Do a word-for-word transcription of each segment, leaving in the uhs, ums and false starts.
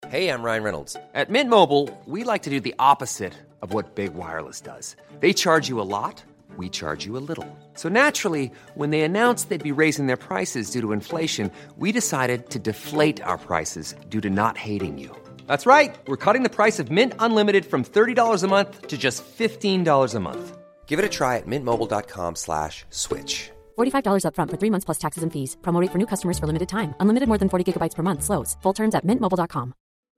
Hey, I'm Ryan Reynolds. At Mint Mobile, we like to do the opposite of what Big Wireless does. They charge you a lot, we charge you a little. So naturally, when they announced they'd be raising their prices due to inflation, we decided to deflate our prices due to not hating you. That's right. We're cutting the price of Mint Unlimited from thirty dollars a month to just fifteen dollars a month. Give it a try at mintmobile.com slash switch. forty-five dollars up front for three months plus taxes and fees. Promo rate for new customers for limited time. Unlimited more than forty gigabytes per month. Slows full terms at mint mobile dot com.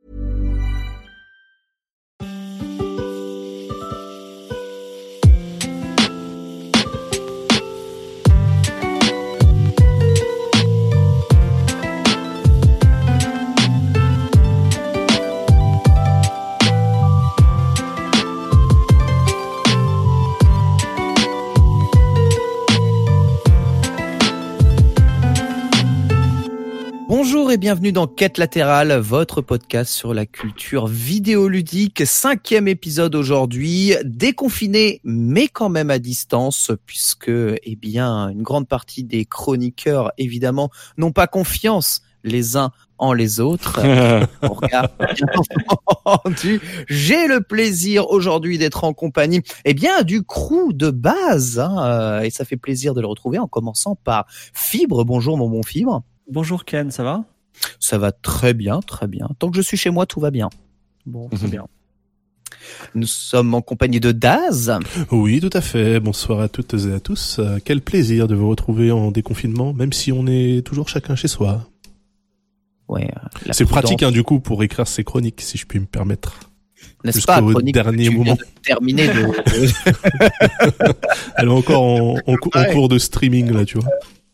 Bonjour et bienvenue dans Quête latérale, votre podcast sur la culture vidéoludique. Cinquième épisode aujourd'hui, déconfiné mais quand même à distance, puisque eh bien une grande partie des chroniqueurs évidemment n'ont pas confiance les uns en les autres. On regarde, bien entendu. J'ai le plaisir aujourd'hui d'être en compagnie eh bien du crew de base, hein, et ça fait plaisir de le retrouver en commençant par Fibre. Bonjour mon bon Fibre. Bonjour Ken, ça va ? Ça va très bien, très bien. Tant que je suis chez moi, tout va bien. Bon, très Mmh. bien. Nous sommes en compagnie de Daz. Oui, tout à fait. Bonsoir à toutes et à tous. Euh, quel plaisir de vous retrouver en déconfinement, même si on est toujours chacun chez soi. Ouais. la C'est prudence. pratique, hein, du coup, pour écrire ses chroniques, si je puis me permettre. N'est-ce jusqu'au pas, chronique dernier que tu viens moment. de terminer de... Elle est encore en, en, cou- en Ouais. cours de streaming, là, tu vois.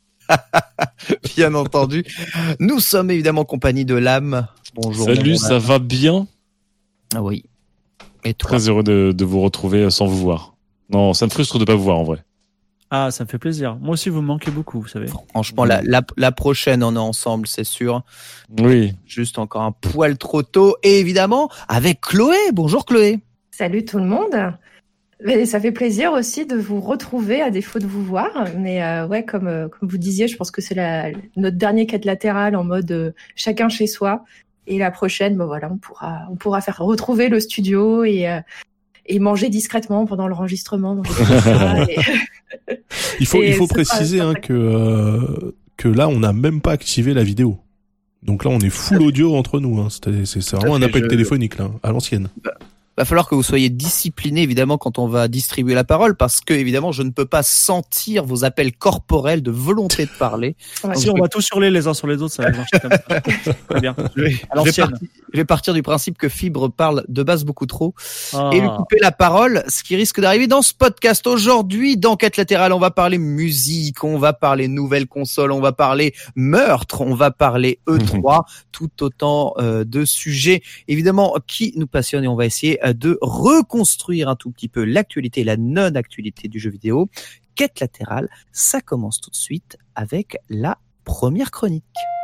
Bien entendu. Nous sommes évidemment en compagnie de l'âme. Bonjour. Salut, mon ça âme. va bien ? Ah oui. Et toi? Très heureux de, de vous retrouver sans vous voir. Non, ça me frustre de pas vous voir en vrai. Ah, ça me fait plaisir. Moi aussi, vous me manquez beaucoup, vous savez. Franchement, la, la, la prochaine, on est ensemble, c'est sûr. Oui. Juste encore un poil trop tôt. Et évidemment, avec Chloé. Bonjour Chloé. Salut tout le monde. Mais ça fait plaisir aussi de vous retrouver à défaut de vous voir. Mais euh, ouais, comme euh, comme vous disiez, je pense que c'est la notre dernier quête latérale en mode euh, chacun chez soi. Et la prochaine, ben voilà, on pourra on pourra faire retrouver le studio et euh, et manger discrètement pendant l'enregistrement. Donc, et... Il faut, Et il faut ce sera- préciser ce sera hein, que, euh, que là, on n'a même pas activé la vidéo. Donc là, on est full audio entre nous. Hein. C'est, c'est, c'est vraiment un fait, appel je- téléphonique, là, à l'ancienne. Va falloir que vous soyez discipliné évidemment quand on va distribuer la parole, parce que évidemment je ne peux pas sentir vos appels corporels de volonté de parler. Ouais. Si on va tous hurler les uns sur les autres, ça va marcher comme ça. Très bien. Je vais, À je vais l'ancienne. partir, je vais partir du principe que Fibre parle de base beaucoup trop Ah. et lui couper la parole, ce qui risque d'arriver dans ce podcast. Aujourd'hui, dans Quête latérale, on va parler musique, on va parler nouvelles consoles, on va parler meurtre, on va parler E trois, tout autant euh, de sujets évidemment qui nous passionnent, et on va essayer euh, de reconstruire un tout petit peu l'actualité et la non-actualité du jeu vidéo. Quête latérale, ça commence tout de suite avec la première chronique.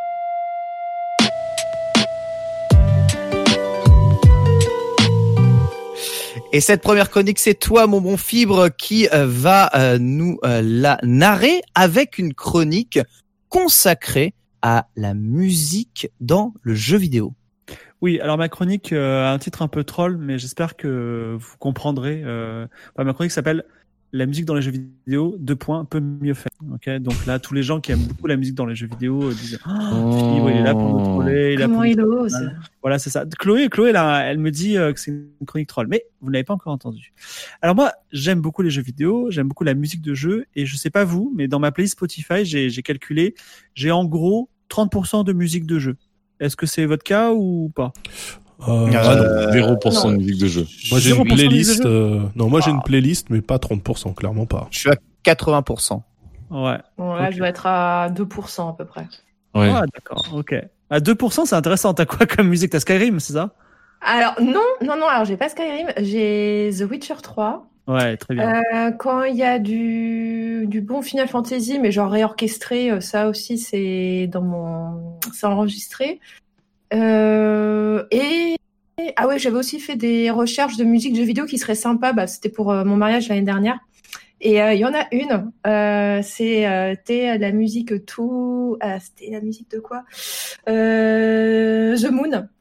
Et cette première chronique, c'est toi, mon bon Fibre, qui euh, va euh, nous euh, la narrer avec une chronique consacrée à la musique dans le jeu vidéo. Oui, alors ma chronique euh, a un titre un peu troll, mais j'espère que vous comprendrez. Euh, bah, ma chronique s'appelle La musique dans les jeux vidéo, deux points, peut mieux faire. Okay, donc là, tous les gens qui aiment beaucoup la musique dans les jeux vidéo euh, disent oh, Fibre, il est là pour nous troller. Il est là Comment pour il nous... ose. Voilà, c'est ça. Chloé, Chloé là, elle me dit euh, que c'est une chronique troll, mais vous n'avez pas encore entendu. Alors moi, j'aime beaucoup les jeux vidéo, j'aime beaucoup la musique de jeu, et je sais pas vous, mais dans ma playlist Spotify, j'ai, j'ai calculé, j'ai en gros trente pour cent de musique de jeu. Est-ce que c'est votre cas ou pas ? Euh, Ah non, zéro pour cent de musique de jeu. Moi, j'ai zéro une pour cent de musique playlist. de jeu Euh... Non, moi, j'ai une playlist, mais pas trente pour cent, clairement pas. Je suis à quatre-vingts pour cent. Ouais. Bon, là, Ok. je dois être à deux pour cent à peu près. Ouais. Ah d'accord, ok. À deux pour cent, c'est intéressant. T'as quoi comme musique ? T'as Skyrim, c'est ça ? Alors non, non, non. Alors j'ai pas Skyrim, j'ai The Witcher trois. Ouais, très bien. Euh, quand il y a du, du bon Final Fantasy, mais genre réorchestré, euh, ça aussi c'est dans mon, c'est enregistré. Euh, et ah ouais, j'avais aussi fait des recherches de musique de jeux vidéo qui seraient sympas. Bah, c'était pour euh, mon mariage l'année dernière. Et il euh, y en a une, euh, c'est euh, c'était la musique tout, ah, c'était la musique de quoi euh, The Moon.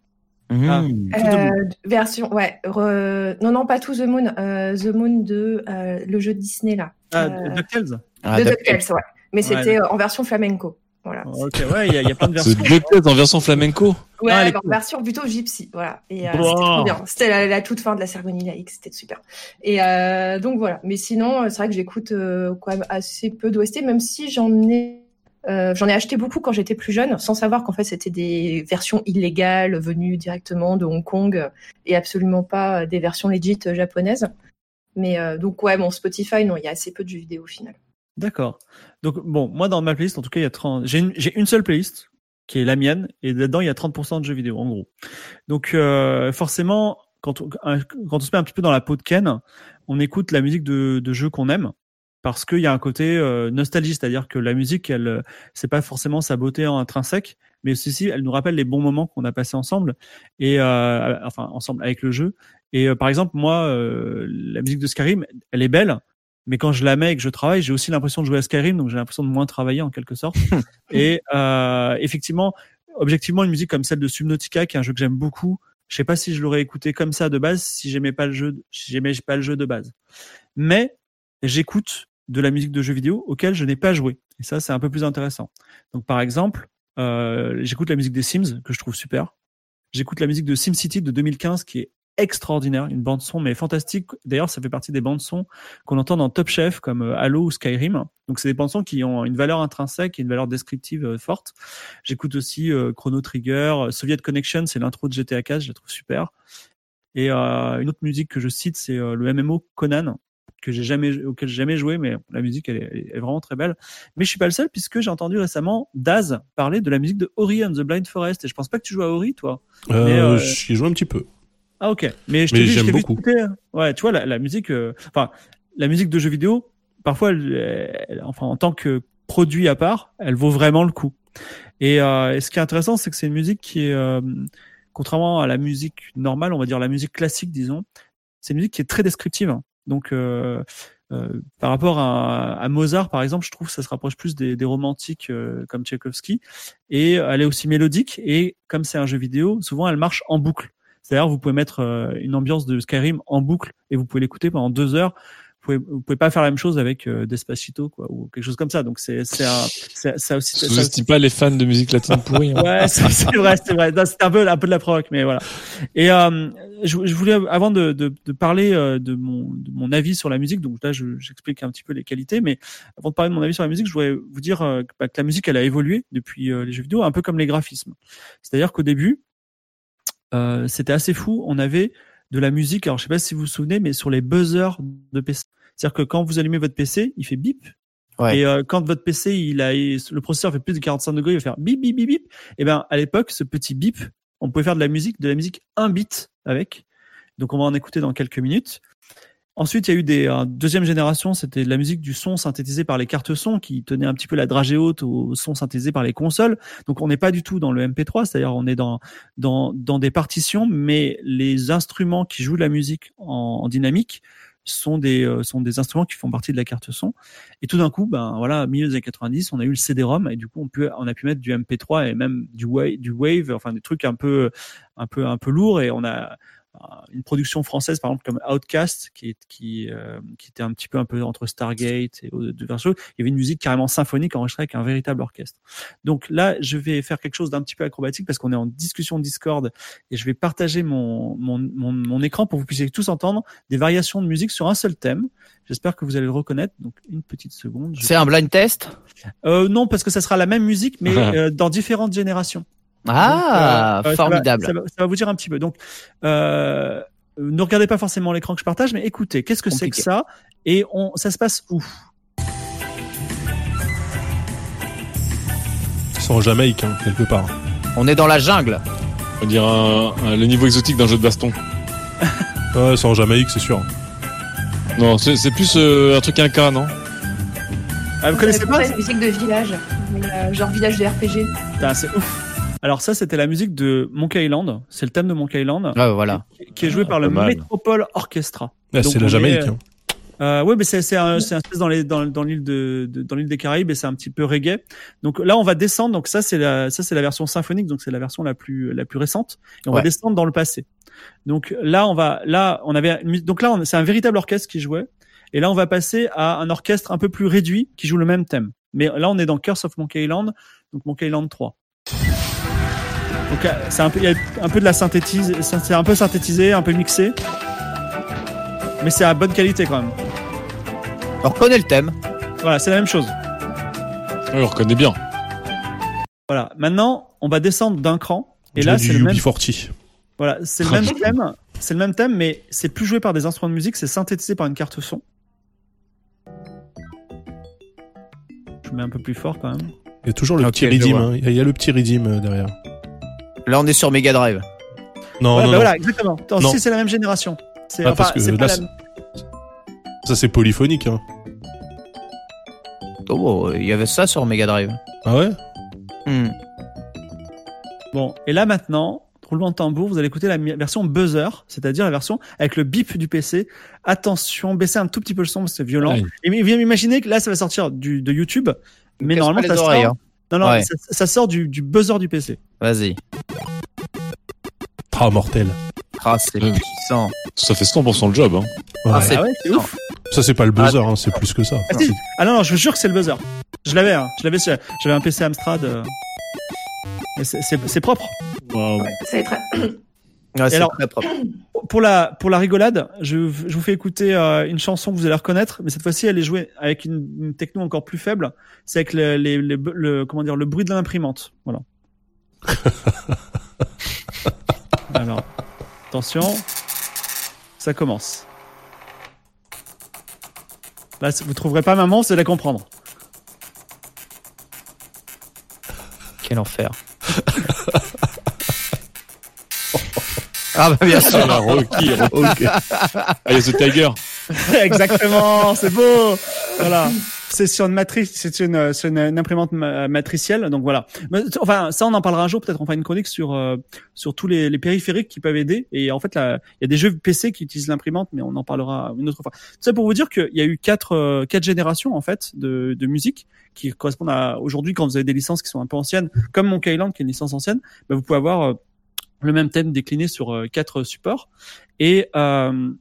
Mmh. Ah, Euh, To the Moon. version, ouais. re- Non, non, pas To the Moon. euh, The Moon de euh, le jeu de Disney là. Ah, Euh, DuckTales. Ah, de DuckTales. DuckTales, ouais. Mais Ouais, c'était euh, en version flamenco. Voilà. Ok, ouais, il y, a- il y a plein de C'est versions. DuckTales en version flamenco. Ouais, Ah, elle est en cool. version plutôt gypsy, voilà. Et euh, Wow. c'était trop bien. C'était la, la toute fin de la cérémonie laïque, c'était super. Et euh, donc voilà. Mais sinon, euh, c'est vrai que j'écoute euh, quand même assez peu d'O S T, même si j'en ai, euh, j'en ai acheté beaucoup quand j'étais plus jeune, sans savoir qu'en fait c'était des versions illégales venues directement de Hong Kong euh, et absolument pas euh, des versions legit euh, japonaises. Mais euh, donc ouais, mon Spotify, non, il y a assez peu de jeux vidéo au final. D'accord. Donc bon, moi dans ma playlist, en tout cas, il y a trente. J'ai une, j'ai une seule playlist qui est la mienne, et dedans il y a trente pour cent de jeux vidéo en gros. Donc euh, forcément, quand on, quand on se met un petit peu dans la peau de Ken, on écoute la musique de, de jeux qu'on aime parce qu'il y a un côté euh, nostalgie, c'est-à-dire que la musique, elle, c'est pas forcément sa beauté intrinsèque, mais ceci, elle nous rappelle les bons moments qu'on a passés ensemble et euh, enfin ensemble avec le jeu. Et euh, par exemple, moi, euh, la musique de Skyrim, elle est belle. Mais quand je la mets et que je travaille, j'ai aussi l'impression de jouer à Skyrim, donc j'ai l'impression de moins travailler en quelque sorte. Et euh, effectivement, objectivement, une musique comme celle de Subnautica, qui est un jeu que j'aime beaucoup, je sais pas si je l'aurais écouté comme ça de base, si j'aimais pas le jeu, si j'aimais pas le jeu de base. Mais j'écoute de la musique de jeux vidéo auquel je n'ai pas joué, et ça, c'est un peu plus intéressant. Donc, par exemple, euh, j'écoute la musique des Sims que je trouve super. J'écoute la musique de SimCity de deux mille quinze qui est extraordinaire, une bande son mais fantastique. D'ailleurs, ça fait partie des bandes son qu'on entend dans Top Chef comme Halo ou Skyrim. Donc c'est des bandes son qui ont une valeur intrinsèque et une valeur descriptive euh, forte. J'écoute aussi euh, Chrono Trigger, Soviet Connection, c'est l'intro de G T A quatre, je la trouve super. Et euh, une autre musique que je cite, c'est euh, le M M O Conan que j'ai jamais auquel j'ai jamais joué, mais la musique elle est, elle est vraiment très belle. Mais je suis pas le seul puisque j'ai entendu récemment Daz parler de la musique de Ori and the Blind Forest et je pense pas que tu joues à Ori toi. Euh, Mais, euh, J'y joue un petit peu. Ah ok, mais je Mais t'ai vu, je j'aime t'ai vu beaucoup. écouter. Ouais, tu vois la, la musique, euh, enfin la musique de jeux vidéo, parfois, elle, elle, enfin en tant que produit à part, elle vaut vraiment le coup. Et, euh, et ce qui est intéressant, c'est que c'est une musique qui est, euh, contrairement à la musique normale, on va dire la musique classique, disons, c'est une musique qui est très descriptive. Donc euh, euh, par rapport à, à Mozart, par exemple, je trouve que ça se rapproche plus des, des romantiques euh, comme Tchaïkovski, et elle est aussi mélodique. Et comme c'est un jeu vidéo, souvent elle marche en boucle. C'est-à-dire, vous pouvez mettre euh, une ambiance de Skyrim en boucle et vous pouvez l'écouter pendant deux heures. Vous pouvez, vous pouvez pas faire la même chose avec euh, Despacito, quoi, ou quelque chose comme ça. Donc c'est, c'est un, c'est, ça aussi. Ça Sous-estime aussi... pas les fans de musique latine pourrie. Hein. Ouais, c'est, c'est vrai, c'est vrai. Non, c'était un peu, un peu de la provoque, mais voilà. Et euh, je, je voulais, avant de, de, de parler euh, de mon, de mon avis sur la musique, donc là, je, j'explique un petit peu les qualités, mais avant de parler de mon avis sur la musique, je voulais vous dire euh, que la musique, elle a évolué depuis euh, les jeux vidéo, un peu comme les graphismes. C'est-à-dire qu'au début, Euh, c'était assez fou. On avait de la musique. Alors, je sais pas si vous vous souvenez, mais sur les buzzers de P C. C'est-à-dire que quand vous allumez votre P C, il fait bip. Ouais. Et euh, quand votre P C, il a, le processeur fait plus de quarante-cinq degrés, il va faire bip, bip, bip, bip. Et ben, à l'époque, ce petit bip, on pouvait faire de la musique, de la musique un bit avec. Donc, on va en écouter dans quelques minutes. Ensuite, il y a eu des euh, deuxième génération, c'était de la musique du son synthétisé par les cartes son qui tenait un petit peu la dragée haute au son synthétisé par les consoles. Donc, on n'est pas du tout dans le M P trois, c'est-à-dire on est dans dans dans des partitions, mais les instruments qui jouent de la musique en, en dynamique sont des euh, sont des instruments qui font partie de la carte son. Et tout d'un coup, ben voilà, milieu des années quatre-vingt-dix, on a eu le C D-ROM et du coup, on peut on a pu mettre du M P trois et même du wave, du wave, enfin des trucs un peu un peu un peu lourds, et on a une production française par exemple comme Outcast qui est, qui euh, qui était un petit peu un peu entre Stargate et diverses choses. Il y avait une musique carrément symphonique enregistrée avec un véritable orchestre. Donc là, je vais faire quelque chose d'un petit peu acrobatique parce qu'on est en discussion Discord et je vais partager mon mon mon, mon écran pour que vous puissiez tous entendre des variations de musique sur un seul thème. J'espère que vous allez le reconnaître. Donc une petite seconde. Je... C'est un blind test? Euh, non, parce que ça sera la même musique mais euh, dans différentes générations. Ah, donc, euh, formidable. Ça va, ça, va, ça va vous dire un petit peu. Donc, euh, ne regardez pas forcément l'écran que je partage, mais écoutez, qu'est-ce que Compliqué. C'est que ça? Et on, ça se passe où? C'est en Jamaïque, hein, quelque part. On est dans la jungle. On dirait un, un, le niveau exotique d'un jeu de baston. Ouais, c'est en Jamaïque, c'est sûr. Non, c'est, c'est plus euh, un truc inca, non? Ah, vous connaissez pas une musique de village, euh, genre village de R P G. Ah, c'est ouf. Alors ça, c'était la musique de Monkey Island. C'est le thème de Monkey Island. Ah, voilà. Qui, qui est joué ah, par le mal. Metropole Orchestra. Ah, c'est la Jamaïque. Est... Hein. Euh, oui, mais c'est c'est un, c'est un espèce dans les dans dans l'île de, de dans l'île des Caraïbes et c'est un petit peu reggae. Donc là, on va descendre. Donc ça, c'est la ça c'est la version symphonique. Donc c'est la version la plus la plus récente. Et on Ouais. va descendre dans le passé. Donc là, on va là on avait donc là on, c'est un véritable orchestre qui jouait. Et là, on va passer à un orchestre un peu plus réduit qui joue le même thème. Mais là, on est dans Curse of Monkey Island, donc Monkey Island trois. Donc c'est un peu il y a un peu de la synthétise, c'est un peu synthétisé, un peu mixé. Mais c'est à bonne qualité quand même. On reconnaît le thème. Voilà, c'est la même chose. Ouais, on reconnaît bien. Voilà. Maintenant, on va descendre d'un cran. Et J'ai là, du c'est le même. U B quarante. Voilà, c'est le même thème. C'est le même thème, mais c'est plus joué par des instruments de musique. C'est synthétisé par une carte son. Je mets un peu plus fort quand même. Il y a toujours le Ok, petit je redeem. vois. Hein. Il y a- il y a le petit redeem euh, derrière. Là, on est sur Mega Drive. Non, Ouais, non, bah non. voilà, exactement. Attends, Non. si c'est la même génération. C'est Ah, enfin, parce que c'est là, pas la- c'est- Ça, c'est polyphonique. Hein. Oh, il y avait ça sur Mega Drive. Ah ouais? Hmm. Bon, et là maintenant, roulement de tambour, vous allez écouter la mi- version buzzer, c'est-à-dire la version avec le bip du P C. Attention, baissez un tout petit peu le son, parce que c'est violent. Aïe. Et mais, viens m'imaginer que là, ça va sortir du, de YouTube, mais Casse normalement, pas ça les sort, oreilles, hein. non, non, Ouais. ça, ça sort du, du buzzer du P C. Vas-y. Ah, mortel. Ah, c'est Ouais. puissant. Ça fait cent pour cent le job. Hein. Ouais. Ah, c'est Ah ouais, c'est ouf. Ça, c'est pas le buzzer, hein, c'est plus que ça. Ah, si. Ah non, non, je vous jure que c'est le buzzer. Je l'avais, hein. Je l'avais, sur- j'avais un P C Amstrad. euh, et c'est, c'est, c'est propre. Waouh. Ouais, ça va être. Ouais, c'est alors- très propre. Pour la, pour la rigolade, je, je vous fais écouter euh, une chanson que vous allez reconnaître, mais cette fois-ci, elle est jouée avec une, une techno encore plus faible. C'est avec le, les, les- le, comment dire, le bruit de l'imprimante. Voilà. Alors, attention, ça commence. Là, vous trouverez pas maman, vous allez comprendre. Quel enfer. Ah bah bien sûr. Ah, Rocky, Rocky. Ok. Allez, The Tiger. Exactement, c'est beau. Voilà. C'est sur une matrice, c'est une, sur une, une imprimante ma- matricielle, donc voilà. Mais, enfin, ça, on en parlera un jour. Peut-être on fera une chronique sur euh, sur tous les, les périphériques qui peuvent aider. Et en fait, là, il y a des jeux P C qui utilisent l'imprimante, mais on en parlera une autre fois. Tout ça pour vous dire qu'il y a eu quatre euh, quatre générations en fait de de musique qui correspondent à aujourd'hui quand vous avez des licences qui sont un peu anciennes, comme Monkey Island qui est une licence ancienne, bah, vous pouvez avoir euh, le même thème décliné sur euh, quatre supports. Et euh,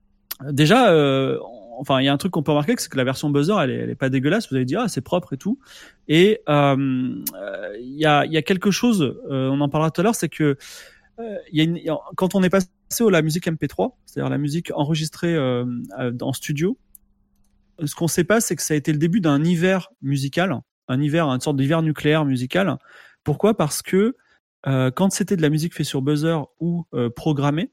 déjà. Euh, Enfin, il y a un truc qu'on peut remarquer, c'est que la version buzzer, elle est, elle est pas dégueulasse. Vous allez dire, ah, c'est propre et tout. Et euh, il y a, il y a quelque chose. Euh, on en parlera tout à l'heure, c'est que euh, il y a une, quand on est passé à la musique M P trois, c'est-à-dire la musique enregistrée euh, en studio, ce qu'on sait pas, c'est que ça a été le début d'un hiver musical, un hiver, une sorte d'hiver nucléaire musical. Pourquoi ? Parce que euh, quand c'était de la musique faite sur buzzer ou euh, programmée,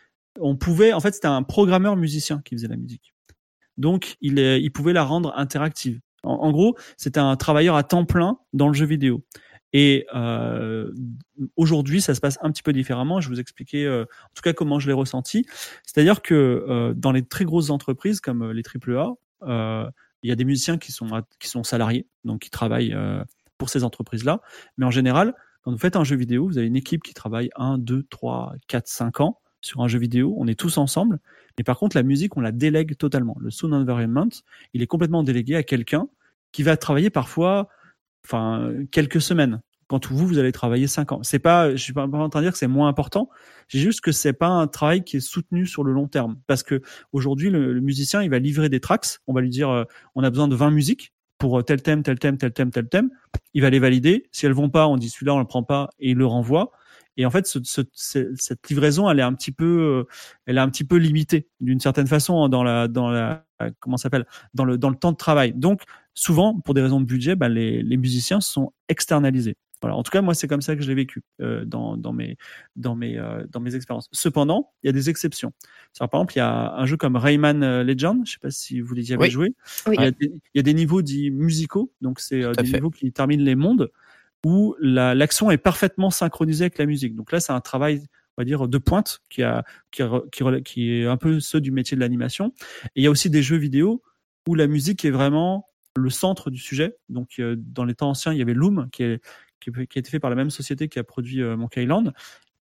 on pouvait, en fait, c'était un programmeur musicien qui faisait la musique. Donc, il, est, il pouvait la rendre interactive. En, en gros, c'était un travailleur à temps plein dans le jeu vidéo. Et euh, aujourd'hui, ça se passe un petit peu différemment. Je vais vous expliquer, euh, en tout cas, comment je l'ai ressenti. C'est-à-dire que euh, dans les très grosses entreprises comme les triple A, euh, il y a des musiciens qui sont qui sont salariés, donc qui travaillent euh, pour ces entreprises-là. Mais en général, quand vous faites un jeu vidéo, vous avez une équipe qui travaille un, deux, trois, quatre, cinq ans sur un jeu vidéo. On est tous ensemble. Mais par contre, la musique, on la délègue totalement. Le sound environment, il est complètement délégué à quelqu'un qui va travailler parfois, enfin, quelques semaines. Quand vous, vous allez travailler cinq ans. C'est pas, je suis pas en train de dire que c'est moins important. J'ai juste que c'est pas un travail qui est soutenu sur le long terme. Parce que aujourd'hui, le, le musicien, il va livrer des tracks. On va lui dire, euh, on a besoin de vingt musiques pour tel thème, tel thème, tel thème, tel thème. Il va les valider. Si elles vont pas, on dit celui-là, on le prend pas et il le renvoie. Et en fait, ce, ce, cette livraison, elle est un petit peu, elle est un petit peu limitée d'une certaine façon dans la, dans la, comment ça s'appelle, dans le, dans le temps de travail. Donc, souvent, pour des raisons de budget, bah, les, les musiciens sont externalisés. Voilà. En tout cas, moi, c'est comme ça que je l'ai vécu euh, dans, dans mes, dans mes, euh, dans mes expériences. Cependant, il y a des exceptions. C'est-à-dire, par exemple, il y a un jeu comme Rayman Legend. Je sais pas si vous y avez Oui. joué. Oui. Il y a des, il y a des niveaux dits musicaux. Donc, c'est euh, Tout à des fait. niveaux qui terminent les mondes, où la, l'action est parfaitement synchronisée avec la musique. Donc là, c'est un travail, on va dire, de pointe qui, a, qui, qui, qui est un peu ceux du métier de l'animation. Et il y a aussi des jeux vidéo où la musique est vraiment le centre du sujet. Donc euh, dans les temps anciens, il y avait Loom, qui, est, qui, qui a été fait par la même société qui a produit euh, Monkey Island.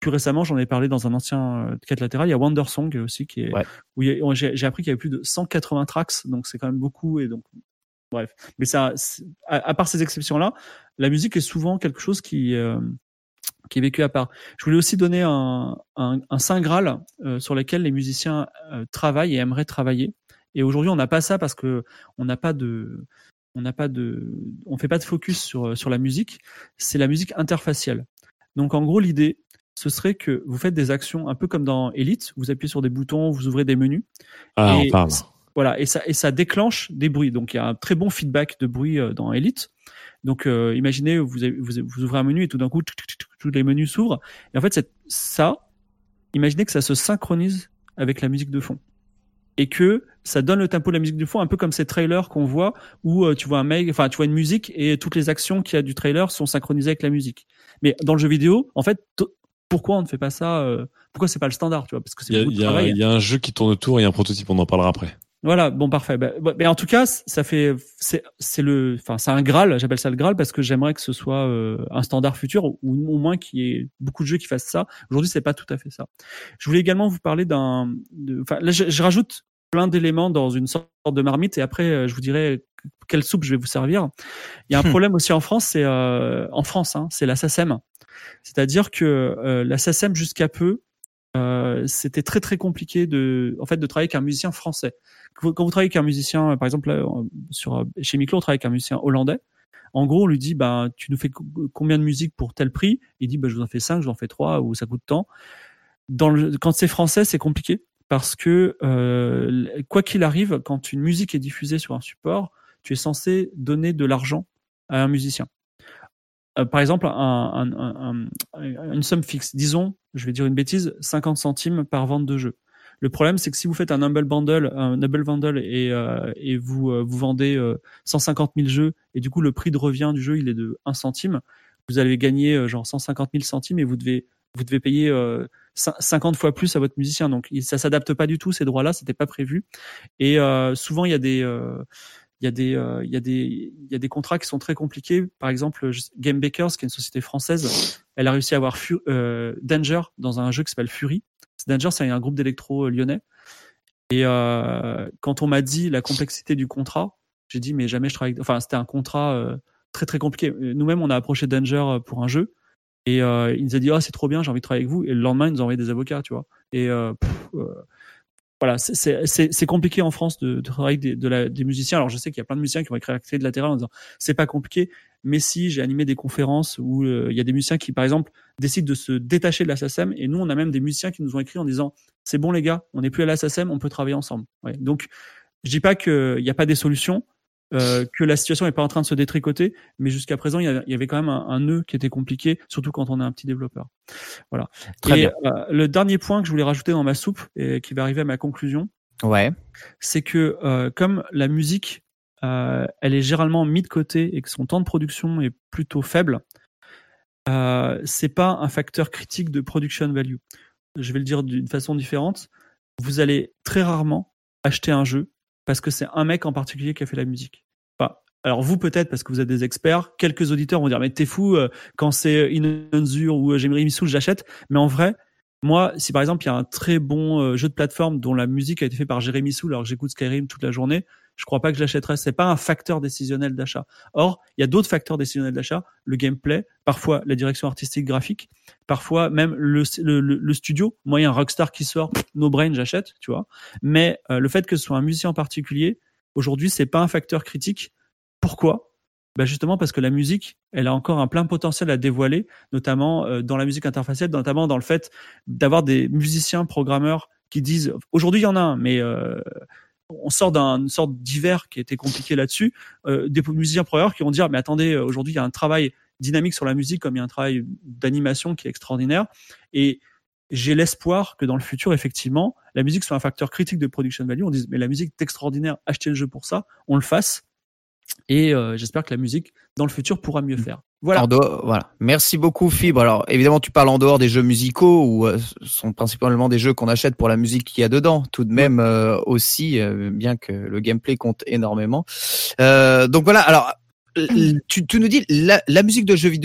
plus récemment, j'en ai parlé dans un ancien euh, quête latérale, il y a Wonder Song aussi qui est Ouais. où il y a- j'ai, j'ai appris qu'il y avait plus de cent quatre-vingts tracks, donc c'est quand même beaucoup et donc bref. Mais ça, c'est- à, à part ces exceptions-là, la musique est souvent quelque chose qui euh, qui est vécu à part. Je voulais aussi donner un un, un saint graal euh, sur lequel les musiciens euh, travaillent et aimeraient travailler. Et aujourd'hui, on n'a pas ça parce que on n'a pas de on n'a pas de on fait pas de focus sur sur la musique. C'est la musique interfacielle. Donc en gros, l'idée ce serait que vous faites des actions un peu comme dans Elite, vous appuyez sur des boutons, vous ouvrez des menus. Ah, et on parle. Voilà, et ça et ça déclenche des bruits. Donc il y a un très bon feedback de bruit euh, dans Elite. Donc euh, imaginez vous, avez, vous vous ouvrez un menu et tout d'un coup tch, tch, tch, tous les menus s'ouvrent. Et en fait c'est ça, imaginez que ça se synchronise avec la musique de fond et que ça donne le tempo de la musique de fond, un peu comme ces trailers qu'on voit où euh, tu vois un mec, enfin tu vois une musique et toutes les actions qu'il y a du trailer sont synchronisées avec la musique. Mais dans le jeu vidéo, en fait, t- pourquoi on ne fait pas ça euh, Pourquoi c'est pas le standard, tu vois? Parce que c'est Il y a, beaucoup de il y a- travail. il y a un jeu qui tourne autour et un prototype, on en parlera après. Voilà, bon parfait. Bah, bah, mais en tout cas, ça fait c'est c'est le enfin c'est un graal, j'appelle ça le graal parce que j'aimerais que ce soit euh, un standard futur ou au moins qu'il y ait beaucoup de jeux qui fassent ça. Aujourd'hui, c'est pas tout à fait ça. Je voulais également vous parler d'un de enfin là je, je rajoute plein d'éléments dans une sorte de marmite et après euh, je vous dirai quelle soupe je vais vous servir. Il y a un problème aussi en France, c'est euh, en France hein, c'est la S A C E M. C'est-à-dire que euh, la S A C E M jusqu'à peu Euh, c'était très très compliqué de, en fait, de travailler avec un musicien français. Quand vous, quand vous travaillez avec un musicien, par exemple, là, sur, chez Miklo, on travaille avec un musicien hollandais. En gros, on lui dit, bah, tu nous fais combien de musique pour tel prix? Il dit, bah, je vous en fais cinq, je vous en fais trois, ou ça coûte tant. Dans le, quand c'est français, c'est compliqué parce que, euh, quoi qu'il arrive, quand une musique est diffusée sur un support, tu es censé donner de l'argent à un musicien. Euh, par exemple, un, un, un, un, une somme fixe. Disons, je vais dire une bêtise, cinquante centimes par vente de jeu. Le problème, c'est que si vous faites un humble bundle, un humble bundle et, euh, et vous euh, vous vendez euh, cent cinquante mille jeux et du coup le prix de revient du jeu il est de un centime, vous allez gagner euh, genre cent cinquante mille centimes et vous devez vous devez payer euh, cinquante fois plus à votre musicien. Donc ça s'adapte pas du tout, ces droits-là, c'était pas prévu. Et euh, souvent il y a des euh, il y a des euh, il y a des il y a des contrats qui sont très compliqués. Par exemple, Game Bakers, qui est une société française, elle a réussi à avoir Fu- euh, Danger dans un jeu qui s'appelle Fury. Danger, c'est un groupe d'électro lyonnais. Et euh, quand on m'a dit la complexité du contrat, j'ai dit mais jamais je travaille. Enfin, c'était un contrat euh, très très compliqué. Nous-mêmes, on a approché Danger pour un jeu et euh, il nous a dit ah oh, c'est trop bien, j'ai envie de travailler avec vous. Et le lendemain, ils nous ont envoyé des avocats, tu vois. Et euh, pff, euh, voilà, c'est, c'est, c'est, c'est compliqué en France de, de travailler des, de la, des musiciens. Alors je sais qu'il y a plein de musiciens qui vont écrire de latéral en disant c'est pas compliqué, mais si j'ai animé des conférences où euh, il y a des musiciens qui par exemple décident de se détacher de la S A C E M et nous on a même des musiciens qui nous ont écrit en disant c'est bon les gars, on n'est plus à la S A C E M, on peut travailler ensemble. Ouais. Donc je dis pas qu'il n'y a pas des solutions, euh, que la situation n'est pas en train de se détricoter, mais jusqu'à présent il y, a, il y avait quand même un, un nœud qui était compliqué, surtout quand on est un petit développeur. Voilà. Très et bien. Euh, le dernier point que je voulais rajouter dans ma soupe et qui va arriver à ma conclusion, Ouais. c'est que euh, comme la musique, euh, elle est généralement mise de côté et que son temps de production est plutôt faible, euh, c'est pas un facteur critique de production value. Je vais le dire d'une façon différente. Vous allez très rarement acheter un jeu parce que c'est un mec en particulier qui a fait la musique. Enfin, alors vous peut-être parce que vous êtes des experts, quelques auditeurs vont dire mais t'es fou euh, quand c'est Inonzur ou Jérémy Missoul j'achète, mais en vrai moi si par exemple il y a un très bon euh, jeu de plateforme dont la musique a été faite par Jérémy Soul alors que j'écoute Skyrim toute la journée, je crois pas que je l'achèterais. C'est pas un facteur décisionnel d'achat. Or il y a d'autres facteurs décisionnels d'achat, le gameplay, parfois la direction artistique graphique, parfois même le le, le studio. Moi il y a un Rockstar qui sort, no brain j'achète, tu vois. Mais euh, le fait que ce soit un musicien en particulier aujourd'hui c'est pas un facteur critique. Pourquoi ? Bah justement parce que la musique, elle a encore un plein potentiel à dévoiler, notamment euh, dans la musique interfacielle, notamment dans le fait d'avoir des musiciens programmeurs qui disent aujourd'hui il y en a un, mais euh, on sort d'une sorte d'hiver qui était compliqué là-dessus, euh, des musiciens programmeurs qui vont dire mais attendez, aujourd'hui il y a un travail dynamique sur la musique comme il y a un travail d'animation qui est extraordinaire et j'ai l'espoir que dans le futur effectivement la musique soit un facteur critique de production value. On dise mais la musique est extraordinaire, achetez le jeu pour ça, on le fasse. Et euh, j'espère que la musique, dans le futur, pourra mieux faire. Voilà. En dehors, voilà. Merci beaucoup, Fibre. Alors, évidemment, tu parles en dehors des jeux musicaux, ou euh, sont principalement des jeux qu'on achète pour la musique qu'il y a dedans. Tout de même, euh, aussi, euh, bien que le gameplay compte énormément. Euh, donc voilà. Alors, tu, tu nous dis la, la musique de jeux vidéo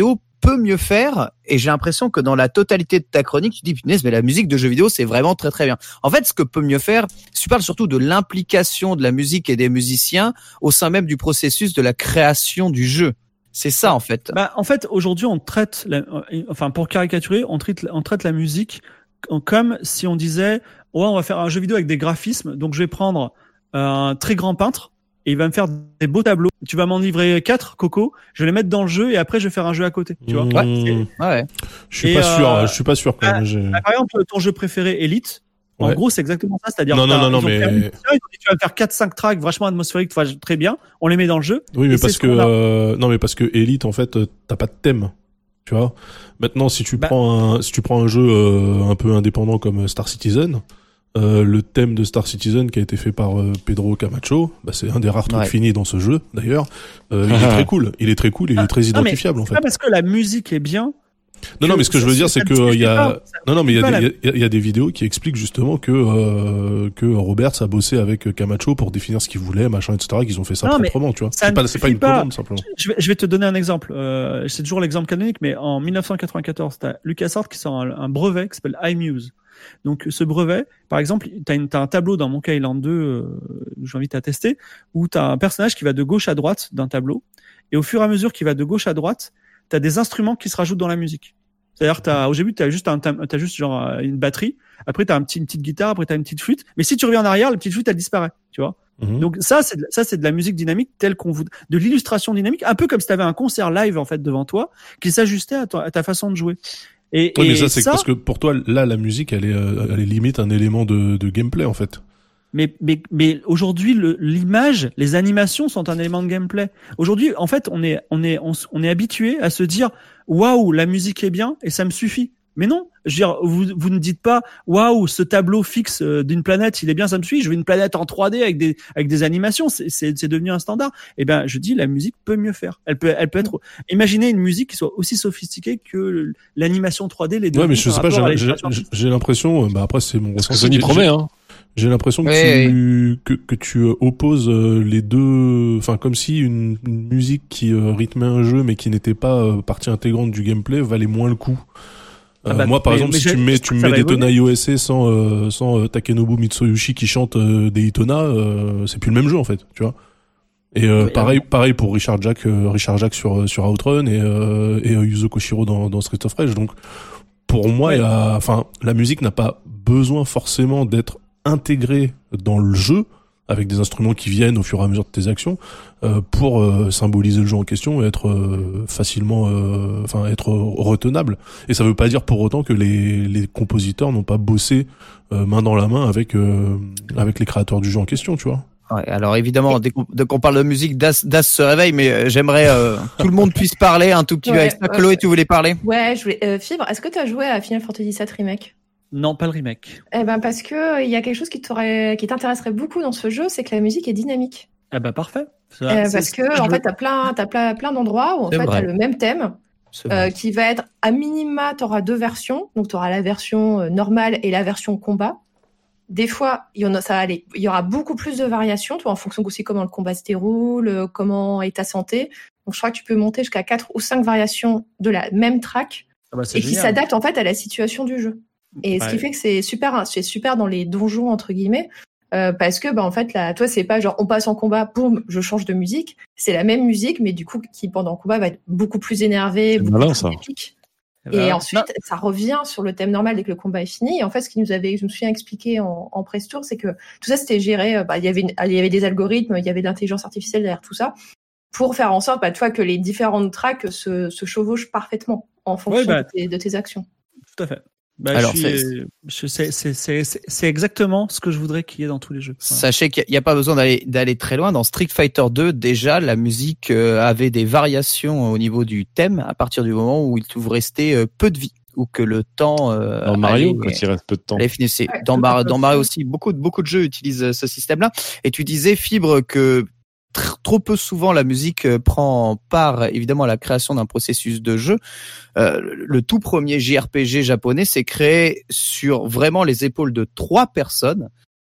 peut mieux faire, et j'ai l'impression que dans la totalité de ta chronique, tu dis, punaise, mais la musique de jeux vidéo, c'est vraiment très très bien. En fait, ce que peut mieux faire, tu parles surtout de l'implication de la musique et des musiciens au sein même du processus de la création du jeu. C'est ça, en fait. Bah, en fait, aujourd'hui, on traite, la, enfin, pour caricaturer, on traite, on traite la musique comme si on disait, ouais, on va faire un jeu vidéo avec des graphismes, donc je vais prendre un très grand peintre, et il va me faire des beaux tableaux. Tu vas m'en livrer quatre, Coco, je vais les mettre dans le jeu, et après, je vais faire un jeu à côté, tu vois. Mmh. Ouais. ouais. Je suis et pas euh, sûr, je suis pas sûr, quand bah, même. J'ai... Bah, par exemple, ton jeu préféré, Elite, en Ouais. gros, c'est exactement ça, c'est-à-dire Non, que non, non, non, ils ont mais- fait un mission, ils ont dit, tu vas faire quatre cinq tracks vachement atmosphériques, enfin, très bien, on les met dans le jeu. Oui, mais et parce c'est ce que qu'on a. euh, non, mais parce que Elite, en fait, euh, t'as pas de thème, tu vois. Maintenant, si tu Bah. prends un, si tu prends un jeu euh, un peu indépendant comme Star Citizen, euh, le thème de Star Citizen qui a été fait par euh, Pedro Camacho, bah, c'est un des rares trucs Ouais. finis dans ce jeu. D'ailleurs, euh, il est très cool. Il est très cool. Il est très Non, mais identifiable, en c'est fait. pas parce que la musique est bien. Non, non, mais ce que je veux dire, c'est que ça euh, il y a, pas, ça non, non, mais il y a, pas des, la- il y a- il y a des vidéos qui expliquent justement que euh, que Roberts a bossé avec Camacho pour définir ce qu'il voulait, machin, et cetera. Qu'ils ont fait ça Non, mais proprement, tu vois. ça C'est ne pas, c'est pas suffit une pas. commande simplement. Je vais, je vais te donner un exemple. Euh, c'est toujours l'exemple canonique, mais en mille neuf cent quatre-vingt-quatorze, t'as LucasArts qui sort un, un brevet qui s'appelle iMuse. Donc, ce brevet, par exemple, t'as, une, t'as un tableau dans Monkey Island deux, euh, que j'invite à tester, où t'as un personnage qui va de gauche à droite d'un tableau, et au fur et à mesure qu'il va de gauche à droite, t'as des instruments qui se rajoutent dans la musique. C'est-à-dire, t'as, au début, t'as juste un, t'as juste genre une batterie, après t'as un petit, une petite guitare, après t'as une petite flûte, mais si tu reviens en arrière, la petite flûte, elle disparaît, tu vois. Mhm. Donc ça, c'est de, ça, c'est de la musique dynamique telle qu'on vous, de l'illustration dynamique, un peu comme si t'avais un concert live en fait devant toi, qui s'ajustait à, toi, à ta façon de jouer. Et, Oui, et mais ça, c'est ça, parce que pour toi, là, la musique, elle est, euh, elle est limite un élément de, de gameplay, en fait. mais, mais, mais aujourd'hui, le, l'image, les animations sont un élément de gameplay. Aujourd'hui, en fait, on est, on est, on, s- on est habitué à se dire, waouh, la musique est bien et ça me suffit. Mais non, je veux dire, vous, vous ne dites pas, waouh, ce tableau fixe euh, d'une planète, il est bien, ça me suffit. Je veux une planète en trois D avec des, avec des animations. C'est, c'est, c'est devenu un standard. Eh ben, je dis, la musique peut mieux faire. Elle peut, elle peut être. Imaginez une musique qui soit aussi sophistiquée que l'animation trois D. Les deux. Ouais, mais je sais pas, j'ai, j'ai, j'ai, j'ai l'impression, euh, bah après, c'est mon Parce que ressenti, Sony j'ai- promet, hein. J'ai l'impression que Ouais, tu que, que tu euh, opposes euh, les deux, enfin comme si une, une musique qui euh, rythmait un jeu mais qui n'était pas euh, partie intégrante du gameplay valait moins le coup. Euh, Ah bah, moi par mais- exemple, mais si tu j'ai- me mets j'espère tu que me ça mets va des évoluer. Tona I O S C sans euh, sans euh, Takenobu Mitsuyoshi qui chante euh, des Itona, euh, c'est plus le même jeu en fait, tu vois. Et euh, Oui, pareil pareil pour Richard Jack euh, Richard Jack sur sur Outrun et euh, et euh, Yuzo Koshiro dans dans Street of Rage. Donc pour moi, il y a, enfin la musique n'a pas besoin forcément d'être intégrée dans le jeu avec des instruments qui viennent au fur et à mesure de tes actions euh, pour euh, symboliser le jeu en question et être euh, facilement euh, enfin être retenable. Et ça veut pas dire pour autant que les les compositeurs n'ont pas bossé euh, main dans la main avec euh, avec les créateurs du jeu en question, tu vois. Ouais, alors évidemment, dès qu'on, dès qu'on parle de musique, Das, Das se réveille, mais euh, j'aimerais euh, tout le monde puisse parler un tout petit peu Ouais, avec ça. ouais. Chloé, tu voulais parler? Ouais, je voulais. Euh, Fibre, est-ce que tu as joué à Final Fantasy sept Remake? Non, pas le remake. Eh ben parce que il y a quelque chose qui t'aurait, qui t'intéresserait beaucoup dans ce jeu, c'est que la musique est dynamique. Ah bah parfait. Ça, Euh, c'est parce ce que je en veux. fait, t'as plein, t'as plein, plein d'endroits où en C'est fait vrai. t'as le même thème C'est euh, vrai. qui va être à minima, t'auras deux versions. Donc t'auras la version euh, normale et la version combat. Des fois, il y en a, ça va aller, il y aura beaucoup plus de variations, tu vois, en fonction aussi comment le combat se déroule, euh, comment est ta santé. Donc je crois que tu peux monter jusqu'à quatre ou cinq variations de la même track Ah bah, c'est et qui génial. s'adaptent en fait à la situation du jeu. Et ce Ouais. qui fait que c'est super, c'est super dans les donjons entre guillemets, euh, parce que bah en fait là, toi c'est pas genre on passe en combat, boum, je change de musique. C'est la même musique, mais du coup qui pendant le combat va être beaucoup plus énervé, C'est beaucoup malin, plus ça. épique. Eh ben, Et non. ensuite, ça revient sur le thème normal dès que le combat est fini. Et en fait, ce qui nous avait, je me souviens expliqué en, en press tour, c'est que tout ça c'était géré. euh, Bah, il y avait, une- il y avait des algorithmes, il y avait de l'intelligence artificielle derrière tout ça, pour faire en sorte, bah, tu vois, que les différentes tracks se, se chevauchent parfaitement en fonction bah, de, tes, de tes actions. Tout à fait. Bah, Alors, je suis, c'est- euh, je- c'est, c'est, c'est, c'est, c'est exactement ce que je voudrais qu'il y ait dans tous les jeux. Voilà. Sachez qu'il n'y a pas besoin d'aller d'aller très loin. Dans Street Fighter deux, déjà, la musique euh, avait des variations au niveau du thème à partir du moment où il vous restait euh, peu de vie ou que le temps euh, Dans Mario, allait- quand il reste peu de temps. allait finir. C'est- Ouais, Dans, tout Mar- à fait dans Mario aussi. aussi, beaucoup de beaucoup de jeux utilisent euh, ce système-là. Et tu disais, Fibre, que tr- trop peu souvent la musique euh, prend part évidemment à la création d'un processus de jeu. Euh, le le tout premier J R P G japonais s'est créé sur vraiment les épaules de trois personnes.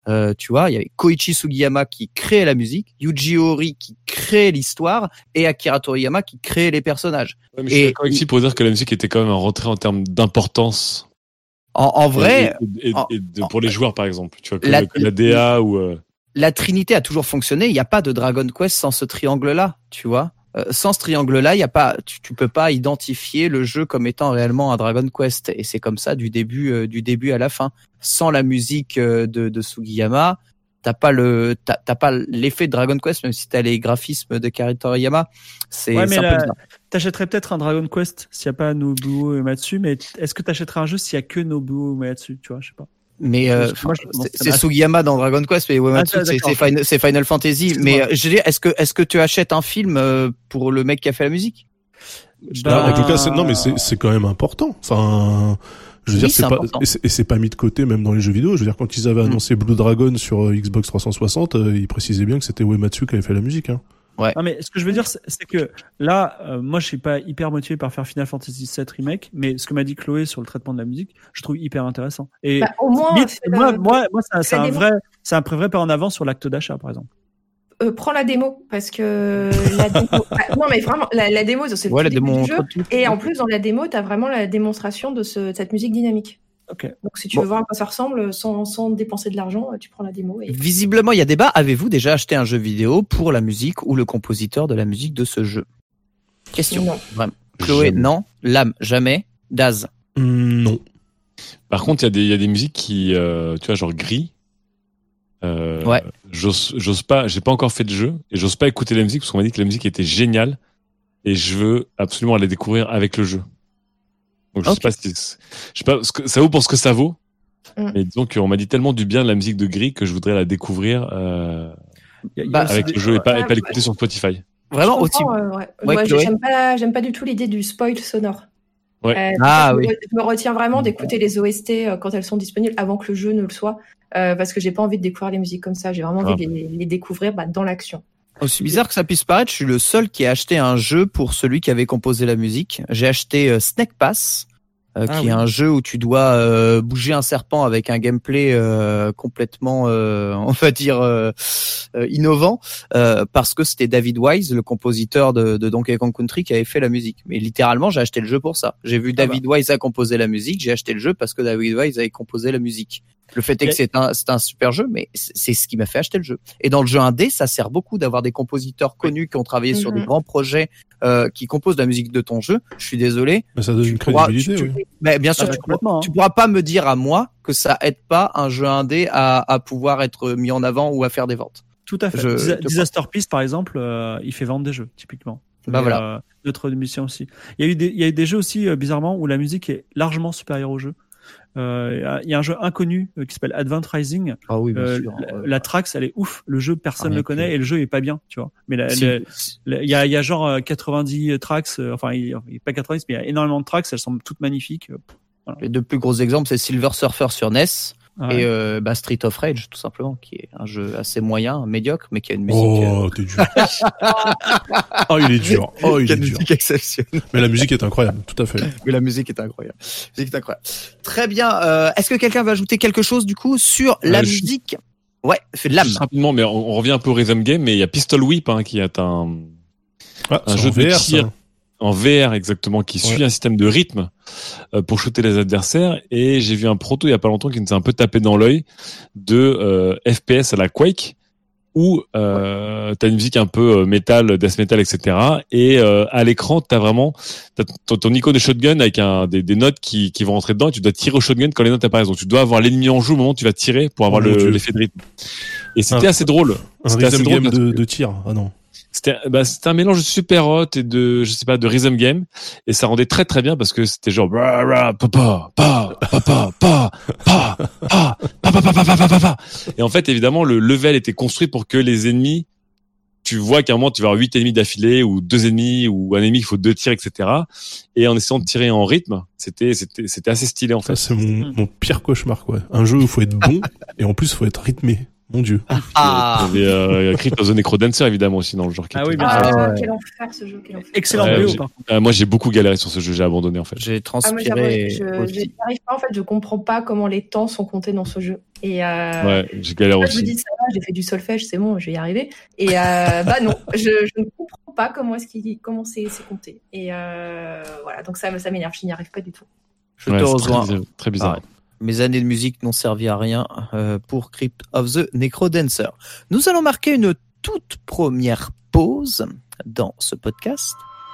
Euh, tu vois, il y avait Koichi Sugiyama qui créait la musique, Yuji Horii qui créait l'histoire et Akira Toriyama qui créait les personnages. Ouais, mais je suis Et- d'accord avec Chi pour dire que la musique était quand même un rentrée en termes d'importance. En, en vrai, Et, et- et- en- et de- pour les joueurs, par exemple. Tu vois, comme La- la, la D A ou. euh, la Trinité a toujours fonctionné. Il n'y a pas de Dragon Quest sans ce triangle-là, tu vois. Euh, sans ce triangle-là, il y a pas, tu, tu peux pas identifier le jeu comme étant réellement un Dragon Quest. Et c'est comme ça du début, euh, du début à la fin. Sans la musique euh, de, de Sugiyama, t'as pas le, t'as, t'as pas l'effet de Dragon Quest, même si t'as les graphismes de Akira Toriyama. C'est, Ouais, mais c'est un la- peu bizarre. T'achèterais peut-être un Dragon Quest s'il n'y a pas Nobuo Uematsu, mais est-ce que t'achèterais un jeu s'il n'y a que Nobuo Uematsu, tu vois, je sais pas. Mais euh, Parce que moi, je pense c'est, que ça c'est m'a- Sugiyama dans Dragon Quest, mais Uematsu, Ah, c'est, d'accord. c'est, Final, c'est Final Fantasy. Excuse-moi. Mais euh, je veux dire, est-ce que, est-ce que tu achètes un film euh, pour le mec qui a fait la musique? Bah, en Ben- tout cas, c'est, non, mais c'est, c'est quand même important. Enfin, je veux Oui, dire, c'est c'est pas, important. et c'est, et c'est pas mis de côté même dans les jeux vidéo. Je veux dire, quand ils avaient Mm. annoncé Blue Dragon sur euh, Xbox trois cent soixante, euh, ils précisaient bien que c'était Uematsu qui avait fait la musique, hein. Non, mais ce que je veux dire, c'est c'est que là, euh, moi, je suis pas hyper motivé par faire Final Fantasy sept Remake, mais ce que m'a dit Chloé sur le traitement de la musique, je trouve hyper intéressant. Et Bah, au moins, limite, fais moi, la- moi, moi, c'est un, c'est la un démo. vrai, c'est un vrai pas en avant sur l'acte d'achat, par exemple. Euh, prends la démo parce que la démo... Ah, non mais vraiment la, la démo c'est le Ouais, tout la début démo du jeu. montre tout. Et en plus dans la démo t'as vraiment la démonstration de, ce, de cette musique dynamique. Ok. Donc si tu Bon. veux voir à quoi ça ressemble sans, sans dépenser de l'argent, tu prends la démo. Et... Visiblement, il y a débat. Avez-vous déjà acheté un jeu vidéo pour la musique ou le compositeur de la musique de ce jeu? Question. Non. Vraiment. Chloé, Jamais. non. Lame, jamais. Daz. Mm, non. Par contre, il y a des, il y a des musiques qui, euh, tu vois, genre gris. Euh, Ouais. J'ose, j'ose pas, j'ai pas encore fait de jeu et j'ose pas écouter la musique parce qu'on m'a dit que la musique était géniale et je veux absolument aller découvrir avec le jeu. Donc je Ok. sais pas si, je sais pas, ce que, ça vaut pour ce que ça vaut. Mm. Mais disons qu'on m'a dit tellement du bien de la musique de gris que je voudrais la découvrir euh, Il y a- il y a Bah, aussi avec des- le jeu et pas, et Ouais, pas l'écouter sur Spotify. Vraiment Je aussi. comprends, euh, ouais. Ouais, Moi, Chloé. j'aime pas, j'aime pas du tout l'idée du spoil sonore. Ouais. Euh, Ah, je, oui. me, je me retiens vraiment d'écouter les O S T euh, quand elles sont disponibles avant que le jeu ne le soit, euh, parce que j'ai pas envie de découvrir les musiques comme ça. J'ai vraiment Ah. envie de les, les découvrir bah, dans l'action. Aussi bizarre que ça puisse paraître, je suis le seul qui a acheté un jeu pour celui qui avait composé la musique. J'ai acheté euh, Snake Pass, euh, Ah qui oui. est un jeu où tu dois euh, bouger un serpent avec un gameplay euh, complètement, euh, on va dire, euh, euh, innovant, euh, parce que c'était David Wise, le compositeur de, de Donkey Kong Country, qui avait fait la musique. Mais littéralement, j'ai acheté le jeu pour ça. J'ai vu Ah David Wise a composé la musique, j'ai acheté le jeu parce que David Wise avait composé la musique. Le fait est que Et- c'est un, c'est un super jeu, mais c'est c'est ce qui m'a fait acheter le jeu. Et dans le jeu indé, ça sert beaucoup d'avoir des compositeurs connus qui ont travaillé sur Mhm. des grands projets, euh, qui composent la musique de ton jeu. Je suis désolé. Mais ça donne Tu une pourras- crédibilité, tu- tu- oui. Mais bien sûr, Ah, tu, complètement, hein. tu pourras pas me dire à moi que ça aide pas un jeu indé à, à pouvoir être mis en avant ou à faire des ventes. Tout à fait. Je Disa- te crois. Disaster Peace, par exemple, euh, il fait vendre des jeux, typiquement. Bah Mais, voilà. euh, d'autres musiciens aussi. Il y a eu des, il y a eu des jeux aussi, euh, bizarrement, où la musique est largement supérieure au jeu. Euh, il y a un jeu inconnu euh, qui s'appelle Advent Rising. Ah oui, Euh, la, la Trax, elle est ouf. Le jeu, personne Ah, ne rien le connaît que- et le jeu est pas bien, tu vois. Mais la- Si. le- le- il y a, il y a genre euh, quatre-vingt-dix tracks. euh, enfin, il y a pas quatre-vingt-dix, mais il y a énormément de tracks. Elles sont toutes magnifiques. euh, Les deux plus gros exemples, c'est Silver Surfer sur N E S ouais. et euh, bah, Street of Rage, tout simplement, qui est un jeu assez moyen, médiocre, mais qui a une musique, Oh, t'es dur. Oh, il est dur. Oh, euh, il qui a est une dur. musique exceptionnelle. Mais la musique est incroyable, tout à fait. Mais la musique est incroyable. La musique est incroyable. Très bien. Euh, Est-ce que quelqu'un va ajouter quelque chose du coup sur la Euh, je- musique? Ouais, fait de l'âme. Juste rapidement, mais on, on revient un peu au Rhythm Game, mais il y a Pistol Whip hein, qui est un, Ah, un c'est jeu en V R, de ça. tir en V R exactement, qui suit Ouais. un système de rythme euh, pour shooter les adversaires. Et j'ai vu un proto il y a pas longtemps qui nous a un peu tapé dans l'œil de euh, F P S à la Quake, où euh, t'as une musique un peu euh, métal, death metal, et cetera. Et euh, à l'écran, t'as vraiment t'as ton, ton icône de shotgun avec un, des, des notes qui, qui vont rentrer dedans. Et tu dois tirer au shotgun quand les notes apparaissent. Donc tu dois avoir l'ennemi en jeu au moment où tu vas tirer pour avoir Oh mon le- Dieu. l'effet de rythme. Et c'était Un- assez drôle. Un C'était assez rhythm drôle game parce de, que- de tir. Ah non. C'était bah, c'était un mélange de super hot et de je sais pas de rhythm game et ça rendait très très bien parce que c'était genre rah, rah, pa pa pa pa pa pa pa pa pa pa pa pa pa pa pa. Et en fait évidemment le level était construit pour que les ennemis, tu vois qu'à un moment tu vas avoir huit ennemis d'affilée ou deux ennemis ou un ennemi il faut deux tirs, etc. Et en essayant de tirer en rythme, c'était c'était c'était assez stylé en Ça, fait. c'est mon, mon pire cauchemar, quoi. Un jeu où il faut être bon et en plus il faut être rythmé. Mon Dieu. Ah, Il y avait euh, Crypt of the Necrodancer évidemment aussi dans le genre. Qui Ah était- oui, bien Ah, sûr. ouais. quel enfer ce jeu, quel enfer. Excellent Ouais, B O j'ai- par contre. Euh, moi j'ai beaucoup galéré sur ce jeu, j'ai abandonné en fait. j'ai Ah, moi, transpiré j'avoue, je je aussi. n'y arrive pas en fait, je comprends pas comment les temps sont comptés dans ce jeu. Et euh, Ouais, j'ai galéré moi, je me aussi. dis ça va, j'ai fait du solfège, c'est bon, je vais y arriver. Et euh, bah non, je, je ne comprends pas comment est-ce qu'il comment c'est c'est compté. Et euh, voilà, donc ça, me- ça m'énerve, je n'y arrive pas du tout. Je Ouais, te c'est rejoins. Très bizarre. Très bizarre. Ah ouais. Mes années de musique n'ont servi à rien euh, pour Crypt of the Necrodancer. Nous allons marquer une toute première pause dans ce podcast.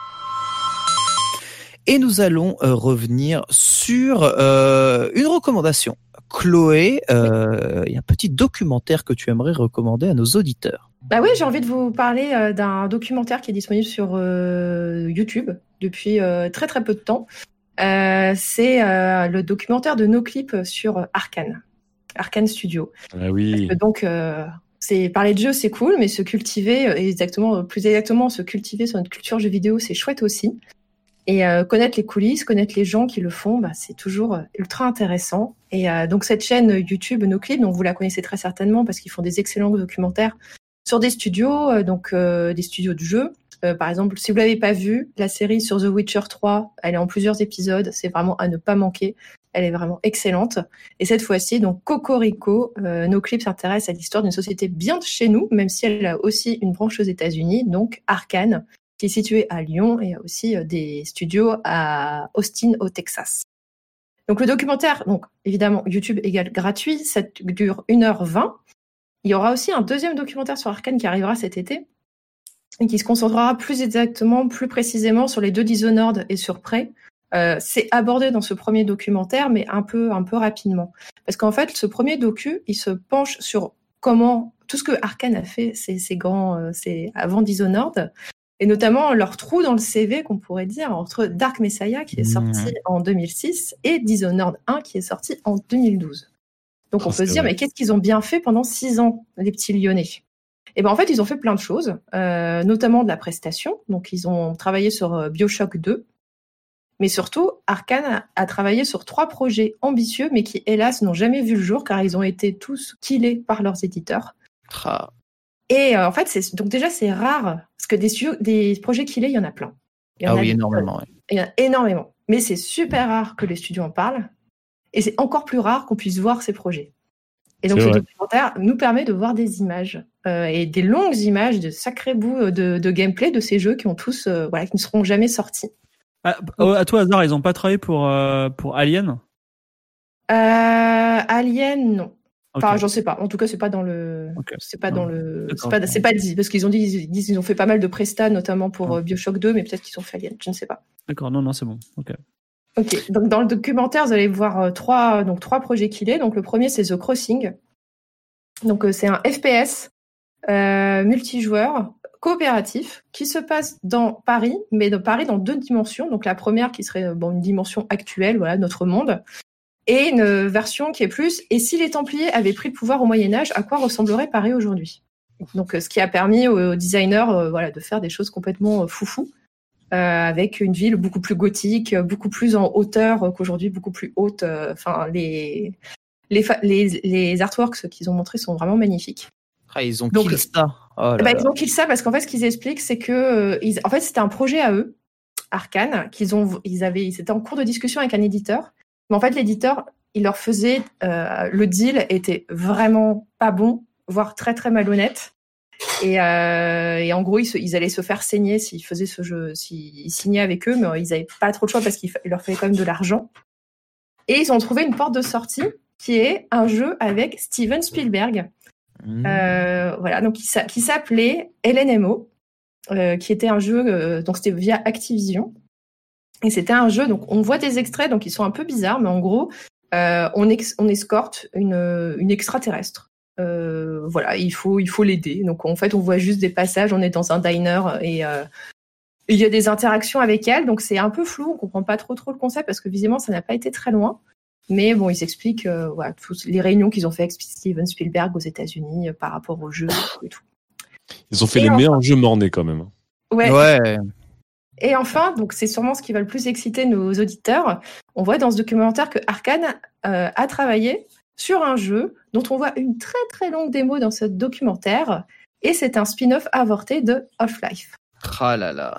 Et nous allons euh, revenir sur euh, une recommandation. Chloé, euh, il y a un petit documentaire que tu aimerais recommander à nos auditeurs. Bah oui, j'ai envie de vous parler euh, d'un documentaire qui est disponible sur euh, YouTube depuis euh, très très peu de temps. Euh, c'est euh, le documentaire de NoClip sur Arcane, Arcane Studio. Ah oui. Euh, Donc, euh, c'est parler de jeux, c'est cool, mais se cultiver, euh, exactement, plus exactement, se cultiver sur notre culture jeux vidéo, c'est chouette aussi. Et euh, connaître les coulisses, connaître les gens qui le font, bah, c'est toujours euh, ultra intéressant. Et euh, donc cette chaîne YouTube NoClip, donc vous la connaissez très certainement parce qu'ils font des excellents documentaires sur des studios, euh, donc euh, des studios de jeux. Euh, par exemple, si vous l'avez pas vu, la série sur The Witcher trois, elle est en plusieurs épisodes, c'est vraiment à ne pas manquer. Elle est vraiment excellente. Et cette fois-ci, donc Cocorico, euh, NoClip s'intéresse à l'histoire d'une société bien de chez nous, même si elle a aussi une branche aux États-Unis, donc Arcane, qui est située à Lyon, et a aussi euh, des studios à Austin, au Texas. Donc le documentaire, donc évidemment YouTube égale gratuit, ça dure une heure vingt. Il y aura aussi un deuxième documentaire sur Arcane qui arrivera cet été, et qui se concentrera plus exactement, plus précisément sur les deux Dishonored et sur Prey. Euh, c'est abordé dans ce premier documentaire, mais un peu, un peu rapidement. Parce qu'en fait, ce premier docu, il se penche sur comment tout ce que Arcane a fait, ces, ces grands, euh, c'est avant Dishonored, et notamment leur trou dans le C V, qu'on pourrait dire, entre Dark Messiah, qui est sorti Mmh. en deux mille six, et Dishonored un, qui est sorti en deux mille douze. Donc Oh, on peut c'est se dire, vrai. mais qu'est-ce qu'ils ont bien fait pendant six ans, les petits Lyonnais? Et ben en fait, ils ont fait plein de choses, euh, notamment de la prestation. Donc ils ont travaillé sur euh, BioShock deux, mais surtout, Arcane a, a travaillé sur trois projets ambitieux, mais qui hélas n'ont jamais vu le jour, car ils ont été tous killés par leurs éditeurs. Ah, Et euh, en fait, c'est donc déjà c'est rare, parce que des, studios- des projets killés, il y en a plein. Il y en ah a oui, des- énormément. Ouais. Il y en a énormément. Mais c'est super rare que les studios en parlent. Et c'est encore plus rare qu'on puisse voir ces projets. Et donc C'est ce vrai. documentaire nous permet de voir des images euh, et des longues images de sacrés bouts de, de gameplay de ces jeux qui ont tous, euh, voilà, qui ne seront jamais sortis. Ah, oh, à tout hasard, ils ont pas travaillé pour, euh, pour Alien? Euh, Alien, non. Enfin, Ok. j'en sais pas. En tout cas, c'est pas dans le, Ok. c'est pas Non. dans le, D'accord. c'est pas, c'est pas dit parce qu'ils ont dit, ils disent, ils ont fait pas mal de prestats, notamment pour Ah. euh, BioShock deux, mais peut-être qu'ils ont fait Alien, je ne sais pas. D'accord, non, non, c'est bon. Ok. Ok, donc dans le documentaire, vous allez voir euh, trois, donc trois projets killés. Donc le premier, c'est The Crossing. Donc euh, c'est un F P S euh, multijoueur coopératif qui se passe dans Paris, mais dans Paris dans deux dimensions. Donc la première qui serait euh, bon, une dimension actuelle, voilà, notre monde, et une version qui est plus. Et si les Templiers avaient pris le pouvoir au Moyen Âge, à quoi ressemblerait Paris aujourd'hui? Donc euh, ce qui a permis aux designers, euh, voilà, de faire des choses complètement euh, foufou. Euh, avec une ville beaucoup plus gothique, euh, beaucoup plus en hauteur euh, qu'aujourd'hui, beaucoup plus haute. Enfin, euh, les, les, fa- les, les artworks qu'ils ont montrés sont vraiment magnifiques. Ah, ils ont Donc, kill ça. Oh là Eh ben, là. ils ont kill ça parce qu'en fait, ce qu'ils expliquent, c'est que, euh, ils, en fait, c'était un projet à eux, Arcane, qu'ils ont, ils avaient, ils étaient en cours de discussion avec un éditeur. Mais en fait, l'éditeur, il leur faisait, euh, le deal était vraiment pas bon, voire très très malhonnête. Et, euh, et en gros, ils, se, ils allaient se faire saigner s'ils faisaient ce jeu, s'ils signaient avec eux, mais ils n'avaient pas trop de choix parce qu'il fa- il leur fallait quand même de l'argent. Et ils ont trouvé une porte de sortie qui est un jeu avec Steven Spielberg. Mmh. Euh, voilà, donc qui, s'a- qui s'appelait L N M O, euh, qui était un jeu, euh, donc c'était via Activision. Et c'était un jeu, donc on voit des extraits, donc ils sont un peu bizarres, mais en gros, euh, on, ex- on escorte une, une extraterrestre. Euh, voilà, il faut il faut l'aider. Donc en fait, on voit juste des passages. On est dans un diner et euh, il y a des interactions avec elle. Donc c'est un peu flou. On comprend pas trop trop le concept parce que visiblement ça n'a pas été très loin. Mais bon, ils expliquent euh, voilà toutes les réunions qu'ils ont fait avec Steven Spielberg aux États-Unis euh, par rapport au jeu et tout. Ils ont fait Et les enfin- meilleurs jeux mornés quand même. Ouais. Ouais. Et enfin, donc c'est sûrement ce qui va le plus exciter nos auditeurs. On voit dans ce documentaire que Arcane euh, a travaillé sur un jeu dont on voit une très très longue démo dans ce documentaire, et c'est un spin-off avorté de Half-Life. Ah là là.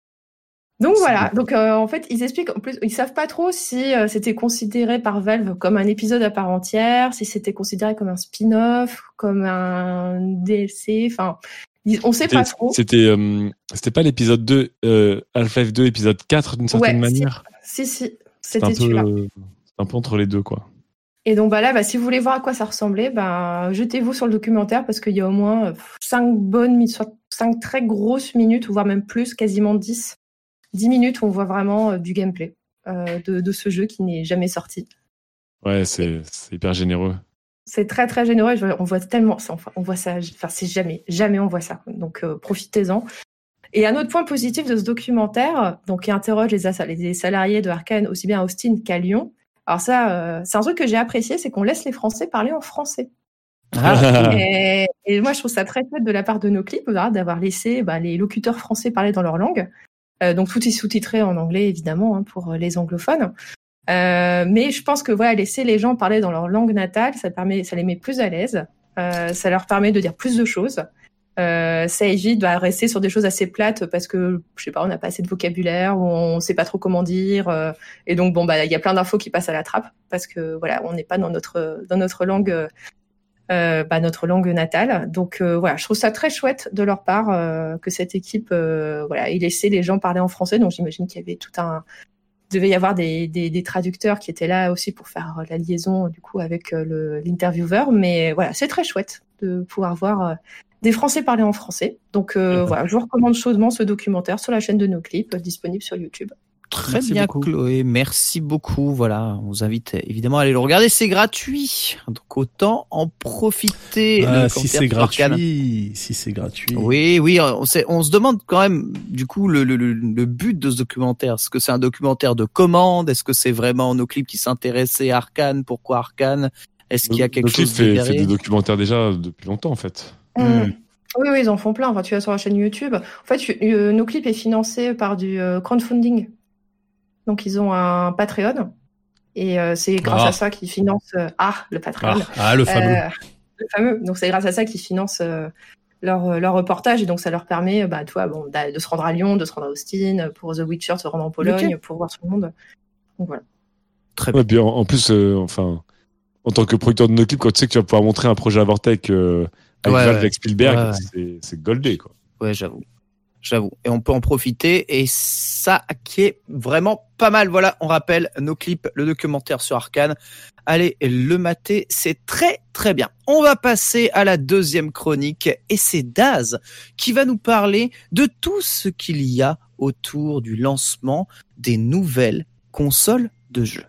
Donc voilà, donc euh, en fait ils expliquent, en plus ils savent pas trop si euh, c'était considéré par Valve comme un épisode à part entière, si c'était considéré comme un spin-off, comme un D L C, enfin on sait c'était, pas trop. C'était euh, c'était pas l'épisode deux, euh, Half-Life deux, épisode quatre d'une certaine ouais, manière. Si si, si c'est c'était un peu, celui-là. euh, c'est un peu entre les deux quoi. Et donc bah là, bah, si vous voulez voir à quoi ça ressemblait, bah, jetez-vous sur le documentaire parce qu'il y a au moins cinq bonnes, cinq très grosses minutes, voire même plus, quasiment dix. dix minutes où on voit vraiment euh, du gameplay euh, de, de ce jeu qui n'est jamais sorti. Ouais, c'est, c'est hyper généreux. C'est très très généreux. On voit tellement ça. Enfin, on voit ça. Enfin, c'est jamais, jamais on voit ça. Donc euh, profitez-en. Et un autre point positif de ce documentaire, donc qui interroge les, les salariés de Arkane aussi bien à Austin qu'à Lyon. Alors ça, euh, c'est un truc que j'ai apprécié, c'est qu'on laisse les Français parler en français. Ah. et, et moi, je trouve ça très chouette de la part de nos clips d'avoir laissé bah, les locuteurs français parler dans leur langue. Euh, donc tout est sous-titré en anglais évidemment hein, pour les anglophones. Euh, mais je pense que voilà, laisser les gens parler dans leur langue natale, ça permet, ça les met plus à l'aise. Euh, ça leur permet de dire plus de choses. Euh, ça évite de rester sur des choses assez plates parce que je sais pas, on n'a pas assez de vocabulaire ou on sait pas trop comment dire. Euh, et donc bon bah il y a plein d'infos qui passent à la trappe parce que voilà, on n'est pas dans notre dans notre langue. Euh, bah, notre langue natale. Donc euh, voilà, je trouve ça très chouette de leur part euh, que cette équipe euh, voilà, ait laissé les gens parler en français. Donc j'imagine qu'il y avait tout un, il devait y avoir des, des, des traducteurs qui étaient là aussi pour faire la liaison du coup avec euh, le, l'intervieweur. Mais voilà, c'est très chouette de pouvoir voir euh, des Français parler en français. Donc euh, mmh. voilà, je vous recommande chaudement ce documentaire sur la chaîne de NoClip, euh, disponible sur YouTube. Très Merci bien, beaucoup. Chloé. Merci beaucoup. Voilà, on vous invite évidemment à aller le regarder. C'est gratuit, donc autant en profiter. Ah, le si c'est gratuit, si c'est gratuit. Oui, oui. On, sait, on se demande quand même, du coup, le, le, le but de ce documentaire. Est-ce que c'est un documentaire de commande? Est-ce que c'est vraiment NoClip qui s'intéressait à Arkane? Pourquoi Arkane? Est-ce qu'il y a quelque NoClip chose fait, fait des documentaires déjà depuis longtemps en fait. Mmh. Mmh. Oui, oui, ils en font plein. Enfin, tu vas sur la chaîne YouTube. En fait, euh, NoClip est financé par du euh, crowdfunding. Donc, ils ont un Patreon. Et euh, c'est grâce ah. à ça qu'ils financent... Euh, ah, le Patreon. Ah, ah le fameux. Euh, le fameux. Donc, c'est grâce à ça qu'ils financent euh, leur, leur reportage. Et donc, ça leur permet bah, tu vois, bon, de se rendre à Lyon, de se rendre à Austin, pour The Witcher, de se rendre en Pologne, okay. pour voir tout le monde. Donc, voilà. Très bien. Ouais, puis en, en plus, euh, enfin, en tant que producteur de NoClip, quand tu sais que tu vas pouvoir montrer un projet avorté avec, euh, avec ouais, Valve, ouais. avec Spielberg, ouais, ouais. C'est, c'est goldé, quoi. Ouais, j'avoue. J'avoue. Et on peut en profiter. Et ça qui est vraiment pas mal. Voilà, on rappelle NoClip, le documentaire sur Arkane. Allez le mater, c'est très très bien. On va passer à la deuxième chronique. Et c'est Daz qui va nous parler de tout ce qu'il y a autour du lancement des nouvelles consoles de jeux.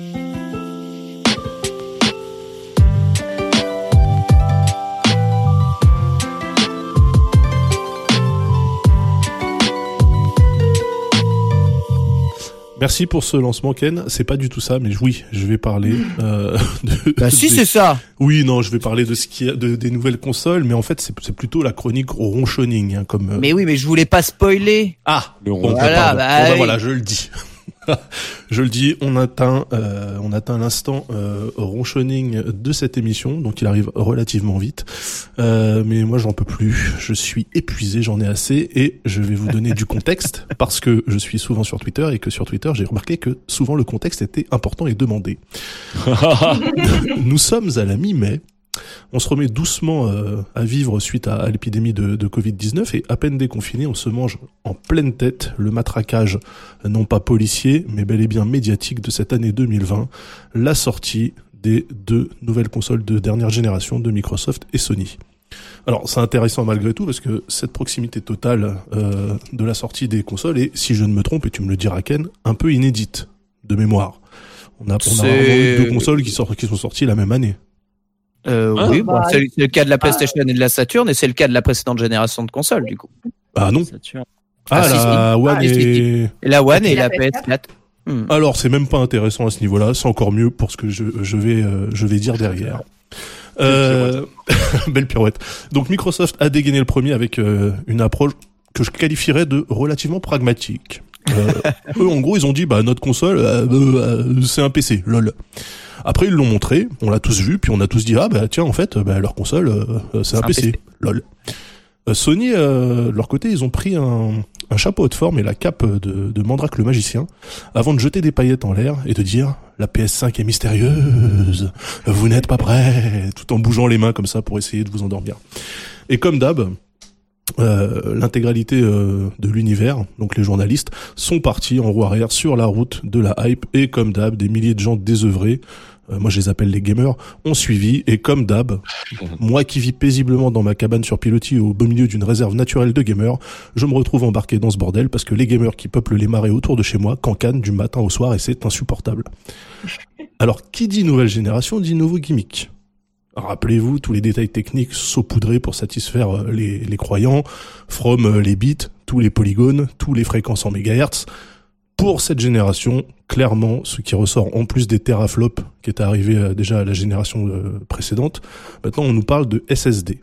Merci pour ce lancement, Ken. C'est pas du tout ça, mais oui, je vais parler. Euh, de, bah si, des... c'est ça. Oui, non, je vais parler de ce qui a, de, des nouvelles consoles, mais en fait, c'est, c'est plutôt la chronique ronchoning, hein, comme. Mais oui, mais je voulais pas spoiler. Ah, le bon, voilà, bah, bon, bah, oui. voilà, je le dis. Je le dis, on atteint, euh, on atteint l'instant euh, ronchoning de cette émission, donc il arrive relativement vite. Euh, mais moi, j'en peux plus. Je suis épuisé, j'en ai assez, et je vais vous donner du contexte parce que je suis souvent sur Twitter et que sur Twitter, j'ai remarqué que souvent le contexte était important et demandé. Nous sommes à la mi-mai. On se remet doucement euh, à vivre suite à, à l'épidémie de, de covid dix-neuf et à peine déconfiné, on se mange en pleine tête le matraquage, non pas policier, mais bel et bien médiatique de cette année deux mille vingt, la sortie des deux nouvelles consoles de dernière génération de Microsoft et Sony. Alors c'est intéressant malgré tout parce que cette proximité totale euh, de la sortie des consoles est, si je ne me trompe, et tu me le diras Ken, un peu inédite de mémoire. On a, on a vraiment eu deux consoles qui, sortent, qui sont sorties la même année. Euh, ah, oui, bah, bon, c'est, c'est le cas de la PlayStation ah, et de la Saturn, et c'est le cas de la précédente génération de consoles, du coup. Ah non. Saturn. Ah, ah, la si, One ah, et... et... la One et, et la, la P S quatre. Hmm. Alors, c'est même pas intéressant à ce niveau-là, c'est encore mieux pour ce que je, je vais, euh, je vais dire derrière. Euh... Belle pirouette. Donc, Microsoft a dégainé le premier avec euh, une approche que je qualifierais de relativement pragmatique. Euh, eux, en gros, ils ont dit, bah, notre console, euh, euh, c'est un P C, lol. Après, ils l'ont montré, on l'a tous vu, puis on a tous dit, ah bah tiens, en fait, bah, leur console, euh, c'est un, un P C. P C. Lol. Euh, Sony, euh, de leur côté, ils ont pris un, un chapeau de forme et la cape de, de Mandrake le magicien, avant de jeter des paillettes en l'air et de dire, la P S cinq est mystérieuse, vous n'êtes pas prêts, tout en bougeant les mains comme ça pour essayer de vous endormir. Et comme d'hab, Euh, l'intégralité euh, de l'univers, donc les journalistes, sont partis en roue arrière sur la route de la hype et comme d'hab, des milliers de gens désœuvrés, euh, moi je les appelle les gamers, ont suivi et comme d'hab, moi qui vis paisiblement dans ma cabane sur pilotis au beau milieu d'une réserve naturelle de gamers, je me retrouve embarqué dans ce bordel parce que les gamers qui peuplent les marais autour de chez moi cancanent du matin au soir et c'est insupportable. Alors qui dit nouvelle génération dit nouveau gimmick. Rappelez-vous tous les détails techniques saupoudrés pour satisfaire les, les croyants, from les bits, tous les polygones, tous les fréquences en mégahertz. Pour cette génération, clairement, ce qui ressort en plus des teraflops qui est arrivé déjà à la génération précédente, maintenant on nous parle de S S D.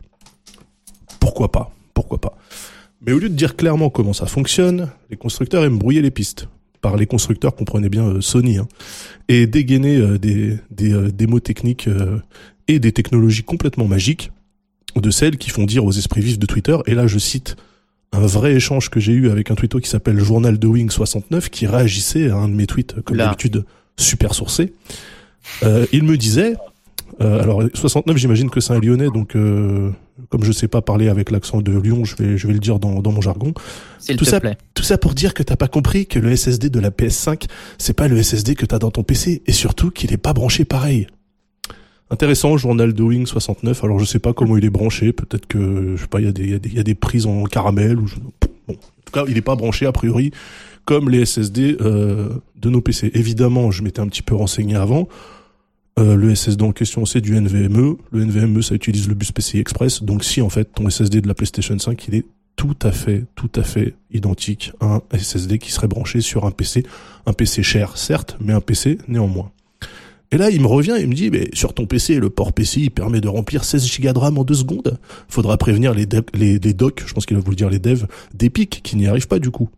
Pourquoi pas ? Pourquoi pas ? Mais au lieu de dire clairement comment ça fonctionne, les constructeurs aiment brouiller les pistes. Par les constructeurs, comprenez bien euh, Sony, hein, et dégainer euh, des, des euh, démos techniques euh, et des technologies complètement magiques, de celles qui font dire aux esprits vifs de Twitter, et là je cite un vrai échange que j'ai eu avec un twitto qui s'appelle Journal de Wing soixante-neuf, qui réagissait à un de mes tweets, comme là. D'habitude, super sourcé. Euh, il me disait, euh, alors soixante-neuf j'imagine que c'est un Lyonnais, donc euh, comme je sais pas parler avec l'accent de Lyon, je vais je vais le dire dans dans mon jargon. S'il tout te ça plaît. Tout ça pour dire que t'as pas compris que le S S D de la P S cinq, c'est pas le S S D que t'as dans ton P C et surtout qu'il est pas branché pareil. Intéressant, Journal de Wing soixante-neuf. Alors je sais pas comment il est branché, peut-être que je sais pas, il y a des il y a des il y a des prises en caramel ou je... bon, en tout cas, il est pas branché a priori comme les S S D euh, de nos P C. Évidemment, je m'étais un petit peu renseigné avant. Euh, le S S D en question, c'est du N V M e. Le N V M e, ça utilise le bus P C I Express. Donc si en fait ton S S D de la PlayStation cinq, il est tout à fait, tout à fait identique à un S S D qui serait branché sur un P C, un P C cher certes, mais un P C néanmoins. Et là, il me revient et il me dit, mais sur ton P C, le port P C I permet de remplir seize gigas de RAM en deux secondes. Faudra prévenir les, de- les, les docs, je pense qu'il va vous le dire les devs, d'Epic, qui n'y arrivent pas du coup.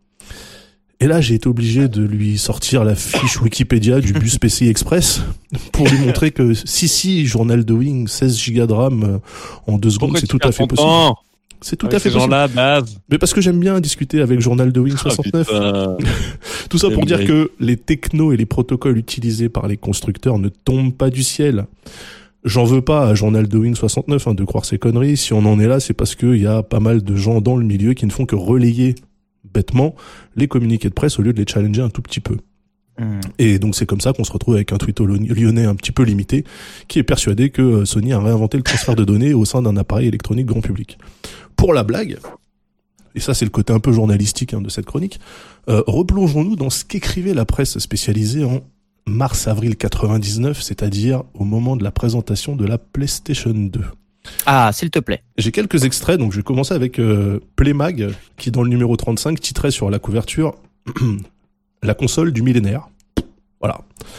Et là, j'ai été obligé de lui sortir la fiche Wikipédia du bus P C I Express pour lui montrer que si, si, Journal de Wing, seize gigas de RAM en deux secondes, Pourquoi c'est tu tout à perds fait ton possible. temps C'est tout avec à fait ces possible. gens-là, base. Mais parce que j'aime bien discuter avec Journal de Wing soixante-neuf. Oh, putain. Tout ça pour C'est dire vrai. que les technos et les protocoles utilisés par les constructeurs ne tombent pas du ciel. J'en veux pas à Journal de Wing soixante-neuf hein, de croire ces conneries. Si on en est là, c'est parce qu'il y a pas mal de gens dans le milieu qui ne font que relayer bêtement les communiqués de presse au lieu de les challenger un tout petit peu. Mmh. Et donc c'est comme ça qu'on se retrouve avec un twitto lyonnais un petit peu limité qui est persuadé que Sony a réinventé le transfert de données au sein d'un appareil électronique grand public. Pour la blague, et ça c'est le côté un peu journalistique hein, de cette chronique, euh, replongeons-nous dans ce qu'écrivait la presse spécialisée en mars-avril quatre-vingt-dix-neuf, c'est-à-dire au moment de la présentation de la PlayStation deux. Ah, s'il te plaît. J'ai quelques extraits, donc je vais commencer avec euh, Playmag, qui dans le numéro trente-cinq titrait sur la couverture la console du millénaire. Voilà.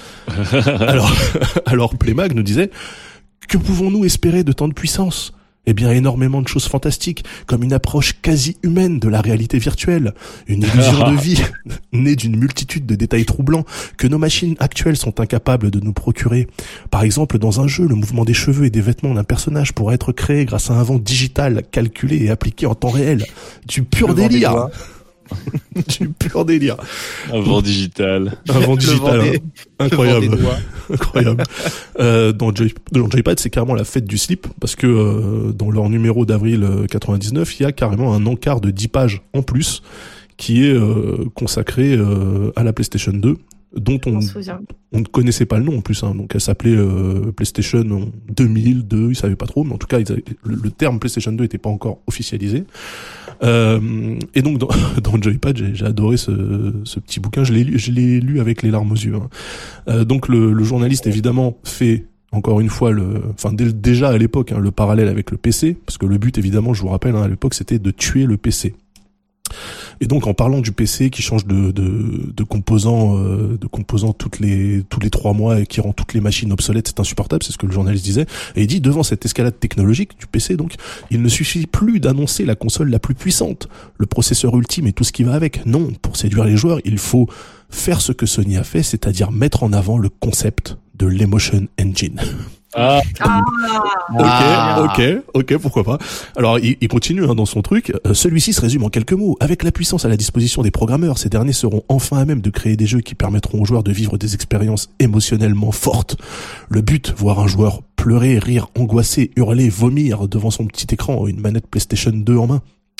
alors, alors Playmag nous disait, que pouvons-nous espérer de tant de puissance ? Eh bien, énormément de choses fantastiques, comme une approche quasi humaine de la réalité virtuelle, une illusion de vie, née d'une multitude de détails troublants que nos machines actuelles sont incapables de nous procurer. Par exemple, dans un jeu, le mouvement des cheveux et des vêtements d'un personnage pourrait être créé grâce à un vent digital, calculé et appliqué en temps réel. Du pur Le vent des délire. doigts. Du pur délire. Un vent digital. Un vent Le digital. vent des- hein. Incroyable. Le vent des doigts. Incroyable. Euh, dans, Joy, dans Joypad, c'est carrément la fête du slip, parce que euh, dans leur numéro d'avril euh, quatre-vingt-dix-neuf, il y a carrément un encart de dix pages en plus qui est euh, consacré euh, à la PlayStation deux, dont on, On se souvient. on ne connaissait pas le nom en plus. Hein. Donc elle s'appelait euh, PlayStation en deux mille deux, ils savaient pas trop, mais en tout cas ils avaient, le, le terme PlayStation deux était pas encore officialisé. Euh, et donc dans, dans Joypad, j'ai, j'ai adoré ce, ce petit bouquin. Je l'ai lu, je l'ai lu avec les larmes aux yeux. Hein. Euh, donc le, le journaliste évidemment fait encore une fois le, enfin dès, déjà à l'époque hein, le parallèle avec le P C, parce que le but évidemment, je vous rappelle, hein, à l'époque c'était de tuer le P C. Et donc en parlant du P C qui change de de, de composants euh, de composants toutes les tous les trois mois et qui rend toutes les machines obsolètes, c'est insupportable, c'est ce que le journaliste disait. Et il dit devant cette escalade technologique du P C, donc il ne suffit plus d'annoncer la console la plus puissante, le processeur ultime et tout ce qui va avec. Non, pour séduire les joueurs, il faut faire ce que Sony a fait, c'est-à-dire mettre en avant le concept de l'Emotion Engine. Ah. Ah. Ok, ok, ok, pourquoi pas. Alors, il, il continue hein, dans son truc. Euh, celui-ci se résume en quelques mots. Avec la puissance à la disposition des programmeurs, ces derniers seront enfin à même de créer des jeux qui permettront aux joueurs de vivre des expériences émotionnellement fortes. Le but, voir un joueur pleurer, rire, angoisser, hurler, vomir devant son petit écran, une manette PlayStation deux en main.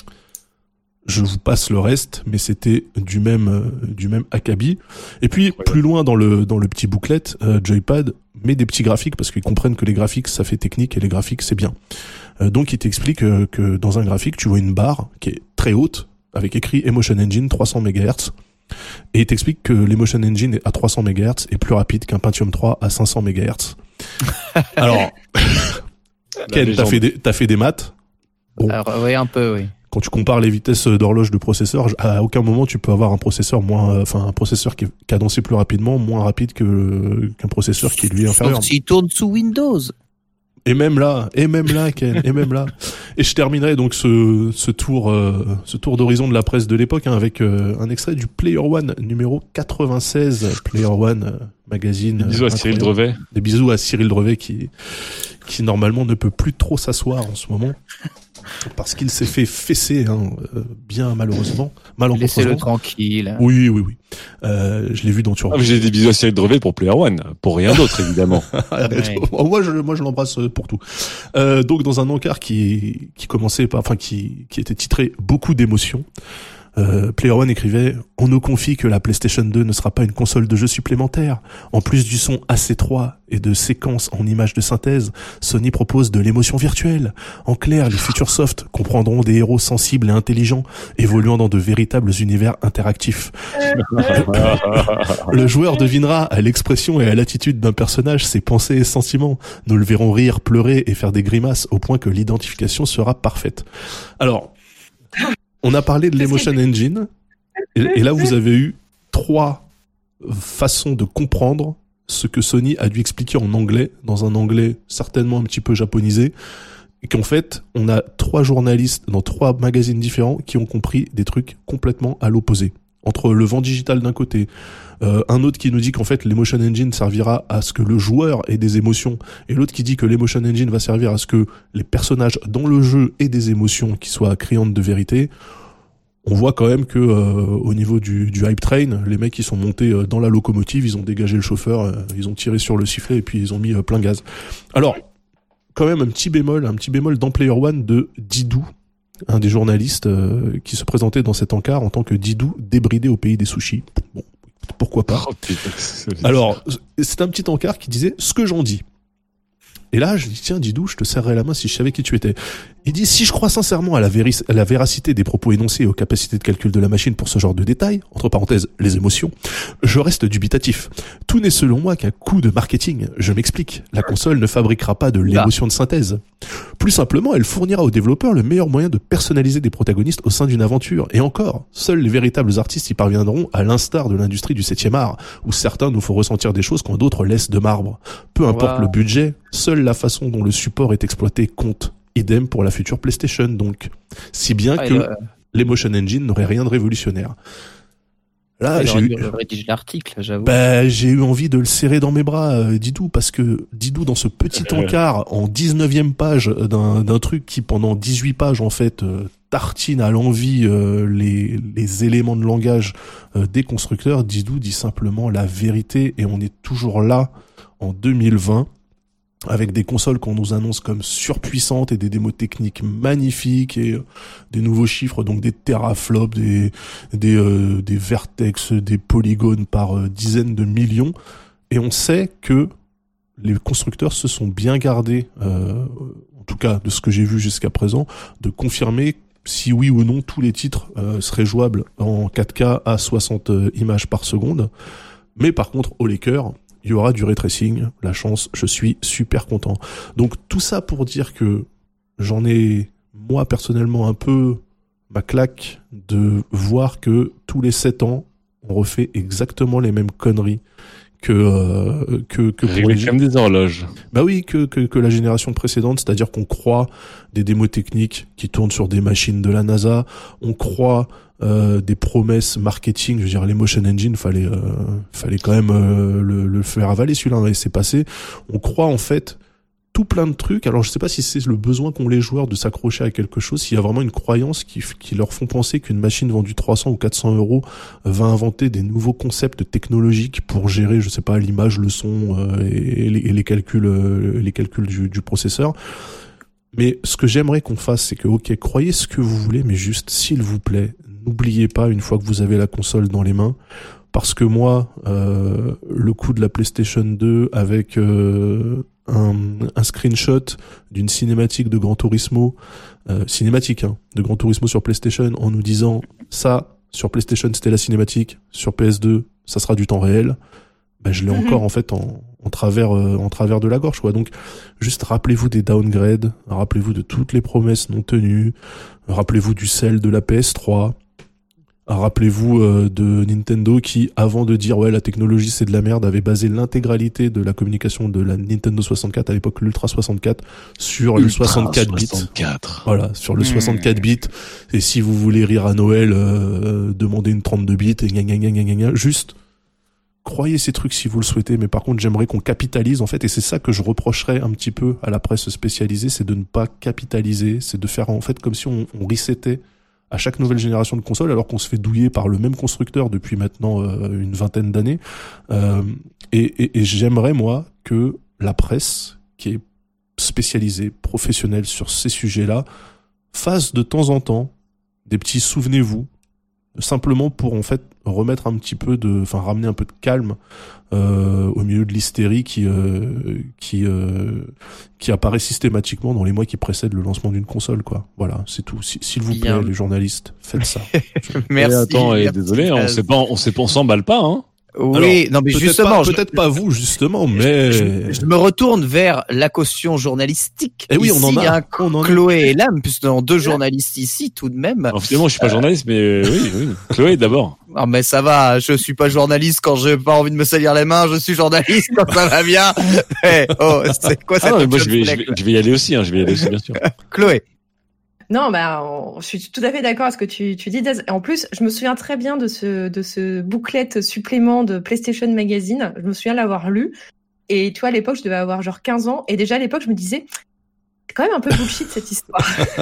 Je vous passe le reste, mais c'était du même euh, du même acabit. Et puis plus loin dans le dans le petit booklet, euh, Joypad met des petits graphiques parce qu'ils comprennent que les graphiques ça fait technique et les graphiques c'est bien. Euh, donc il t'explique euh, que dans un graphique tu vois une barre qui est très haute avec écrit Emotion Engine trois cents mégahertz et il t'explique que l'Emotion Engine à trois cents mégahertz est plus rapide qu'un Pentium trois à cinq cents mégahertz. Alors Ken, t'as fait des t'as fait des maths. Bon. Alors oui, un peu oui. Quand tu compares les vitesses d'horloge de processeur, à aucun moment tu peux avoir un processeur moins, enfin un processeur qui est cadencé plus rapidement, moins rapide que qu'un processeur qui lui est inférieur. S'il tourne sous Windows. Et même là, et même là, Ken, et même là. Et je terminerai donc ce ce tour, euh, ce tour d'horizon de la presse de l'époque hein, avec euh, un extrait du Player One numéro quatre-vingt-seize, Player One euh, magazine. Des bisous à Cyril Drevet. Des bisous à Cyril Drevet qui qui normalement ne peut plus trop s'asseoir en ce moment. Parce qu'il s'est fait fesser, hein, euh, bien malheureusement. Laissez-le tranquille. Oui, oui, oui. Euh, je l'ai vu dans Turbo. Ah, j'ai des bisous à Cyril Drevet pour Player One, pour rien d'autre évidemment. Ouais. Moi, je, moi, je l'embrasse pour tout. Euh, donc, dans un encart qui qui commençait par, enfin, qui qui était titré beaucoup d'émotions. Euh, Player One écrivait « On nous confie que la PlayStation deux ne sera pas une console de jeu supplémentaire. En plus du son A C trois et de séquences en images de synthèse, Sony propose de l'émotion virtuelle. En clair, les futurs softs comprendront des héros sensibles et intelligents, évoluant dans de véritables univers interactifs. Le joueur devinera à l'expression et à l'attitude d'un personnage ses pensées et sentiments. Nous le verrons rire, pleurer et faire des grimaces au point que l'identification sera parfaite. » Alors, on a parlé de l'Emotion Engine, et, et là vous avez eu trois façons de comprendre ce que Sony a dû expliquer en anglais, dans un anglais certainement un petit peu japonisé, et qu'en fait, on a trois journalistes dans trois magazines différents qui ont compris des trucs complètement à l'opposé. Entre le vent digital d'un côté, euh, un autre qui nous dit qu'en fait l'Emotion Engine servira à ce que le joueur ait des émotions, et l'autre qui dit que l'Emotion Engine va servir à ce que les personnages dans le jeu aient des émotions qui soient créantes de vérité. On voit quand même que euh, au niveau du, du hype train, les mecs ils sont montés euh, dans la locomotive, ils ont dégagé le chauffeur, euh, ils ont tiré sur le sifflet et puis ils ont mis euh, plein gaz. Alors, quand même un petit bémol, un petit bémol dans Player One de Didou, un des journalistes euh, qui se présentait dans cet encart en tant que Didou débridé au pays des sushis. Bon, pourquoi pas. Alors, c'est un petit encart qui disait ce que j'en dis. Et là, je dis, tiens, Didou, je te serrerais la main si je savais qui tu étais. Il dit, si je crois sincèrement à la, véris- à la véracité des propos énoncés et aux capacités de calcul de la machine pour ce genre de détails, entre parenthèses, les émotions, je reste dubitatif. Tout n'est selon moi qu'un coup de marketing. Je m'explique. La console ne fabriquera pas de l'émotion de synthèse. Plus simplement, elle fournira aux développeurs le meilleur moyen de personnaliser des protagonistes au sein d'une aventure. Et encore, seuls les véritables artistes y parviendront, à l'instar de l'industrie du septième art, où certains nous font ressentir des choses quand d'autres laissent de marbre. Peu importe Wow. le budget, seule la façon dont le support est exploité compte. Idem pour la future PlayStation, donc. Si bien Ah, que le... l'Emotion Engine n'aurait rien de révolutionnaire. Là, il j'ai aurait eu, dû rédiger l'article, j'avoue. bah, j'ai eu envie de le serrer dans mes bras, euh, Didou, parce que Didou, dans ce petit encart, en dix-neuvième page d'un, d'un truc qui, pendant dix-huit pages, en fait, euh, tartine à l'envi euh, les, les éléments de langage euh, des constructeurs, Didou dit simplement la vérité, et on est toujours là, en deux mille vingt, avec des consoles qu'on nous annonce comme surpuissantes et des démos techniques magnifiques et euh, des nouveaux chiffres, donc des teraflops, des des euh, des vertex, des polygones par euh, dizaines de millions, et on sait que les constructeurs se sont bien gardés, euh, en tout cas de ce que j'ai vu jusqu'à présent, de confirmer si oui ou non tous les titres euh, seraient jouables en quatre K à soixante euh, images par seconde. Mais par contre, au Laker, il y aura du ray tracing, la chance, je suis super content. Donc tout ça pour dire que j'en ai, moi personnellement, un peu ma claque de voir que tous les sept ans, on refait exactement les mêmes conneries que euh, que que pour les comme des horloges. Bah oui, que que que la génération précédente, c'est-à-dire qu'on croit des démos techniques qui tournent sur des machines de la NASA, on croit euh, des promesses marketing, je veux dire les motion engine, fallait euh, fallait quand même euh, le le faire avaler celui-là, et c'est passé. On croit en fait tout plein de trucs. Alors je sais pas si c'est le besoin qu'ont les joueurs de s'accrocher à quelque chose, s'il y a vraiment une croyance qui, qui leur font penser qu'une machine vendue trois cents ou quatre cents euros va inventer des nouveaux concepts technologiques pour gérer, je sais pas, l'image, le son euh, et, les, et les calculs, euh, les calculs du, du processeur. Mais ce que j'aimerais qu'on fasse, c'est que, ok, croyez ce que vous voulez, mais juste, s'il vous plaît, n'oubliez pas, une fois que vous avez la console dans les mains, parce que moi, euh, le coup de la PlayStation deux avec euh, un, un screenshot d'une cinématique de Gran Turismo, euh, cinématique hein, de Gran Turismo sur PlayStation, en nous disant ça sur PlayStation c'était la cinématique, sur P S deux ça sera du temps réel, ben je l'ai mm-hmm. encore en fait en, en travers euh, en travers de la gorge quoi. Donc juste rappelez-vous des downgrades, rappelez-vous de toutes les promesses non tenues, rappelez-vous du sel de la P S trois. Rappelez-vous euh, de Nintendo qui, avant de dire ouais la technologie c'est de la merde, avait basé l'intégralité de la communication de la Nintendo soixante-quatre, à l'époque l'Ultra soixante-quatre, sur Ultra le soixante-quatre bits. soixante-quatre. Voilà, sur le mmh. soixante-quatre bits. Et si vous voulez rire à Noël, euh, demandez une trente-deux bits et gna gna gna gna gna gna. Juste croyez ces trucs si vous le souhaitez, mais par contre j'aimerais qu'on capitalise en fait, et c'est ça que je reprocherais un petit peu à la presse spécialisée, c'est de ne pas capitaliser, c'est de faire en fait comme si on, on resetait à chaque nouvelle génération de consoles, alors qu'on se fait douiller par le même constructeur depuis maintenant euh, une vingtaine d'années. Euh, et, et, et j'aimerais, moi, que la presse, qui est spécialisée, professionnelle sur ces sujets-là, fasse de temps en temps des petits souvenez-vous, simplement pour en fait remettre un petit peu de, enfin ramener un peu de calme euh, au milieu de l'hystérie qui euh, qui euh, qui apparaît systématiquement dans les mois qui précèdent le lancement d'une console quoi. Voilà, c'est tout. S'il vous plaît, les journalistes, faites ça. Merci. Et attends, et désolé, on sait pas, on sait pas, on s'emballe pas, hein. Oui, alors, non mais peut-être justement, pas, je, peut-être pas vous justement, mais je, je me retourne vers la caution journalistique. Et oui, ici, on en a. a on en Chloé et Lame, puisque nous avons deux journalistes ici tout de même. Alors, finalement, je suis pas journaliste, mais oui, oui. Chloé d'abord. Non mais ça va, je suis pas journaliste quand j'ai pas envie de me salir les mains, je suis journaliste quand ça va bien. Hey, oh, c'est quoi ça? Ah non, moi je vais, je vais, je vais y aller aussi, hein, je vais y aller aussi bien sûr. Chloé. Non, bah, on- je suis tout à fait d'accord avec ce que tu, tu dis, Daz. En plus, je me souviens très bien de ce, de ce booklet supplément de PlayStation Magazine. Je me souviens l'avoir lu. Et tu vois, à l'époque, je devais avoir genre quinze ans. Et déjà, à l'époque, je me disais, c'est quand même un peu bullshit, cette histoire.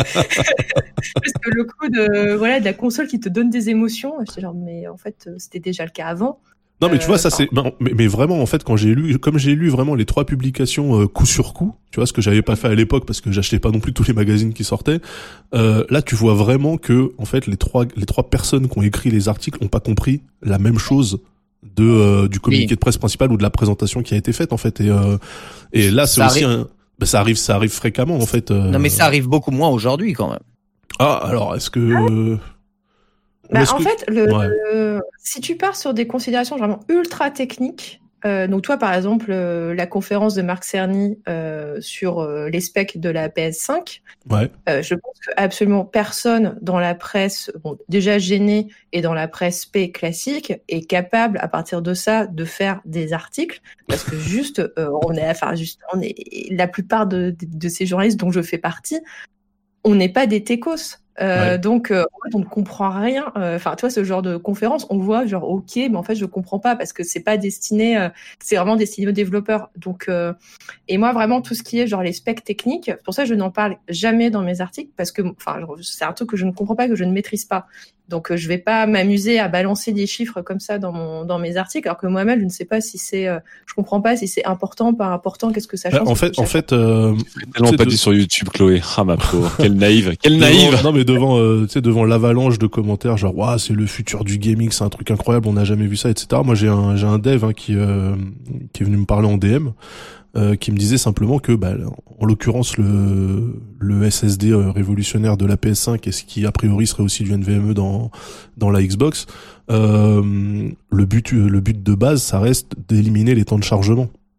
Parce que le coup de, voilà, de la console qui te donne des émotions, j'étais genre, mais en fait, c'était déjà le cas avant. non mais tu vois Euh, ça c'est non, mais, mais vraiment en fait quand j'ai lu comme j'ai lu vraiment les trois publications euh, coup sur coup, tu vois ce que j'avais pas fait à l'époque parce que j'achetais pas non plus tous les magazines qui sortaient, euh, là tu vois vraiment que en fait les trois les trois personnes qui ont écrit les articles ont pas compris la même chose de euh, du communiqué Oui. de presse principal ou de la présentation qui a été faite en fait, et euh, et là c'est Ça aussi arrive- un bah, ça arrive ça arrive fréquemment en fait, euh... Non mais ça arrive beaucoup moins aujourd'hui quand même. ah alors est-ce que euh... ou Bah, est-ce en que- fait, le, Ouais. le- si tu pars sur des considérations vraiment ultra techniques, euh, donc toi, par exemple, euh, la conférence de Marc Cerny euh, sur euh, les specs de la P S cinq, ouais euh, je pense que absolument personne dans la presse, bon, déjà gênée et dans la presse P classique, est capable à partir de ça de faire des articles, parce que juste, euh, on est, enfin juste, on est, la plupart de, de, de ces journalistes dont je fais partie, on n'est pas des techos. Euh, Ouais. Donc, euh, en fait, on ne comprend rien. Euh, Enfin, tu vois, ce genre de conférence, on voit genre, ok, mais en fait, je comprends pas parce que c'est pas destiné, euh, c'est vraiment destiné aux développeurs. Donc, euh, et moi, vraiment, tout ce qui est genre les specs techniques, c'est pour ça que je n'en parle jamais dans mes articles parce que, enfin, genre, c'est un truc que je ne comprends pas, que je ne maîtrise pas. Donc, euh, je vais pas m'amuser à balancer des chiffres comme ça dans mon, dans mes articles, alors que moi-même, je ne sais pas si c'est, euh, je comprends pas si c'est important, pas important, qu'est-ce que ça Bah, change. en fait en fait euh, Tellement c'est pas de- dit sur YouTube, Chloé. Ah ma pauvre, quelle naïve, quelle Devant- naïve. Non mais devant, euh, tu sais, devant l'avalanche de commentaires genre waouh c'est le futur du gaming, c'est un truc incroyable, on n'a jamais vu ça, et cetera. Moi j'ai un j'ai un dev hein, qui euh, qui est venu me parler en D M, euh, qui me disait simplement que bah en l'occurrence le le S S D euh, révolutionnaire de la P S cinq et ce qui a priori serait aussi du N V M e dans dans la Xbox, euh, le but le but de base ça reste d'éliminer les temps de chargement.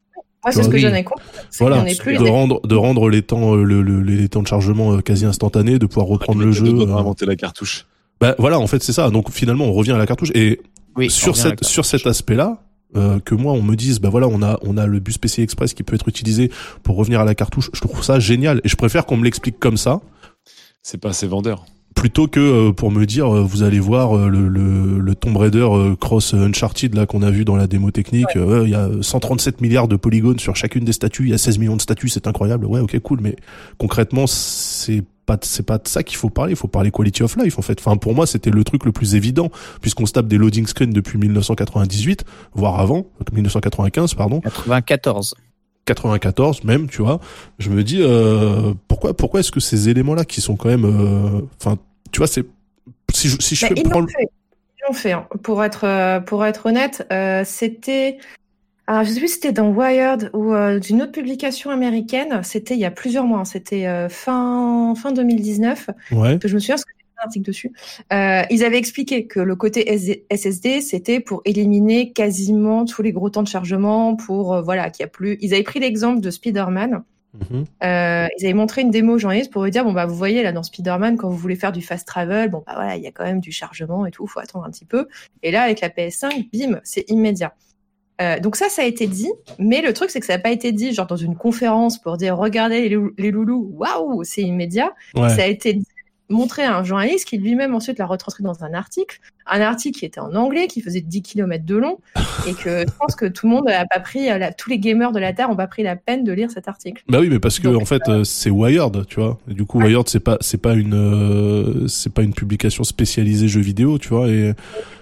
Moi, c'est ce que oui. j'en ai compris. Voilà, On est plus de rendre de rendre les temps le, le les temps de chargement quasi instantanés, de pouvoir reprendre le jeu. De euh... inventer la cartouche. Bah voilà, en fait c'est ça. Donc finalement on revient à la cartouche et Oui, sur cette sur cet aspect-là. Euh, que moi on me dise bah voilà on a on a le bus P C I Express qui peut être utilisé pour revenir à la cartouche, je trouve ça génial et je préfère qu'on me l'explique comme ça. C'est pas assez vendeur. Plutôt que euh, pour me dire euh, vous allez voir euh, le, le le Tomb Raider euh, cross Uncharted là qu'on a vu dans la démo technique, il ouais. euh, y a cent trente-sept milliards de polygones sur chacune des statues, il y a seize millions de statues, c'est incroyable. Ouais, OK, cool, mais concrètement, c'est pas c'est pas de ça qu'il faut parler, il faut parler quality of life en fait. Enfin pour moi, c'était le truc le plus évident puisqu'on se tape des loading screens depuis dix-neuf cent quatre-vingt-dix-huit, voire avant, dix-neuf cent quatre-vingt-quinze pardon. quatre-vingt-quatorze quatre-vingt-quatorze même, tu vois. Je me dis euh, pourquoi pourquoi est-ce que ces éléments là qui sont quand même enfin euh, tu vois c'est si je si je bah, fais ils prendre l'ont fait, ils l'ont fait hein. pour être euh, pour être honnête, euh, c'était alors je sais plus si c'était dans Wired ou euh, d'une autre publication américaine, c'était il y a plusieurs mois, hein. C'était euh, fin fin deux mille dix-neuf. Ouais. Que je me souviens parce que un article dessus. Euh, ils avaient expliqué que le côté S S D, c'était pour éliminer quasiment tous les gros temps de chargement, pour euh, voilà, qu'il y a plus. Ils avaient pris l'exemple de Spider-Man. Mm-hmm. Euh, ils avaient montré une démo aux journalistes pour eux dire bon bah vous voyez là dans Spider-Man quand vous voulez faire du fast travel, bon bah voilà, il y a quand même du chargement et tout, faut attendre un petit peu. Et là avec la P S cinq, bim, c'est immédiat. Euh, donc ça, ça a été dit, mais le truc c'est que ça n'a pas été dit genre dans une conférence pour dire regardez les, lou- les loulous, waouh, c'est immédiat. Ouais. Ça a été dit, montré à un journaliste qui lui-même ensuite l'a retranscrit dans un article, un article qui était en anglais, qui faisait dix kilomètres de long, et que je pense que tout le monde a pas pris, la, tous les gamers de la Terre ont pas pris la peine de lire cet article. Bah oui, mais parce que Donc, en fait euh, c'est Wired, tu vois. Et du coup ouais. Wired c'est pas c'est pas une euh, c'est pas une publication spécialisée jeux vidéo, tu vois, et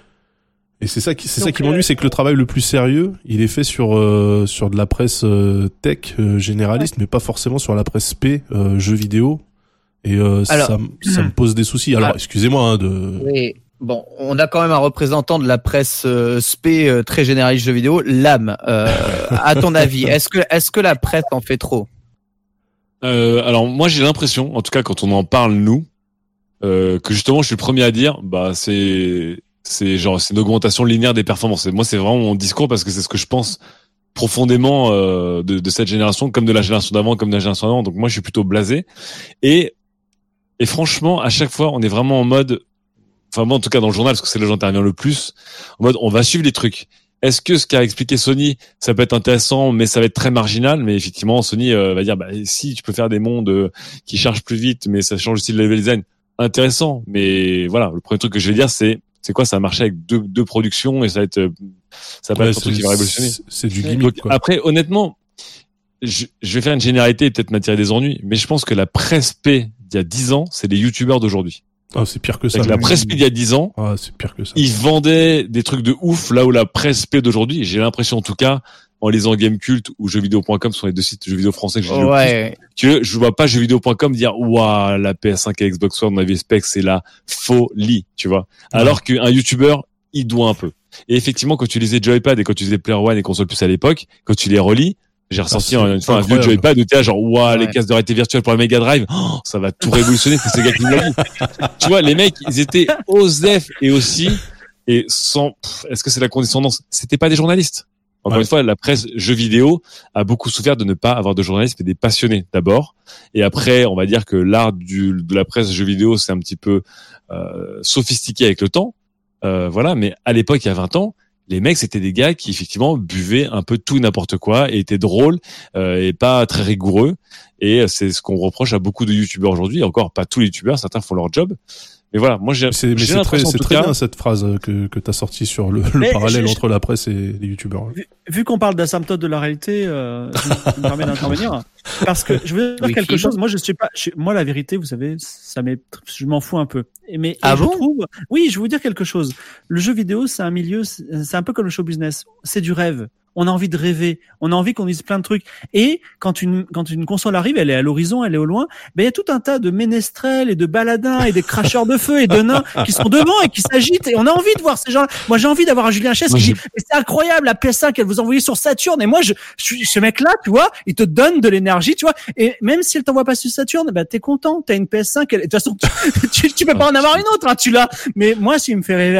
et c'est ça qui c'est Donc, ça qui m'ennuie, euh, c'est que le travail le plus sérieux, il est fait sur euh, sur de la presse euh, tech euh, généraliste, ouais. mais pas forcément sur la presse P euh, jeux vidéo. Et euh, Alors, ça ça me pose des soucis. Alors, ah, excusez-moi hein, de oui. Bon, on a quand même un représentant de la presse euh, spé euh, très généraliste jeux vidéo, Lame. Euh, à ton avis, est-ce que est-ce que la presse en fait trop? Euh, alors moi j'ai l'impression, en tout cas quand on en parle nous, euh, que justement je suis le premier à dire, bah c'est c'est genre c'est une augmentation linéaire des performances. Et moi c'est vraiment mon discours parce que c'est ce que je pense profondément euh, de, de cette génération, comme de la génération d'avant, comme de la génération d'avant. Donc moi je suis plutôt blasé. Et et franchement à chaque fois on est vraiment en mode, enfin moi en tout cas dans le journal parce que c'est là où j'interviens le plus, en mode on va suivre les trucs. Est-ce que ce qu'a expliqué Sony, ça peut être intéressant, mais ça va être très marginal. Mais effectivement, Sony euh, va dire, bah, si tu peux faire des mondes euh, qui chargent plus vite, mais ça change aussi le level design, intéressant. Mais voilà, le premier truc que je vais dire, c'est, c'est quoi, ça a marché avec deux, deux productions et ça va être, ça va pas ouais, être un truc qui va révolutionner. C'est, c'est du gimmick. Donc, quoi. Après, honnêtement, je, je vais faire une généralité et peut-être m'attirer des ennuis, mais je pense que la presse P d'il y a dix ans, c'est les youtubeurs d'aujourd'hui. Ah, c'est pire que ça. Avec la presse P d'il y a dix ans, ah, c'est pire que ça. ils vendaient des trucs de ouf, là où la presse P d'aujourd'hui, j'ai l'impression en tout cas, en lisant Gamecult ou jeuxvideo point com, ce sont les deux sites jeux vidéo français que j'ai lu Ouais. le plus, que je vois pas jeuxvideo point com dire ouah, la P S cinq et Xbox One, on avait spec, c'est la folie, tu vois. Alors ouais. qu'un youtubeur, il doit un peu. Et effectivement, quand tu lisais Joypad et quand tu lisais Player One et Console Plus à l'époque, quand tu les relis, j'ai ressenti ah, une fois un vieux Joypad où t'es là genre ouah, ouais. les cases de réalité virtuelle pour la Mega Drive, oh, ça va tout révolutionner, c'est ces gars qui me l'ont dit. Tu vois, les mecs, ils étaient osef et aussi, et sans, pff, est-ce que c'est la condescendance? C'était pas des journalistes. Encore ouais. une fois, la presse jeux vidéo a beaucoup souffert de ne pas avoir de journalistes, mais des passionnés d'abord. Et après, on va dire que l'art du, de la presse jeux vidéo, c'est un petit peu euh, sophistiqué avec le temps. Euh, voilà, mais à l'époque, il y a vingt ans, les mecs, c'était des gars qui effectivement buvaient un peu tout et n'importe quoi et étaient drôles euh, et pas très rigoureux. Et c'est ce qu'on reproche à beaucoup de youtubeurs aujourd'hui. Et encore, pas tous les youtubeurs, certains font leur job. Mais voilà, moi j'ai, c'est, mais j'ai c'est très, c'est très cas, bien cette phrase que, que t'as sortie sur le, le parallèle je, entre la presse et les youtubeurs. Vu, vu qu'on parle d'asymptote de la réalité, euh, je me permets d'intervenir. Parce que je veux dire oui, quelque chose. Moi, je suis pas, je, moi, la vérité, vous savez, ça m'est, je m'en fous un peu. Mais, ah je bon trouve, oui, je vais vous dire quelque chose. Le jeu vidéo, c'est un milieu, c'est un peu comme le show business. C'est du rêve. On a envie de rêver, on a envie qu'on dise plein de trucs. Et quand une quand une console arrive, elle est à l'horizon, elle est au loin. Ben il y a tout un tas de ménestrels et de baladins et des cracheurs de feu et de nains qui sont devant et qui s'agitent. Et on a envie de voir ces gens-là. Moi, j'ai envie d'avoir un Julien Chess qui dit mais c'est incroyable la P S cinq qu'elle vous envoyait sur Saturne. Et moi, je, je ce mec-là, tu vois, il te donne de l'énergie, tu vois. Et même si elle t'envoie pas sur Saturne, ben t'es content. T'as une P S cinq. Elle, de toute façon, tu, tu, tu peux pas en avoir une autre. Hein, tu l'as. Mais moi, s'il me fait rêver avant.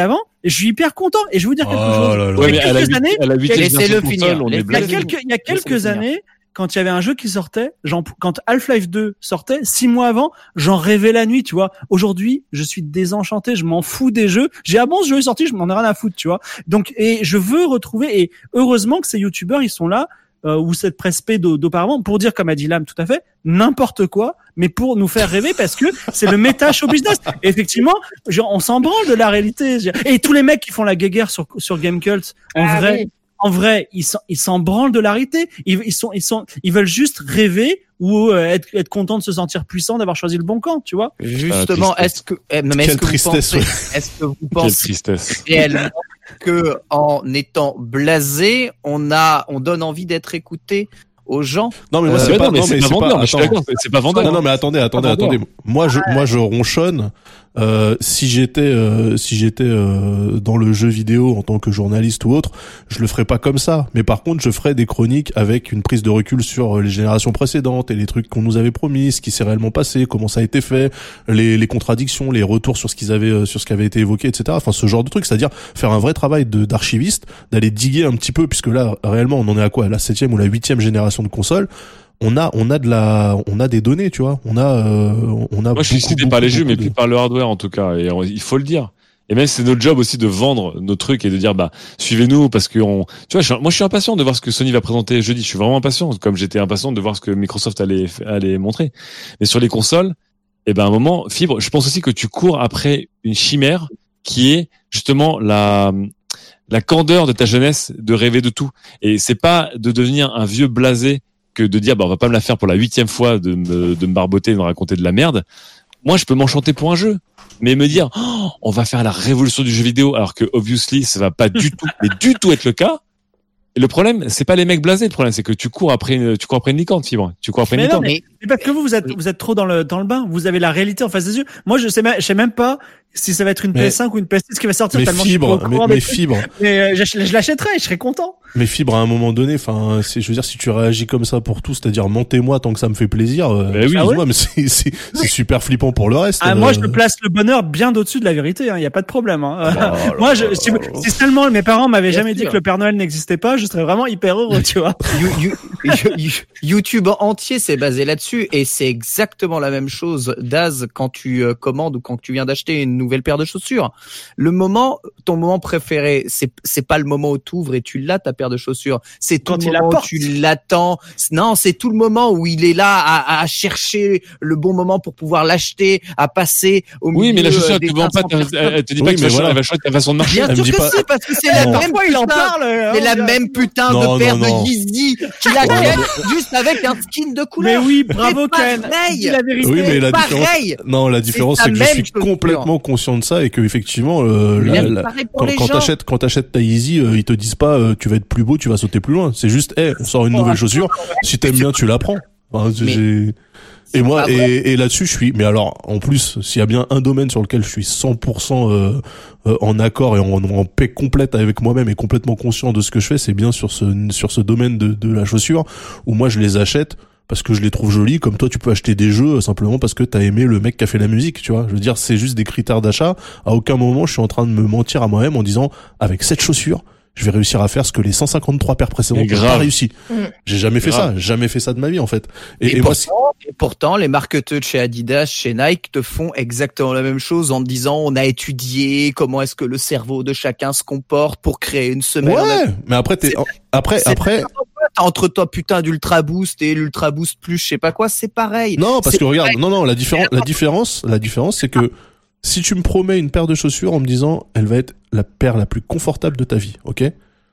Et je suis hyper content. Et je vais vous dire quelque Oh chose. là là. Ouais, Il y mais a à la quelques huit- années, à la huitième laissez-le version finir, console, on est laissez-le il y a blasé. quelques, il y a Laissez-le quelques finir. années, quand il y avait un jeu qui sortait, j'en, quand Half-Life deux sortait, six mois avant, j'en rêvais la nuit, tu vois. Aujourd'hui, je suis désenchanté, je m'en fous des jeux. J'ai, ah bon, ce jeu est sorti, je m'en ai rien à foutre, tu vois. Donc, et je veux retrouver, et heureusement que ces youtubeurs, ils sont là, euh, ou cette presse P d'au- d'auparavant, pour dire, comme a dit Lame tout à fait, n'importe quoi, mais pour nous faire rêver, parce que c'est le méta show business. Et effectivement, genre, on s'en branle de la réalité. Et tous les mecs qui font la guéguerre sur, sur Gamecult, en Ah vrai, oui. en vrai, ils s'en, ils s'en branlent de la réalité. Ils, ils sont, ils sont, ils veulent juste rêver ou euh, être, être contents de se sentir puissant, d'avoir choisi le bon camp, tu vois. Justement, tristesse. est-ce que, eh, mais est-ce Quelle que vous tristesse, pensez, ouais. est-ce que vous Quelle pensez tristesse. réellement que en étant blasé, on a, on donne envie d'être écouté aux gens? Non, mais moi, Euh, c'est Ouais, pas, non, mais non, c'est mais pas c'est vendeur, pas, mais je suis attends. d'accord, c'est pas vendeur. Non, non, mais attendez, attendez, Pas attendez. Moi, je, moi, je ronchonne. Euh, si j'étais, euh, si j'étais euh, dans le jeu vidéo en tant que journaliste ou autre, je le ferais pas comme ça. Mais par contre, je ferais des chroniques avec une prise de recul sur les générations précédentes et les trucs qu'on nous avait promis, ce qui s'est réellement passé, comment ça a été fait, les, les contradictions, les retours sur ce qu'ils avaient, euh, sur ce qui avait été évoqué, et cetera. Enfin, ce genre de trucs, c'est-à-dire faire un vrai travail de d'archiviste, d'aller diguer un petit peu, puisque là, réellement, on en est à quoi, la septième ou la huitième génération de consoles. On a, on a de la, on a des données, tu vois. On a, euh, on a. Moi, je suis beaucoup, cité beaucoup, par les jeux, beaucoup mais de- plus par le hardware, en tout cas. Et on- il faut le dire. Et même, c'est notre job aussi de vendre nos trucs et de dire, bah, suivez-nous parce que on, tu vois, je suis- moi, je suis impatient de voir ce que Sony va présenter jeudi. Je suis vraiment impatient, comme j'étais impatient de voir ce que Microsoft allait, allait montrer. Mais sur les consoles, eh ben, à un moment, Fibre, je pense aussi que tu cours après une chimère qui est justement la, la candeur de ta jeunesse de rêver de tout. Et c'est pas de devenir un vieux blasé que de dire, bah, on va pas me la faire pour la huitième fois de me, de me barboter et de me raconter de la merde. Moi, je peux m'enchanter pour un jeu. Mais me dire, oh, on va faire la révolution du jeu vidéo, alors que, obviously, ça va pas du tout, mais du tout être le cas. Et le problème, c'est pas les mecs blasés, le problème, c'est que tu cours après une, tu cours après une licorne, Fibre. Tu cours après une Mais non, licorne. Mais C'est parce que vous, vous êtes, vous êtes trop dans le, dans le bain. Vous avez la réalité en face des yeux. Moi, je sais même, je sais même pas si ça va être une Mais- P S cinq ou une P S six qui va sortir Mais tellement je suis pas au fibre, mais, courant mais des trucs. fibre, Mais euh, je, je l'achèterai, je serais content. mais fibre à un moment donné. Enfin, c'est, je veux dire, si tu réagis comme ça pour tout, c'est-à-dire mentez-moi tant que ça me fait plaisir. Euh, Mais oui. excuse-moi, mais c'est, c'est, c'est super flippant pour le reste. Ah, euh. moi, je me place le bonheur bien au-dessus de la vérité. Il hein, y a pas de problème. Hein. moi, je, si, si seulement mes parents m'avaient Bien jamais dit sûr. que le Père Noël n'existait pas, je serais vraiment hyper heureux, tu vois. You- you- you- you- YouTube entier s'est basé là-dessus et c'est exactement la même chose, Daz, quand tu euh, commandes ou quand tu viens d'acheter une nouvelle paire de chaussures. Le moment, ton moment préféré, c'est c'est pas le moment où tu ouvres et tu l'as ta paire de chaussures, c'est tout Quand le il la moment où porte. tu l'attends. Non, c'est tout le moment où il est là à, à chercher le bon moment pour pouvoir l'acheter, à passer au milieu. Oui, mais la chaussure, euh, elle des te vend pas, cinq cents elle, personnes. elle te dit Oui, pas que mais tu vas voilà. elle va choisir ta façon de marcher. Bien Elle me sûr dit que pas- si, parce que c'est la Non. même Parfois, il en putain- parle. euh, c'est la on- même putain Non, de paire non, non. de Yeezy qu'il achète juste avec un skin de Mais couleur. oui, bravo C'est Ken. pareil. Dis la vérité. Oui, mais la différence, Pareil. non, la différence, la c'est que je même suis chaussure. complètement conscient de ça et que effectivement, euh, Mais la- c'est la- pareil pour quand, les quand gens. t'achètes, quand t'achètes ta Yeezy, euh, ils te disent pas, euh, tu vas être plus beau, tu vas sauter plus loin. C'est juste, hey, on sort une nouvelle chaussure. Si t'aimes bien, tu la prends. Enfin, j'ai- Mais- j'ai- et moi, pas vrai. et, et là-dessus, je suis, mais alors, en plus, s'il y a bien un domaine sur lequel je suis cent pour cent euh, euh, en accord et en, en paix complète avec moi-même et complètement conscient de ce que je fais, c'est bien sur ce, sur ce domaine de, de la chaussure où moi, je les achète parce que je les trouve jolis, comme toi tu peux acheter des jeux euh, simplement parce que t'as aimé le mec qui a fait la musique, tu vois. Je veux dire, c'est juste des critères d'achat. À aucun moment je suis en train de me mentir à moi-même en disant, avec cette chaussure, je vais réussir à faire ce que les cent cinquante-trois paires précédentes Mais n'ont grave. pas réussi. Mm. J'ai jamais fait Grave. ça, jamais fait ça de ma vie en fait. Et, Et, et moi, pourtant, et pourtant, les marketeurs de chez Adidas, chez Nike te font exactement la même chose en te disant on a étudié comment est-ce que le cerveau de chacun se comporte pour créer une c'est- semelle. en ouais, a- mais après t'es, C'est- après, c'est après, n'importe quoi. Entre toi putain d'Ultra Boost et l'Ultra Boost Plus, je sais pas quoi, c'est pareil. non, parce C'est que regarde, pareil. non, non, la différence, la différence, la différence, c'est que si tu me promets une paire de chaussures en me disant, elle va être la paire la plus confortable de ta vie, ok?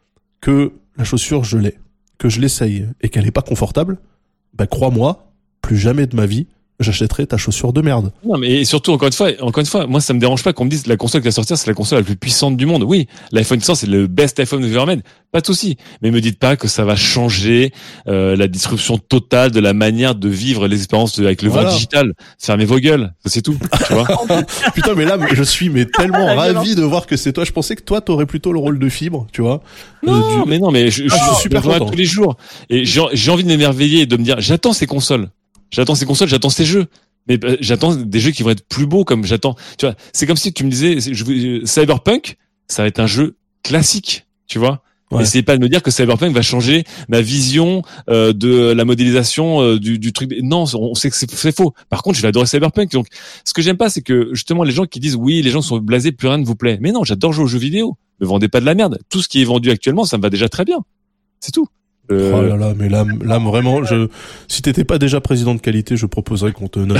Que la chaussure, je l'ai, que je l'essaye et qu'elle est pas confortable, bah, crois-moi, plus jamais de ma vie, j'achèterai ta chaussure de merde. Non, mais et surtout, encore une fois, encore une fois, moi, ça me dérange pas qu'on me dise la console qui va sortir, c'est la console la plus puissante du monde. Oui, l'iPhone cent, c'est le best iPhone ever made. Pas de souci. Mais me dites pas que ça va changer, euh, la disruption totale de la manière de vivre l'expérience avec le Voilà. vrai digital. Fermez vos gueules. C'est tout. Tu vois? Putain, mais là, mais je suis mais tellement La violence. ravi de voir que c'est toi. Je pensais que toi, t'aurais plutôt le rôle de fibre, tu vois. Non, Euh, du- mais non, mais je, je, Ah, je suis suis super super content. tous les jours. Et j'ai, j'ai envie de m'émerveiller et de me dire, j'attends ces consoles. J'attends ces consoles, j'attends ces jeux. Mais euh, j'attends des jeux qui vont être plus beaux, comme j'attends. Tu vois, c'est comme si tu me disais, c'est- je, veux- Cyberpunk, ça va être un jeu classique, tu vois. Ouais. Essayez pas de me dire que Cyberpunk va changer ma vision euh, de la modélisation euh, du, du truc. Non, on sait que c'est, c'est faux. Par contre, je vais adorer Cyberpunk. Donc, ce que j'aime pas, c'est que justement les gens qui disent oui, les gens sont blasés, plus rien ne vous plaît. Mais non, j'adore jouer aux jeux vidéo. Ne vendez pas de la merde. Tout ce qui est vendu actuellement, ça me va déjà très bien. C'est tout. Euh... Oh là là, mais là, là vraiment, je, si t'étais pas déjà président de qualité, je proposerais qu'on te nomme.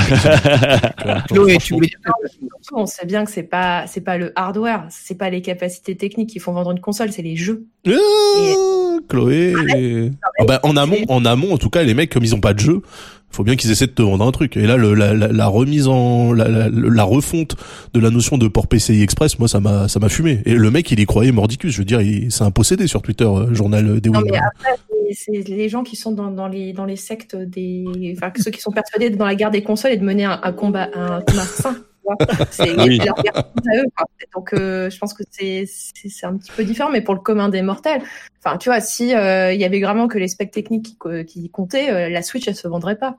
Chloé, tu voulais dire on sait bien que c'est pas c'est pas le hardware, c'est pas les capacités techniques qui font vendre une console, c'est les jeux. Ah, Et... Chloé. Ah bah, en amont, en amont, en tout cas, les mecs, comme ils ont pas de jeu, faut bien qu'ils essaient de te vendre un truc. Et là, le, la, la, la remise en, la, la, la refonte de la notion de port P C I Express, moi, ça m'a, ça m'a fumé. Et le mec, il y croyait mordicus. Je veux dire, il, c'est un possédé sur Twitter, euh, journal des. Non, mais après, c'est, c'est les gens qui sont dans, dans les, dans les sectes des, enfin, ceux qui sont persuadés dans la guerre des consoles et de mener un, un combat, un combat sain. C'est oui. leur guerre à eux, quoi. Donc, euh, je pense que c'est, c'est, c'est un petit peu différent, mais pour le commun des mortels, enfin, tu vois, si, euh, il y avait vraiment que les specs techniques qui, qui comptaient, euh, la Switch, elle se vendrait pas.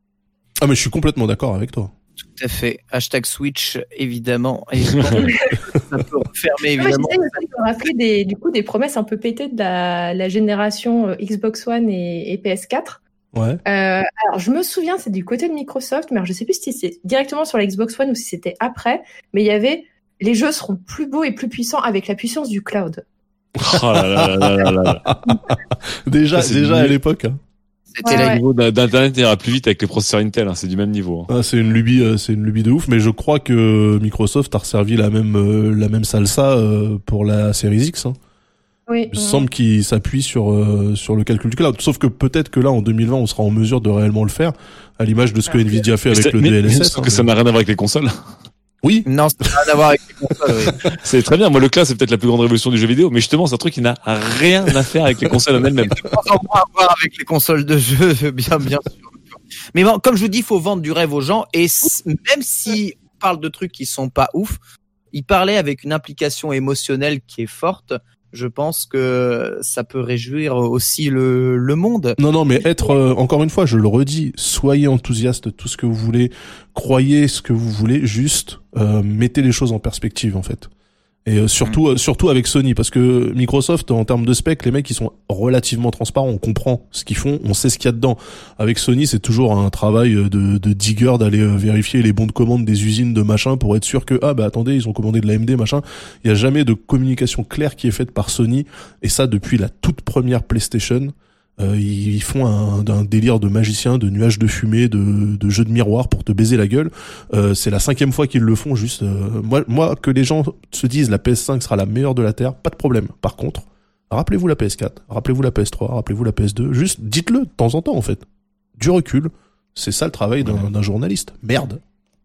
Ah, mais je suis complètement d'accord avec toi. Tout à fait. Hashtag Switch, évidemment. évidemment. Ça peut refermer, évidemment. Ouais, je me rappeler des, du coup, des promesses un peu pétées de la, la génération Xbox One et, et P S quatre. Ouais. Euh, alors, je me souviens, c'est du côté de Microsoft, mais alors, je sais plus si c'est directement sur la Xbox One ou si c'était après, mais il y avait les jeux seront plus beaux et plus puissants avec la puissance du cloud. Oh là là là là là là. déjà, ça, déjà du... à l'époque. Hein. C'était ouais, la Au niveau d'internet, il ira plus vite avec les processeurs Intel, hein, c'est du même niveau. Hein. Ah, c'est une lubie, euh, c'est une lubie de ouf, mais je crois que Microsoft a resservi la même, euh, la même salsa euh, pour la Series X. Hein. Oui. Il semble qu'il s'appuie sur euh, sur le calcul du cloud. Sauf que peut-être que là, en deux mille vingt, on sera en mesure de réellement le faire, à l'image de ce que Ah, Nvidia fait Mais avec c'est- le mais- D L S S. mais sauf que hein. ça n'a rien à voir avec les consoles. Oui, Non, ça n'a rien à voir avec les consoles. Oui. C'est très bien. Moi, le cloud, c'est peut-être la plus grande révolution du jeu vidéo, mais justement, c'est un truc qui n'a rien à faire avec les consoles en elles-mêmes. Pas vraiment à voir avec les consoles de jeu, bien, bien sûr. Mais bon, comme je vous dis, il faut vendre du rêve aux gens. Et c- même si on parle de trucs qui sont pas ouf, il parlait avec une implication émotionnelle qui est forte. Je pense que ça peut réjouir aussi le, le monde. non, non, mais être, euh, encore une fois, je le redis, soyez enthousiaste, tout ce que vous voulez, croyez ce que vous voulez, juste euh, mettez les choses en perspective, en fait. Et euh, surtout, euh, surtout avec Sony, parce que Microsoft, en termes de spec, les mecs, ils sont relativement transparents. On comprend ce qu'ils font, on sait ce qu'il y a dedans. Avec Sony, c'est toujours un travail de, de digger d'aller euh, vérifier les bons de commande des usines de machin pour être sûr que ah bah attendez, ils ont commandé de l'A M D machin. Il y a jamais de communication claire qui est faite par Sony, et ça depuis la toute première PlayStation. Euh, ils font un, un délire de magicien, de nuages de fumée, de, de jeux de miroir pour te baiser la gueule. Euh, c'est la cinquième fois qu'ils le font. Juste, euh, moi, moi, que les gens se disent la P S cinq sera la meilleure de la terre, pas de problème. Par contre, rappelez-vous la P S quatre, rappelez-vous la P S trois, rappelez-vous la P S deux. Juste, dites-le de temps en temps, en fait. Du recul, c'est ça le travail d'un, d'un journaliste. Merde.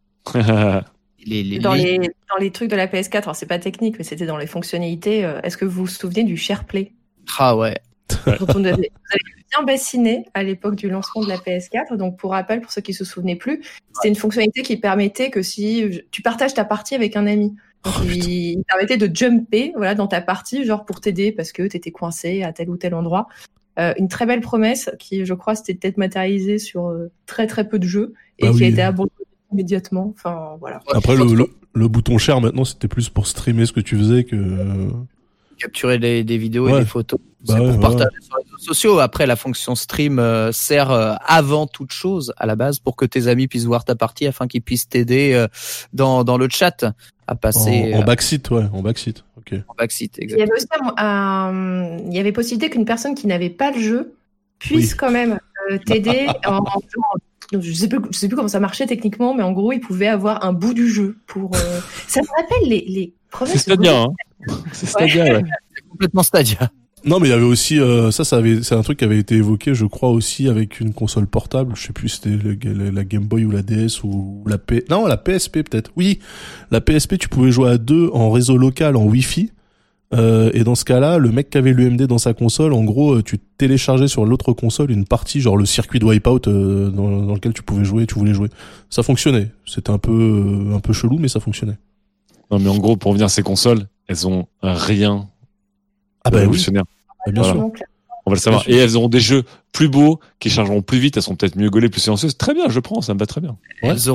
Les, les, Dans les- les, dans les trucs de la P S quatre, alors c'est pas technique, mais c'était dans les fonctionnalités. euh, Est-ce que vous vous souvenez du SharePlay Ah ouais. dont on avait, vous avez bien bassiné à l'époque du lancement de la P S quatre. Donc, pour rappel, pour ceux qui se souvenaient plus, c'était une fonctionnalité qui permettait que si tu partages ta partie avec un ami, donc Oh, il, il permettait de jumper, voilà, dans ta partie, genre pour t'aider parce que t'étais coincé à tel ou tel endroit. Euh, une très belle promesse qui, je crois, s'était peut-être matérialisée sur euh, très très peu de jeux et Bah qui oui. a été abandonnée immédiatement. Enfin, voilà. Après, le, le, le bouton share, maintenant, c'était plus pour streamer ce que tu faisais que... Capturer des, des vidéos Ouais. et des photos. Bah c'est ouais, pour ouais. partager sur les réseaux sociaux. Après, la fonction stream euh, sert euh, avant toute chose à la base pour que tes amis puissent voir ta partie afin qu'ils puissent t'aider euh, dans, dans le chat à passer En, en euh, backseat, ouais, en backseat. Ok. en backseat. Il y Exactement. avait aussi un, un- il y avait possibilité qu'une personne qui n'avait pas le jeu puisse Oui. quand même euh, t'aider en, en- donc, je sais plus je sais plus comment ça marchait techniquement, mais en gros il pouvait avoir un bout du jeu pour euh, ça me rappelle les les promesses C'est Stadia, hein. C'est Stadia, ouais. C'est complètement Stadia. Non, mais il y avait aussi euh, ça, ça avait, c'est un truc qui avait été évoqué, je crois aussi avec une console portable. Je sais plus, si c'était le- le- la Game Boy ou la D S ou la P. Non, la P S P peut-être. Oui, la P S P, tu pouvais jouer à deux en réseau local en Wi-Fi. Euh, et dans ce cas-là, le mec qui avait l'U M D dans sa console, en gros, euh, tu téléchargeais sur l'autre console une partie, genre le circuit de Wipeout euh, dans, dans lequel tu pouvais jouer, tu voulais jouer. Ça fonctionnait. C'était un peu, euh, un peu chelou, mais ça fonctionnait. Non, mais en gros, pour revenir à ces consoles, elles ont rien Ah de bah oui, révolutionnaire. bah, bien Voilà. sûr. Donc, On va le savoir. Bien sûr. Et elles auront des jeux plus beaux, qui chargeront plus vite, elles seront peut-être mieux gaulées, plus silencieuses. Très bien, je prends, ça me va très bien. Ouais. Elles auront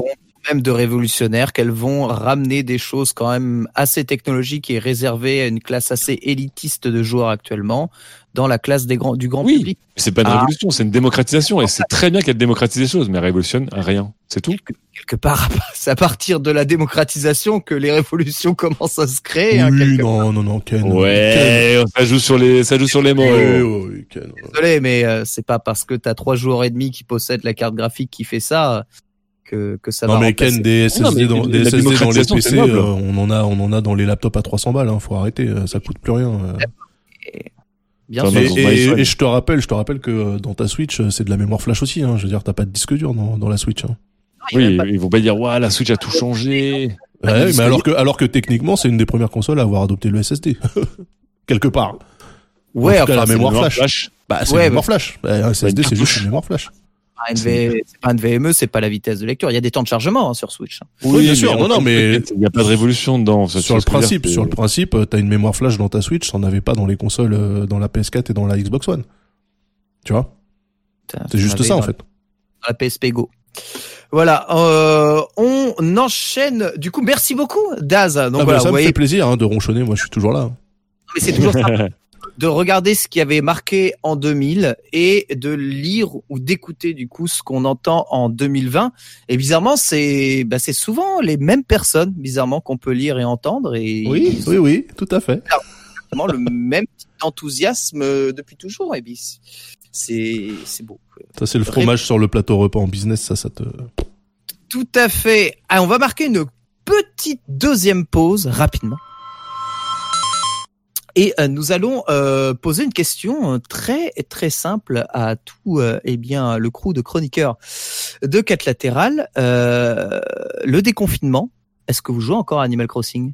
même de révolutionnaire, qu'elles vont ramener des choses quand même assez technologiques et réservées à une classe assez élitiste de joueurs actuellement, dans la classe des grands, du grand Oui, public. c'est pas une Ah. révolution, c'est une démocratisation. Et c'est très bien qu'elle démocratise les choses, mais elle révolutionne rien. C'est tout. Quelque, quelque part, c'est à partir de la démocratisation que les révolutions commencent à se créer. hein, Oui, quelque part. non, non, non, Ken. Ouais, ça joue sur les, ça joue sur les mots. Ken. Oui, oui, Ken. Désolé, mais euh, c'est pas parce que t'as trois joueurs et demi qui possèdent la carte graphique qui fait ça euh, que que ça Non va mais remplacer. Ken, des S S D Non, mais dans, la des S S D dans les démocratisation, P c'est C, noble. euh, on en a, on en a dans les laptops à trois cents balles. Hein, faut arrêter, euh, ça coûte plus rien. euh. Bien Enfin, sûr. Et, dans et- ton iPhone. et je te rappelle, je te rappelle que euh, dans ta Switch, euh, c'est de la mémoire flash aussi. Hein. Je veux dire, t'as pas de disque dur dans, dans la Switch. Hein. Oui, ils vont pas dire, waouh, la Switch a tout changé. Pas de Ouais, disque mais alors dur. que, alors que techniquement, c'est une des premières consoles à avoir adopté le S S D. Quelque part. Ouais, en tout cas, enfin, la c'est mémoire Mémoire flash. Bah, c'est Ouais, une mémoire flash. Bah, un S S D, Une c'est juste cartouche. une mémoire flash. pas une V- c'est pas une V M E, c'est pas la vitesse de lecture. Il y a des temps de chargement hein, sur Switch. Oui, bien sûr. Non, non, mais il y a pas de révolution dedans. Ça, tu sur vois le ce que je veux principe, dire, sur c'est- le principe, euh, t'as une mémoire flash dans ta Switch, t'en avais pas dans les consoles, euh, dans la P S quatre et dans la Xbox One. Tu vois? C'est juste ça, en fait. Dans la P S P Go. Voilà, euh, on enchaîne. Du coup, merci beaucoup, Daz. Donc Ah, bah, voilà, ça vous me voyez, fait plaisir, hein, de ronchonner. Moi, je suis toujours là. mais c'est toujours ça. De regarder ce qui avait marqué en deux mille et de lire ou d'écouter du coup ce qu'on entend en deux mille vingt. Et bizarrement, c'est bah, c'est souvent les mêmes personnes, bizarrement, qu'on peut lire et entendre. Et Oui, oui, oui, tout à fait. vraiment le même petit enthousiasme euh, depuis toujours. Et puis c'est c'est beau. Ça, c'est le fromage sur le plateau repas en business, ça, ça te... Tout à fait. Ah, on va marquer une petite deuxième pause rapidement. Et euh, nous allons euh, poser une question euh, très très simple à tout euh, eh bien le crew de chroniqueurs de Quête Latérale. Euh, le déconfinement. Est-ce que vous jouez encore à Animal Crossing?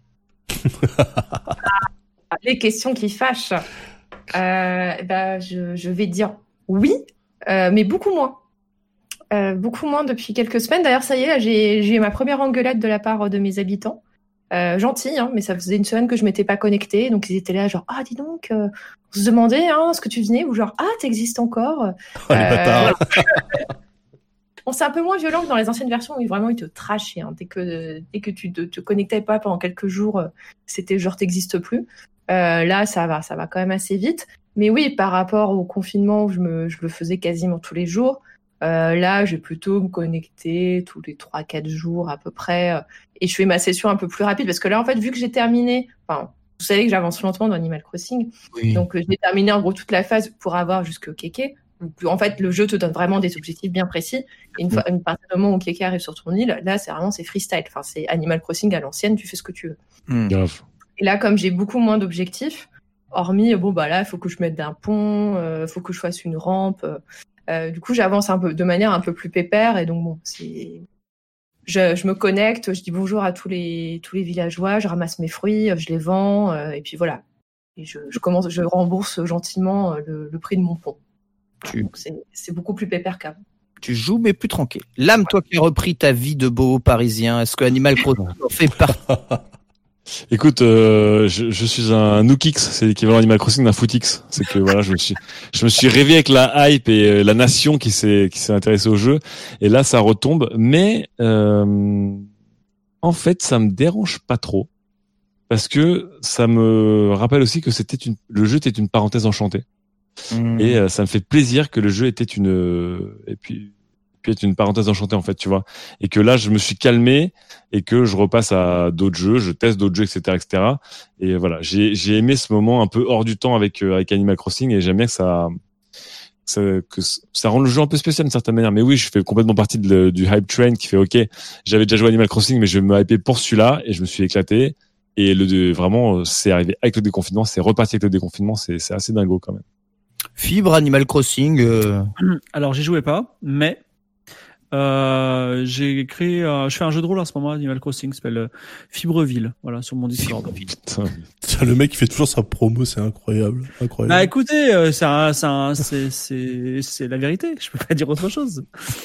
Les questions qui fâchent. Euh, bah, je, je vais dire oui, euh, mais beaucoup moins. Euh, beaucoup moins depuis quelques semaines. D'ailleurs, ça y est, là, j'ai, j'ai eu ma première engueulade de la part de mes habitants. Euh, gentil, hein, mais ça faisait une semaine que je m'étais pas connectée, donc ils étaient là genre ah dis donc, euh, on se demandait hein, ce que tu venais ou genre ah t'existes encore. Oh, les bâtards. Bon, c'est un peu moins violent que dans les anciennes versions où vraiment ils te trashaient. Hein. Dès que dès que tu te, te connectais pas pendant quelques jours, euh, c'était genre t'existes plus. Euh, là, ça va, ça va quand même assez vite. Mais oui, par rapport au confinement où je me, je le faisais quasiment tous les jours, euh, là, je vais plutôt me connecter tous les trois quatre jours à peu près. Euh, et je fais ma session un peu plus rapide parce que là, en fait, vu que j'ai terminé, enfin, vous savez que j'avance lentement dans Animal Crossing, Oui. donc euh, j'ai terminé en gros toute la phase pour avoir jusqu'au kéké. Donc, en fait, le jeu te donne vraiment des objectifs bien précis. Et une fois, une partir du moment où kéké arrive sur ton île, là, c'est vraiment c'est freestyle. Enfin, c'est Animal Crossing à l'ancienne, tu fais ce que tu veux. Hmm. Grave. Et là, comme j'ai beaucoup moins d'objectifs, hormis, bon, bah là, il faut que je mette d'un pont, il euh, faut que je fasse une rampe. Euh, du coup, j'avance un peu de manière un peu plus pépère. Et donc, bon, c'est. Je, je me connecte, je dis bonjour à tous les, tous les villageois, je ramasse mes fruits, je les vends, euh, et puis voilà. Et je, je commence, je rembourse gentiment le, le prix de mon pont. Tu- Donc, c'est, c'est beaucoup plus pépère qu'avant. Tu joues mais plus tranquille. Lame, toi qui as repris ta vie de beau parisien, est-ce que Animal Crossing en fait partie? Écoute, euh, je, je suis un Nookix, c'est l'équivalent Animal Crossing d'un Footix. C'est que voilà, je me suis, je me suis rêvé avec la hype et euh, la nation qui s'est, qui s'est intéressée au jeu. Et là, ça retombe. Mais euh, en fait, ça me dérange pas trop parce que ça me rappelle aussi que c'était une, le jeu était une parenthèse enchantée. Et euh, ça me fait plaisir que le jeu était une, euh, et puis, puis être une parenthèse enchantée en fait, tu vois. Et que là, je me suis calmé et que je repasse à d'autres jeux, je teste d'autres jeux, et cetera, et cetera. Et voilà, j'ai j'ai aimé ce moment un peu hors du temps avec euh, avec Animal Crossing et j'aime bien que ça, ça que ça rend le jeu un peu spécial d'une certaine manière. Mais oui, je fais complètement partie de le, du hype train qui fait OK. J'avais déjà joué à Animal Crossing, mais je vais me hyper pour celui-là et je me suis éclaté. Et le de, vraiment, c'est arrivé avec le déconfinement, c'est reparti avec le déconfinement, c'est c'est assez dingo quand même. Fibre, Animal Crossing. euh, Alors, j'y jouais pas, mais euh, j'ai créé, euh, je fais un jeu de rôle en ce moment, Animal Crossing, qui s'appelle euh, Fibreville, voilà, sur mon Discord. Putain. Tiens, le mec, il fait toujours sa promo, c'est incroyable. Incroyable. Bah écoutez, euh, c'est un- c'est un- c'est c'est c'est la vérité. Je peux pas dire autre chose.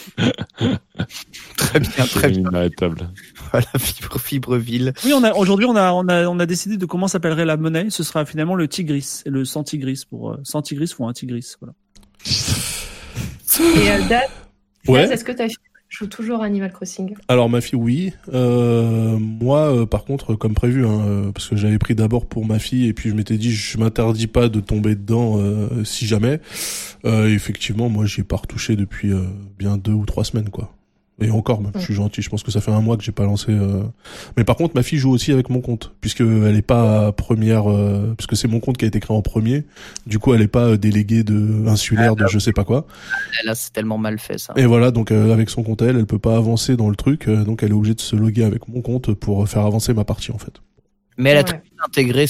Très bien, très bien. Inarrêtable. Voilà, Fibre, Fibreville. Oui, on a aujourd'hui on a on a on a décidé de comment s'appellerait la monnaie. Ce sera finalement le tigris et le centigris pour euh, centigris ou un tigris, voilà. Et euh, Daz, Ouais. Daz, est-ce que tu as joue toujours à Animal Crossing. Alors ma fille, oui. Euh, moi, euh, par contre, comme prévu, hein, euh, parce que j'avais pris d'abord pour ma fille et puis je m'étais dit, je m'interdis pas de tomber dedans euh, si jamais. Euh, effectivement, moi, j'y ai pas retouché depuis euh, bien deux ou trois semaines, quoi. Et encore, même, je suis gentil. Je pense que ça fait un mois que j'ai pas lancé. Euh... Mais par contre, ma fille joue aussi avec mon compte, puisque elle est pas première, euh... puisque c'est mon compte qui a été créé en premier. Du coup, elle est pas déléguée de insulaire de je sais pas quoi. Là, c'est tellement mal fait ça. Et voilà, donc euh, avec son compte à elle, elle peut pas avancer dans le truc, euh, donc elle est obligée de se loguer avec mon compte pour faire avancer ma partie en fait. Mais elle a Ouais. très bien intégré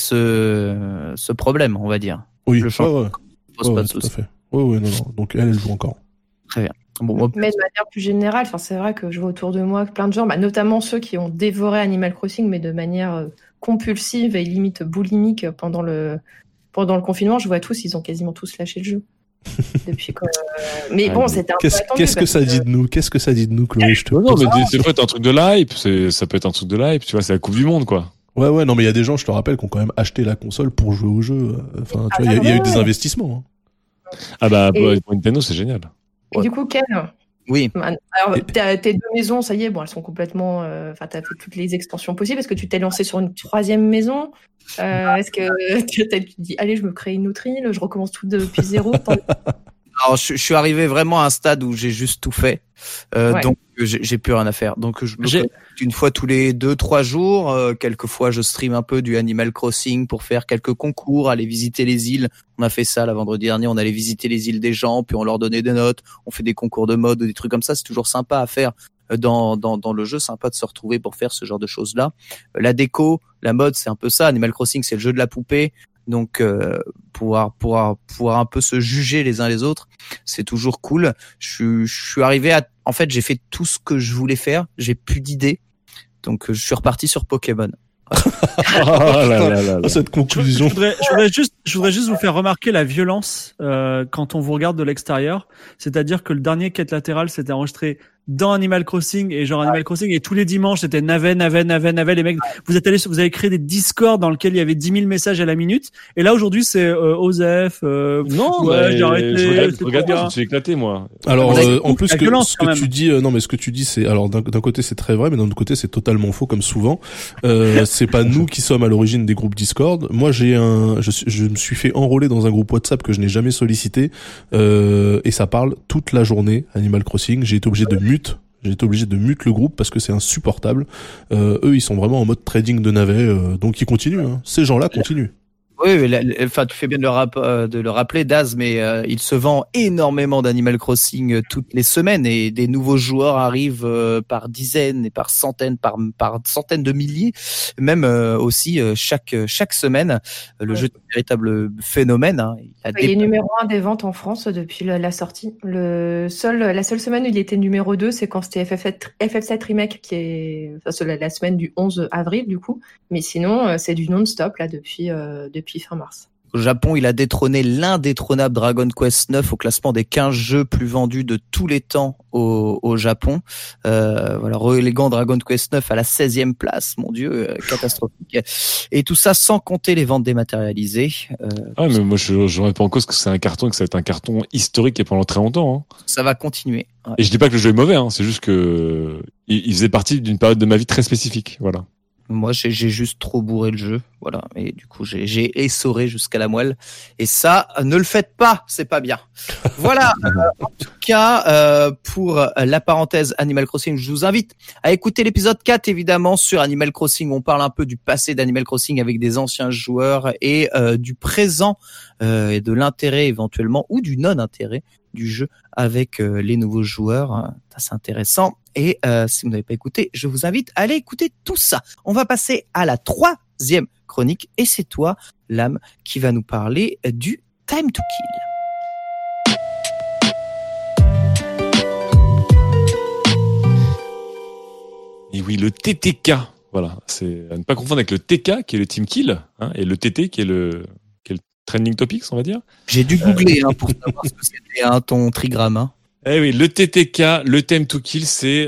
ce ce problème, on va dire. Oui, Le ouais, champ ouais, pose ouais, pas ouais, de tout à soucis. fait. Ouais, ouais, non, non. Donc elle, elle joue encore. Bon, moi, Mais de manière plus générale, enfin, c'est vrai que je vois autour de moi plein de gens, bah, notamment ceux qui ont dévoré Animal Crossing, mais de manière euh, compulsive et limite boulimique pendant le, pendant le confinement. Je vois tous, ils ont quasiment tous lâché le jeu. Depuis que... Mais Ah, bon, mais c'était un peu Qu'est-ce, attendu. qu'est-ce que parce ça dit de nous Qu'est-ce que ça dit de nous, Chloé? Je te Non, non, pose- mais c'est peut être un truc de l'hype, c'est, ça peut être un truc de l'hype, tu vois, c'est la Coupe du Monde, quoi. Ouais, ouais, non, mais il y a des gens, je te rappelle, qui ont quand même acheté la console pour jouer au jeu. Enfin, tu vois, il y a- il y, a eu des investissements. Hein. Ah bah, Et- pour Nintendo, c'est génial. Et du coup, Ken, oui. alors, Et- t'as- tes deux maisons, ça y est, bon, elles sont complètement. euh, Enfin, t'as fait toutes les extensions possibles. Est-ce que tu t'es lancé sur une troisième maison Euh, Est-ce que tu t'es dit, allez, je me crée une autre île, je recommence tout depuis zéro T'en- Alors, je, je suis arrivé vraiment à un stade où j'ai juste tout fait, euh, Ouais. donc j'ai, j'ai plus rien à faire. Donc je me J'ai- connecte une fois tous les deux, trois jours. Euh, quelquefois, je stream un peu du Animal Crossing pour faire quelques concours, aller visiter les îles. On a fait ça la vendredi dernier. On allait visiter les îles des gens, puis on leur donnait des notes. On fait des concours de mode ou des trucs comme ça. C'est toujours sympa à faire euh, dans dans dans le jeu. Sympa de se retrouver pour faire ce genre de choses là. Euh, La déco, la mode, c'est un peu ça. Animal Crossing, c'est le jeu de la poupée. Donc euh, pouvoir pouvoir pouvoir un peu se juger les uns les autres, c'est toujours cool. Je suis je suis arrivé à en fait, j'ai fait tout ce que je voulais faire, j'ai plus d'idées. Donc euh, je suis reparti sur Pokémon. Ah là là là là. Cette Je, conclusion. je voudrais, je voudrais juste, je voudrais juste vous faire remarquer la violence euh, quand on vous regarde de l'extérieur. C'est-à-dire que le dernier quête latérale s'était enregistré dans Animal Crossing et genre Animal Crossing et tous les dimanches c'était navet, navet, navet, navet. Les mecs, vous êtes allés, sur- vous avez créé des Discord dans lesquels il y avait dix mille messages à la minute. Et là aujourd'hui c'est euh, Osef. Euh, Non, ouais, mais j'ai arrêté. je regarde, c'est je regarde trop pas, je bien. me suis éclaté, moi. Alors, On a euh, eu en plus la que violence, ce quand que même. tu dis, euh, non, mais ce que tu dis, c'est alors d'un, d'un côté c'est très vrai, mais d'un autre côté c'est totalement faux, comme souvent. Euh, c'est pas nous qui sommes à l'origine des groupes Discord. Moi, j'ai un, je, suis- je me suis fait enrôler dans un groupe WhatsApp que je n'ai jamais sollicité, euh, et ça parle toute la journée Animal Crossing. J'ai été obligé de mute. J'ai été obligé de mute le groupe parce que c'est insupportable. Euh, eux, ils sont vraiment en mode trading de navets, euh, donc ils continuent. Hein. Ces gens-là continuent. Oui, mais la- la- enfin, tu fais bien de le, rap- euh, de le rappeler, Daz, mais euh, il se vend énormément d'Animal Crossing euh, toutes les semaines et des nouveaux joueurs arrivent euh, par dizaines et par centaines, par par centaines de milliers, même euh, aussi euh, chaque chaque semaine. Le Ouais. jeu est un véritable phénomène. Hein. Il a Il est des- numéro un des ventes en France depuis la, la sortie. Le seul, la seule semaine où il était numéro deux, c'est quand c'était F F sept, F F sept Remake, qui est enfin, c'est la, la semaine du onze avril, du coup. Mais sinon, euh, c'est du non-stop, là, depuis, euh, depuis fin mars. Au Japon, il a détrôné l'indétrônable Dragon Quest neuf au classement des quinze jeux plus vendus de tous les temps au, au Japon. Euh, voilà, reléguant Dragon Quest neuf à la seizième place, mon Dieu, euh, catastrophique. Et tout ça sans compter les ventes dématérialisées. Euh, Ah, mais moi, je, je remets pas en cause que c'est un carton et que ça va être un carton historique et pendant très longtemps, hein. ça va continuer. Ouais. Et je dis pas que le jeu est mauvais, hein. C'est juste que il, il faisait partie d'une période de ma vie très spécifique, voilà. Moi, j'ai j'ai juste trop bourré le jeu, voilà. Et du coup, j'ai j'ai essoré jusqu'à la moelle. Et ça, ne le faites pas, c'est pas bien. Voilà. Euh, en tout cas, euh, pour la parenthèse Animal Crossing, je vous invite à écouter l'épisode quatre, évidemment, sur Animal Crossing. On parle un peu du passé d'Animal Crossing avec des anciens joueurs et euh, du présent euh, et de l'intérêt éventuellement ou du non-intérêt du jeu avec euh, les nouveaux joueurs. Ça, c'est intéressant. Et euh, si vous n'avez pas écouté, je vous invite à aller écouter tout ça. On va passer à la troisième chronique et c'est toi, Lame, qui va nous parler du Time to Kill. Et oui, le T T K. Voilà. C'est à ne pas confondre avec le T K, qui est le Team Kill, hein, et le T T, qui est le, qui est le Trending Topics, on va dire. J'ai dû googler hein, pour savoir ce que c'était hein, ton trigramme. Hein. Eh oui, le T T K, le Time to Kill, c'est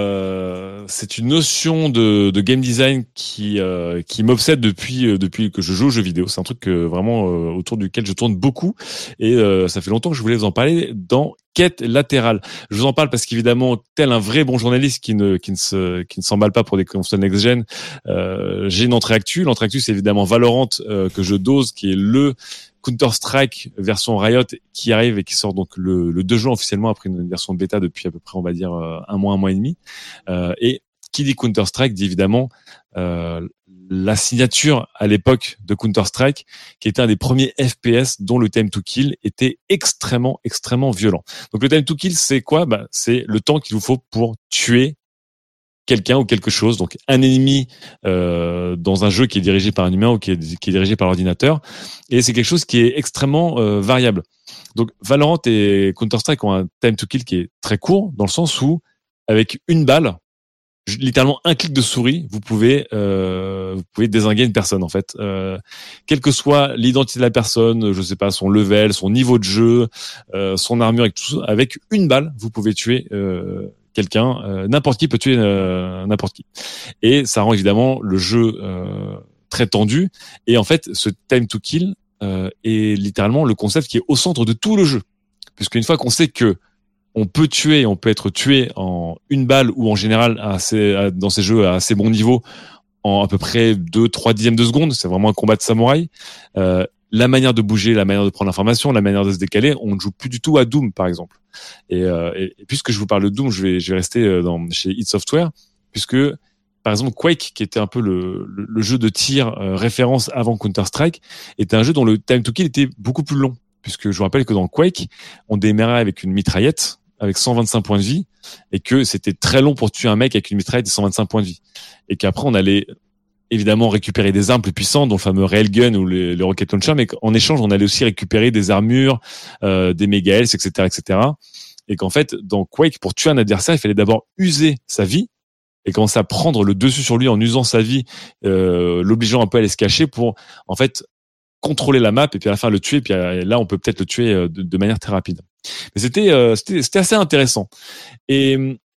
euh, c'est une notion de, de game design qui euh, qui m'obsède depuis euh, depuis que je joue aux jeux vidéo. C'est un truc que, vraiment euh, autour duquel je tourne beaucoup et euh, ça fait longtemps que je voulais vous en parler dans Quête latérale. Je vous en parle parce qu'évidemment, tel un vrai bon journaliste qui ne qui ne se qui ne s'emballe pas pour des consoles next-gen, euh, j'ai une entrée actu. L'entrée actu, c'est évidemment Valorant euh, que je dose, qui est le Counter-Strike version Riot qui arrive et qui sort donc le, le deux juin officiellement après une version de bêta depuis à peu près on va dire un mois, un mois et demi. Euh, et qui dit Counter-Strike dit évidemment euh, la signature à l'époque de Counter-Strike qui était un des premiers F P S dont le time to kill était extrêmement extrêmement violent. Donc le time to kill c'est quoi ? Bah c'est le temps qu'il vous faut pour tuer quelqu'un ou quelque chose, donc un ennemi euh, dans un jeu qui est dirigé par un humain ou qui est, qui est dirigé par l'ordinateur, et c'est quelque chose qui est extrêmement euh, variable. Donc Valorant et Counter-Strike ont un time to kill qui est très court, dans le sens où avec une balle, littéralement un clic de souris, vous pouvez euh, vous pouvez dézinguer une personne en fait, euh, quelle que soit l'identité de la personne, je sais pas son level, son niveau de jeu, euh, son armure et tout ça, avec une balle, vous pouvez tuer euh, quelqu'un, euh, n'importe qui peut tuer euh, n'importe qui. Et ça rend évidemment le jeu euh, très tendu. Et en fait, ce time to kill euh, est littéralement le concept qui est au centre de tout le jeu. Puisqu'une fois qu'on sait que on peut tuer, on peut être tué en une balle ou en général à assez, à, dans ces jeux à assez bon niveau en à peu près deux, trois dixièmes de seconde, c'est vraiment un combat de samouraï. Euh, la manière de bouger, la manière de prendre l'information, la manière de se décaler, on ne joue plus du tout à Doom, par exemple. Et, euh, et, et puisque je vous parle de Doom, je vais, je vais rester dans, chez id Software, puisque, par exemple, Quake, qui était un peu le, le, le jeu de tir euh, référence avant Counter-Strike, était un jeu dont le time to kill était beaucoup plus long. Puisque je vous rappelle que dans Quake, on démarrait avec une mitraillette, avec cent vingt-cinq points de vie, et que c'était très long pour tuer un mec avec une mitraillette et cent vingt-cinq points de vie. Et qu'après, on allait évidemment récupérer des armes plus puissantes, dont le fameux Railgun ou les, les Rocket Launcher, mais qu'en échange, on allait aussi récupérer des armures, euh, des méga health, et cetera, et cetera. Et qu'en fait, dans Quake, pour tuer un adversaire, il fallait d'abord user sa vie et commencer à prendre le dessus sur lui en usant sa vie, euh, l'obligeant un peu à aller se cacher pour, en fait, contrôler la map et puis à la fin le tuer. Et puis là, on peut peut-être le tuer de, de manière très rapide. Mais c'était, euh, c'était, c'était assez intéressant. Et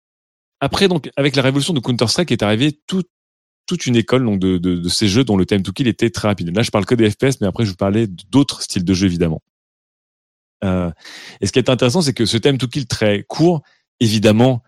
après, donc, avec la révolution de Counter-Strike est arrivée toute toute une école donc de, de, de ces jeux dont le time to kill était très rapide. Là, je parle que des F P S, mais après, je vous parlais d'autres styles de jeux, évidemment. Euh, et ce qui est intéressant, c'est que ce time to kill très court, évidemment,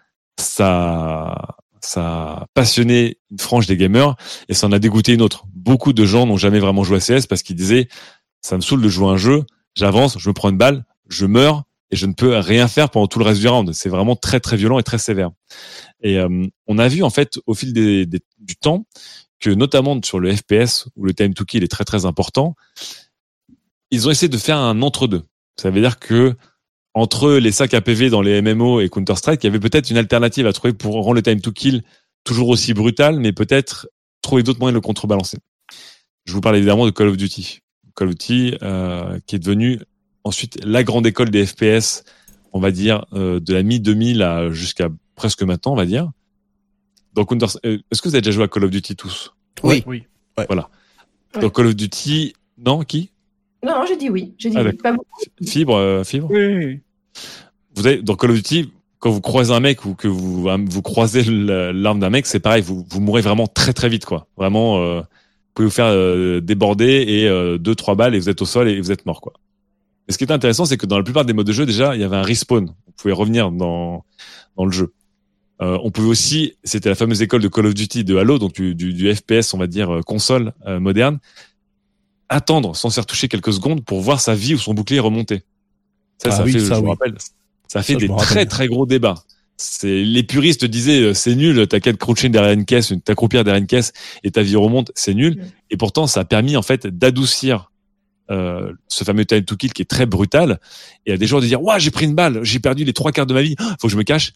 ça, ça a passionné une frange des gamers et ça en a dégoûté une autre. Beaucoup de gens n'ont jamais vraiment joué à C S parce qu'ils disaient, ça me saoule de jouer à un jeu, j'avance, je me prends une balle, je meurs et je ne peux rien faire pendant tout le reste du round. C'est vraiment très, très violent et très sévère. Et euh, on a vu, en fait, au fil des, des, du temps, que notamment sur le F P S, où le time to kill est très, très important, ils ont essayé de faire un entre-deux. Ça veut dire que entre les sacs à P V dans les M M O et Counter-Strike, il y avait peut-être une alternative à trouver pour rendre le time to kill toujours aussi brutal, mais peut-être trouver d'autres moyens de le contrebalancer. Je vous parle évidemment de Call of Duty. Call of Duty, euh, qui est devenu ensuite la grande école des F P S, on va dire, euh, de la mi deux mille à jusqu'à presque maintenant, on va dire. Dans Counter, euh, est-ce que vous avez déjà joué à Call of Duty tous? Oui. Oui. Ouais. Voilà. Ouais. Dans Call of Duty, non, qui? Non, non, j'ai dit oui. J'ai dit Ah, oui. d'accord. Pas beaucoup. Fibre, euh, Fibre. Oui. Vous avez dans Call of Duty, quand vous croisez un mec ou que vous vous croisez l'arme d'un mec, c'est pareil, vous vous mourrez vraiment très très vite, quoi. Vraiment, euh, vous pouvez vous faire euh, déborder et euh, deux trois balles et vous êtes au sol et vous êtes mort, quoi. Et ce qui est intéressant, c'est que dans la plupart des modes de jeu, déjà, il y avait un respawn. Vous pouvez revenir dans dans le jeu. Euh, on pouvait aussi, c'était la fameuse école de Call of Duty, de Halo, donc du, du, du F P S, on va dire console euh, moderne, attendre sans se faire toucher quelques secondes pour voir sa vie ou son bouclier remonter. Ça, Ah ça oui, fait, ça, je vous oui. rappelle, ça a fait Ça, je des me très rappelle. très gros débats. C'est les puristes disaient euh, c'est nul, t'as qu'à te croucher derrière une caisse, t'accroupir derrière une caisse et ta vie remonte, c'est nul. Mm. Et pourtant, ça a permis en fait d'adoucir euh, ce fameux time to kill qui est très brutal. Et à des gens de dire ouais, j'ai pris une balle, j'ai perdu les trois quarts de ma vie, faut que je me cache.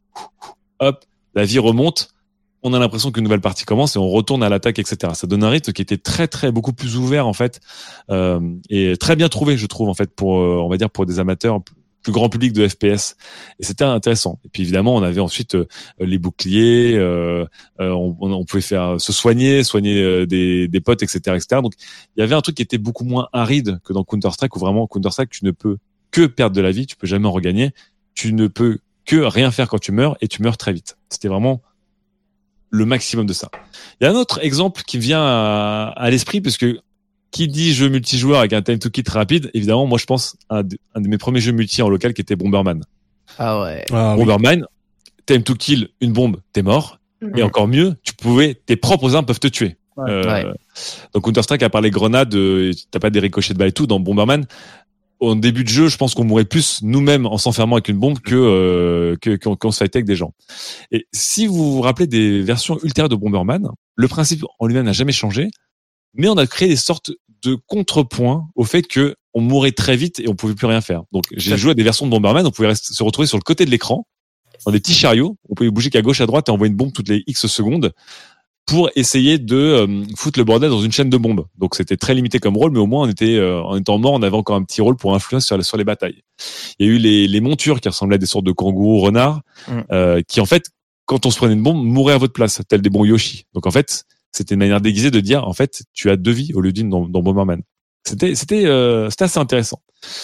Hop, la vie remonte. On a l'impression qu'une nouvelle partie commence et on retourne à l'attaque, et cetera. Ça donne un rythme qui était très, très, beaucoup plus ouvert, en fait, euh, et très bien trouvé, je trouve, en fait, pour, euh, on va dire, pour des amateurs, plus grand public de F P S. Et c'était intéressant. Et puis, évidemment, on avait ensuite euh, les boucliers, euh, euh, on, on pouvait faire se soigner, soigner euh, des, des potes, et cetera, et cetera. Donc, il y avait un truc qui était beaucoup moins aride que dans Counter-Strike, où vraiment, Counter-Strike, tu ne peux que perdre de la vie, tu peux jamais en regagner. tu ne peux que rien faire quand tu meurs et tu meurs très vite. C'était vraiment le maximum de ça. Il y a un autre exemple qui me vient à, à l'esprit, parce que qui dit jeu multijoueur avec un time to kill très rapide, évidemment, moi je pense à un de, un de mes premiers jeux multi en local qui était Bomberman. Ah ouais. Ah, oui. Bomberman, time to kill, une bombe, t'es mort. Mhm. Et encore mieux, tu pouvais, tes propres armes peuvent te tuer. Ouais. Euh, Ouais. Donc Counter-Strike, à part les grenades, euh, t'as pas des ricochets de balles et tout. Dans Bomberman, au début de jeu, je pense qu'on mourrait plus nous-mêmes en s'enfermant avec une bombe que euh, que qu'on, qu'on se fightait avec des gens. Et si vous vous rappelez des versions ultérieures de Bomberman, le principe en lui-même n'a jamais changé, mais on a créé des sortes de contrepoints au fait que on mourait très vite et on pouvait plus rien faire. Donc j'ai joué à des versions de Bomberman, on pouvait rester, se retrouver sur le côté de l'écran dans des petits chariots, on pouvait bouger qu'à gauche à droite et envoyer une bombe toutes les X secondes pour essayer de euh, foutre le bordel dans une chaîne de bombes. Donc c'était très limité comme rôle, mais au moins on était euh, en étant mort, on avait encore un petit rôle pour influer sur, sur les batailles. Il y a eu les, les montures qui ressemblaient à des sortes de kangourous renards, Mm. euh, qui en fait, quand on se prenait une bombe, mouraient à votre place, tels des bons Yoshi. Donc en fait, c'était une manière déguisée de dire en fait tu as deux vies au lieu d'une dans, dans Bomberman. C'était c'était euh, c'était assez intéressant.